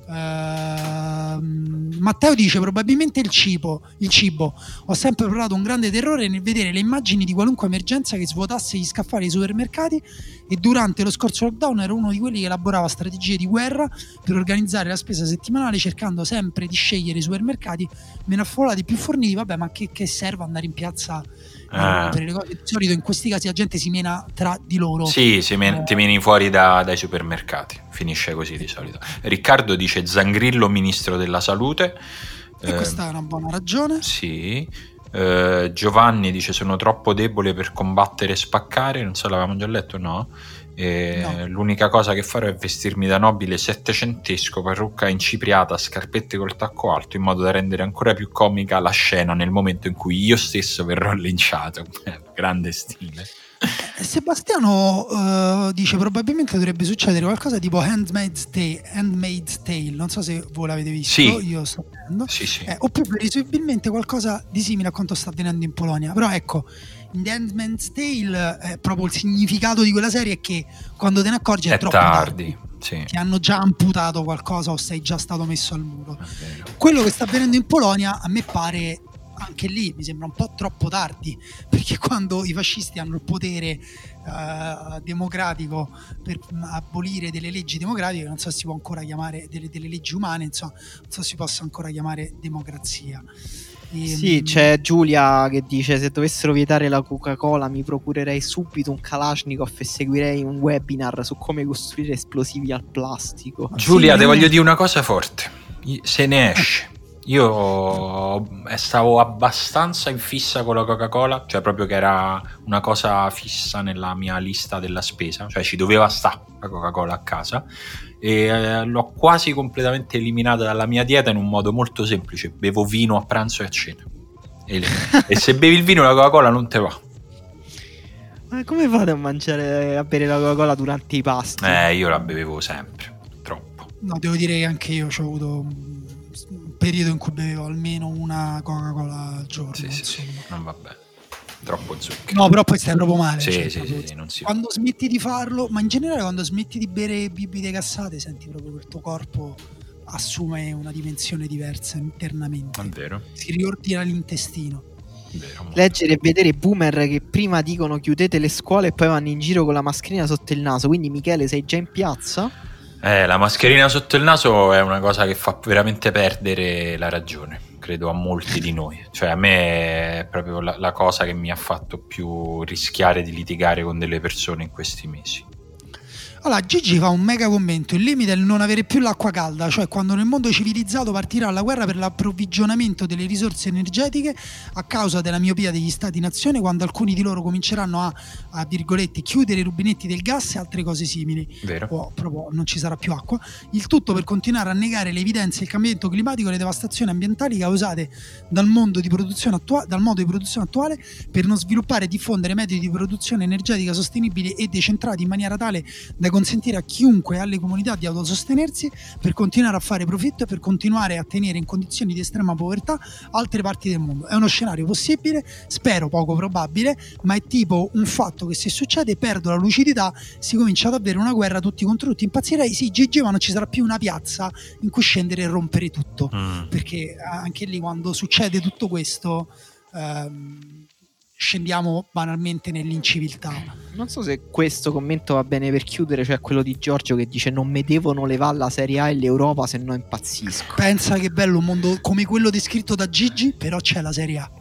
Ehm, Matteo dice probabilmente il cibo, il cibo. Ho sempre provato un grande terrore nel vedere le immagini di qualunque emergenza che svuotasse gli scaffali dei supermercati, e durante lo scorso lockdown ero uno di quelli che elaborava strategie di guerra per organizzare la spesa settimanale, cercando sempre di scegliere i supermercati meno affollati, più forniti. Vabbè, ma che, che serve andare in piazza Ah. per le cose? Di solito in questi casi la gente si mena tra di loro. Sì, si men- Eh. ti meni fuori da- dai supermercati, finisce così di solito. Riccardo dice Zangrillo ministro della salute. E Eh, questa è una buona ragione. Sì. Eh, Giovanni dice sono troppo debole per combattere e spaccare, non so, l'avevamo già letto, no? Eh, No. L'unica cosa che farò è vestirmi da nobile settecentesco, parrucca incipriata, scarpette col tacco alto, in modo da rendere ancora più comica la scena nel momento in cui io stesso verrò linciato. Grande stile. Eh, Sebastiano eh, dice probabilmente dovrebbe succedere qualcosa tipo Handmaid's Tale, Handmaid's Tale. Non so se voi l'avete visto, Sì. io sto vedendo. Sì, sì. Eh, oppure presumibilmente qualcosa di simile a quanto sta avvenendo in Polonia. Però ecco, in The Handmaid's Tale eh, proprio il significato di quella serie è che quando te ne accorgi è, È troppo tardi. Sì, ti hanno già amputato qualcosa o sei già stato messo al muro. è vero. Quello che sta avvenendo in Polonia a me pare anche lì mi sembra un po' troppo tardi, perché quando i fascisti hanno il potere uh, democratico per abolire delle leggi democratiche, non so se si può ancora chiamare delle, delle leggi umane, insomma, non so se si possa ancora chiamare democrazia. E, sì, c'è Giulia che dice: se dovessero vietare la Coca-Cola mi procurerei subito un Kalashnikov e seguirei un webinar su come costruire esplosivi al plastico. Giulia, sì, ti voglio dire una cosa forte, se ne esce. Io stavo abbastanza in fissa con la Coca-Cola, cioè proprio che era una cosa fissa nella mia lista della spesa, cioè ci doveva stare la Coca-Cola a casa, e eh, l'ho quasi completamente eliminata dalla mia dieta in un modo molto semplice: bevo vino a pranzo e a cena, e, e se bevi il vino la Coca-Cola non te va. Ma come fate a mangiare, a bere la Coca-Cola durante i pasti? Eh, io la bevevo sempre, troppo. No, devo dire che anche io ho avuto un periodo in cui bevevo almeno una Coca-Cola al giorno. Sì, sì, sì, non va bene. Troppo zucchero. No, però poi stai proprio male. Sì, cioè, sì, proprio, sì, non si quando smetti di farlo, ma in generale quando smetti di bere bibite gassate, senti proprio che il tuo corpo assume una dimensione diversa internamente. È vero. Si riordina l'intestino. Vero, leggere e vedere boomer che prima dicono chiudete le scuole e poi vanno in giro con la mascherina sotto il naso. Quindi Michele, sei già in piazza? Eh, la mascherina sotto il naso è una cosa che fa veramente perdere la ragione, credo, a molti di noi. Cioè, a me è proprio la, la cosa che mi ha fatto più rischiare di litigare con delle persone in questi mesi. Allora, Gigi fa un mega commento: il limite è il non avere più l'acqua calda, cioè quando nel mondo civilizzato partirà la guerra per l'approvvigionamento delle risorse energetiche a causa della miopia degli stati-nazione, quando alcuni di loro cominceranno a, a virgolette, chiudere i rubinetti del gas e altre cose simili. Vero. O proprio non ci sarà più acqua. Il tutto per continuare a negare le evidenze del cambiamento climatico e le devastazioni ambientali causate dal mondo di produzione attuale, dal modo di produzione attuale, per non sviluppare e diffondere metodi di produzione energetica sostenibili e decentrati in maniera tale da consentire a chiunque e alle comunità di autosostenersi, per continuare a fare profitto e per continuare a tenere in condizioni di estrema povertà altre parti del mondo. È uno scenario possibile, spero poco probabile, ma è tipo un fatto che se succede perdo la lucidità, si comincia ad avere una guerra tutti contro tutti. Impazzirei, sì Gigi, ma non ci sarà più una piazza in cui scendere e rompere tutto, mm. perché anche lì quando succede tutto questo ehm, scendiamo banalmente nell'inciviltà. Non so se questo commento va bene per chiudere, cioè quello di Giorgio che dice: non mi devono levare la Serie A e l'Europa se no impazzisco. Pensa che bello un mondo come quello descritto da Gigi, però c'è la Serie A.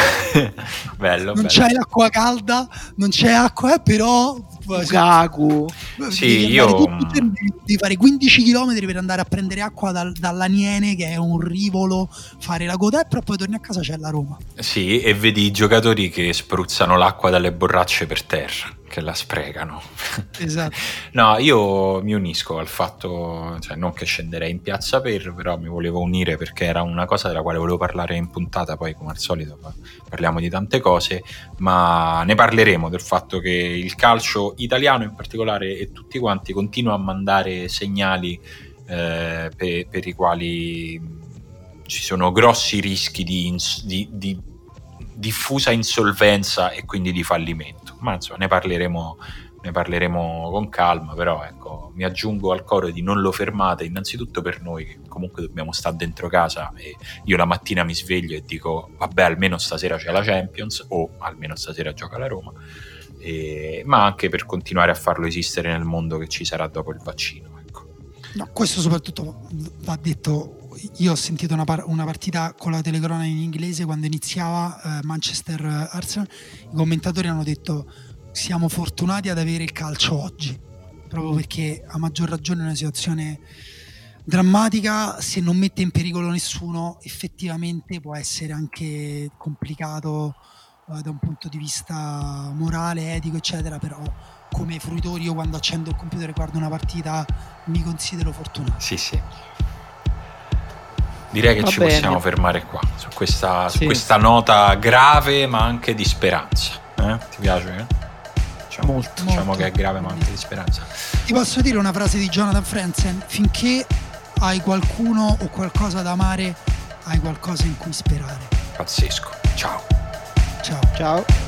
bello, non bello. c'è l'acqua calda, non c'è acqua, eh, però Lukaku. Sì, io devi, devi fare quindici chilometri per andare a prendere acqua dal, dall'Aniene, che è un rivolo, fare la coda, e però poi torni a casa, c'è la Roma. Sì, e vedi i giocatori che spruzzano l'acqua dalle borracce per terra, che la sprecano. Esatto. No, io mi unisco al fatto, cioè non che scenderei in piazza per, però mi volevo unire perché era una cosa della quale volevo parlare in puntata. Poi come al solito parliamo di tante cose, ma ne parleremo del fatto che il calcio italiano in particolare e tutti quanti continua a mandare segnali eh, per, per i quali ci sono grossi rischi di, ins- di, di diffusa insolvenza e quindi di fallimento. Ma insomma ne parleremo ne parleremo con calma, però ecco, mi aggiungo al coro di non lo fermate, innanzitutto per noi che comunque dobbiamo stare dentro casa, e io la mattina mi sveglio e dico vabbè, almeno stasera c'è la Champions, o almeno stasera gioca la Roma, e, ma anche per continuare a farlo esistere nel mondo che ci sarà dopo il vaccino, ecco. No, questo soprattutto va detto. Io ho sentito una, par- una partita con la telecronaca in inglese quando iniziava eh, Manchester-Arsenal, i commentatori hanno detto siamo fortunati ad avere il calcio oggi, proprio perché a maggior ragione è una situazione drammatica, se non mette in pericolo nessuno effettivamente può essere anche complicato eh, da un punto di vista morale, etico eccetera, però come fruitore io quando accendo il computer e guardo una partita mi considero fortunato. Sì, sì. Direi che Va ci bene. possiamo fermare qua su questa, Sì. su questa nota grave ma anche di speranza. Eh? Ti piace? Eh? Diciamo, Molto. diciamo Molto. che è grave ma anche di speranza. Ti posso dire una frase di Jonathan Franzen: finché hai qualcuno o qualcosa da amare, hai qualcosa in cui sperare. Pazzesco. Ciao. Ciao. Ciao.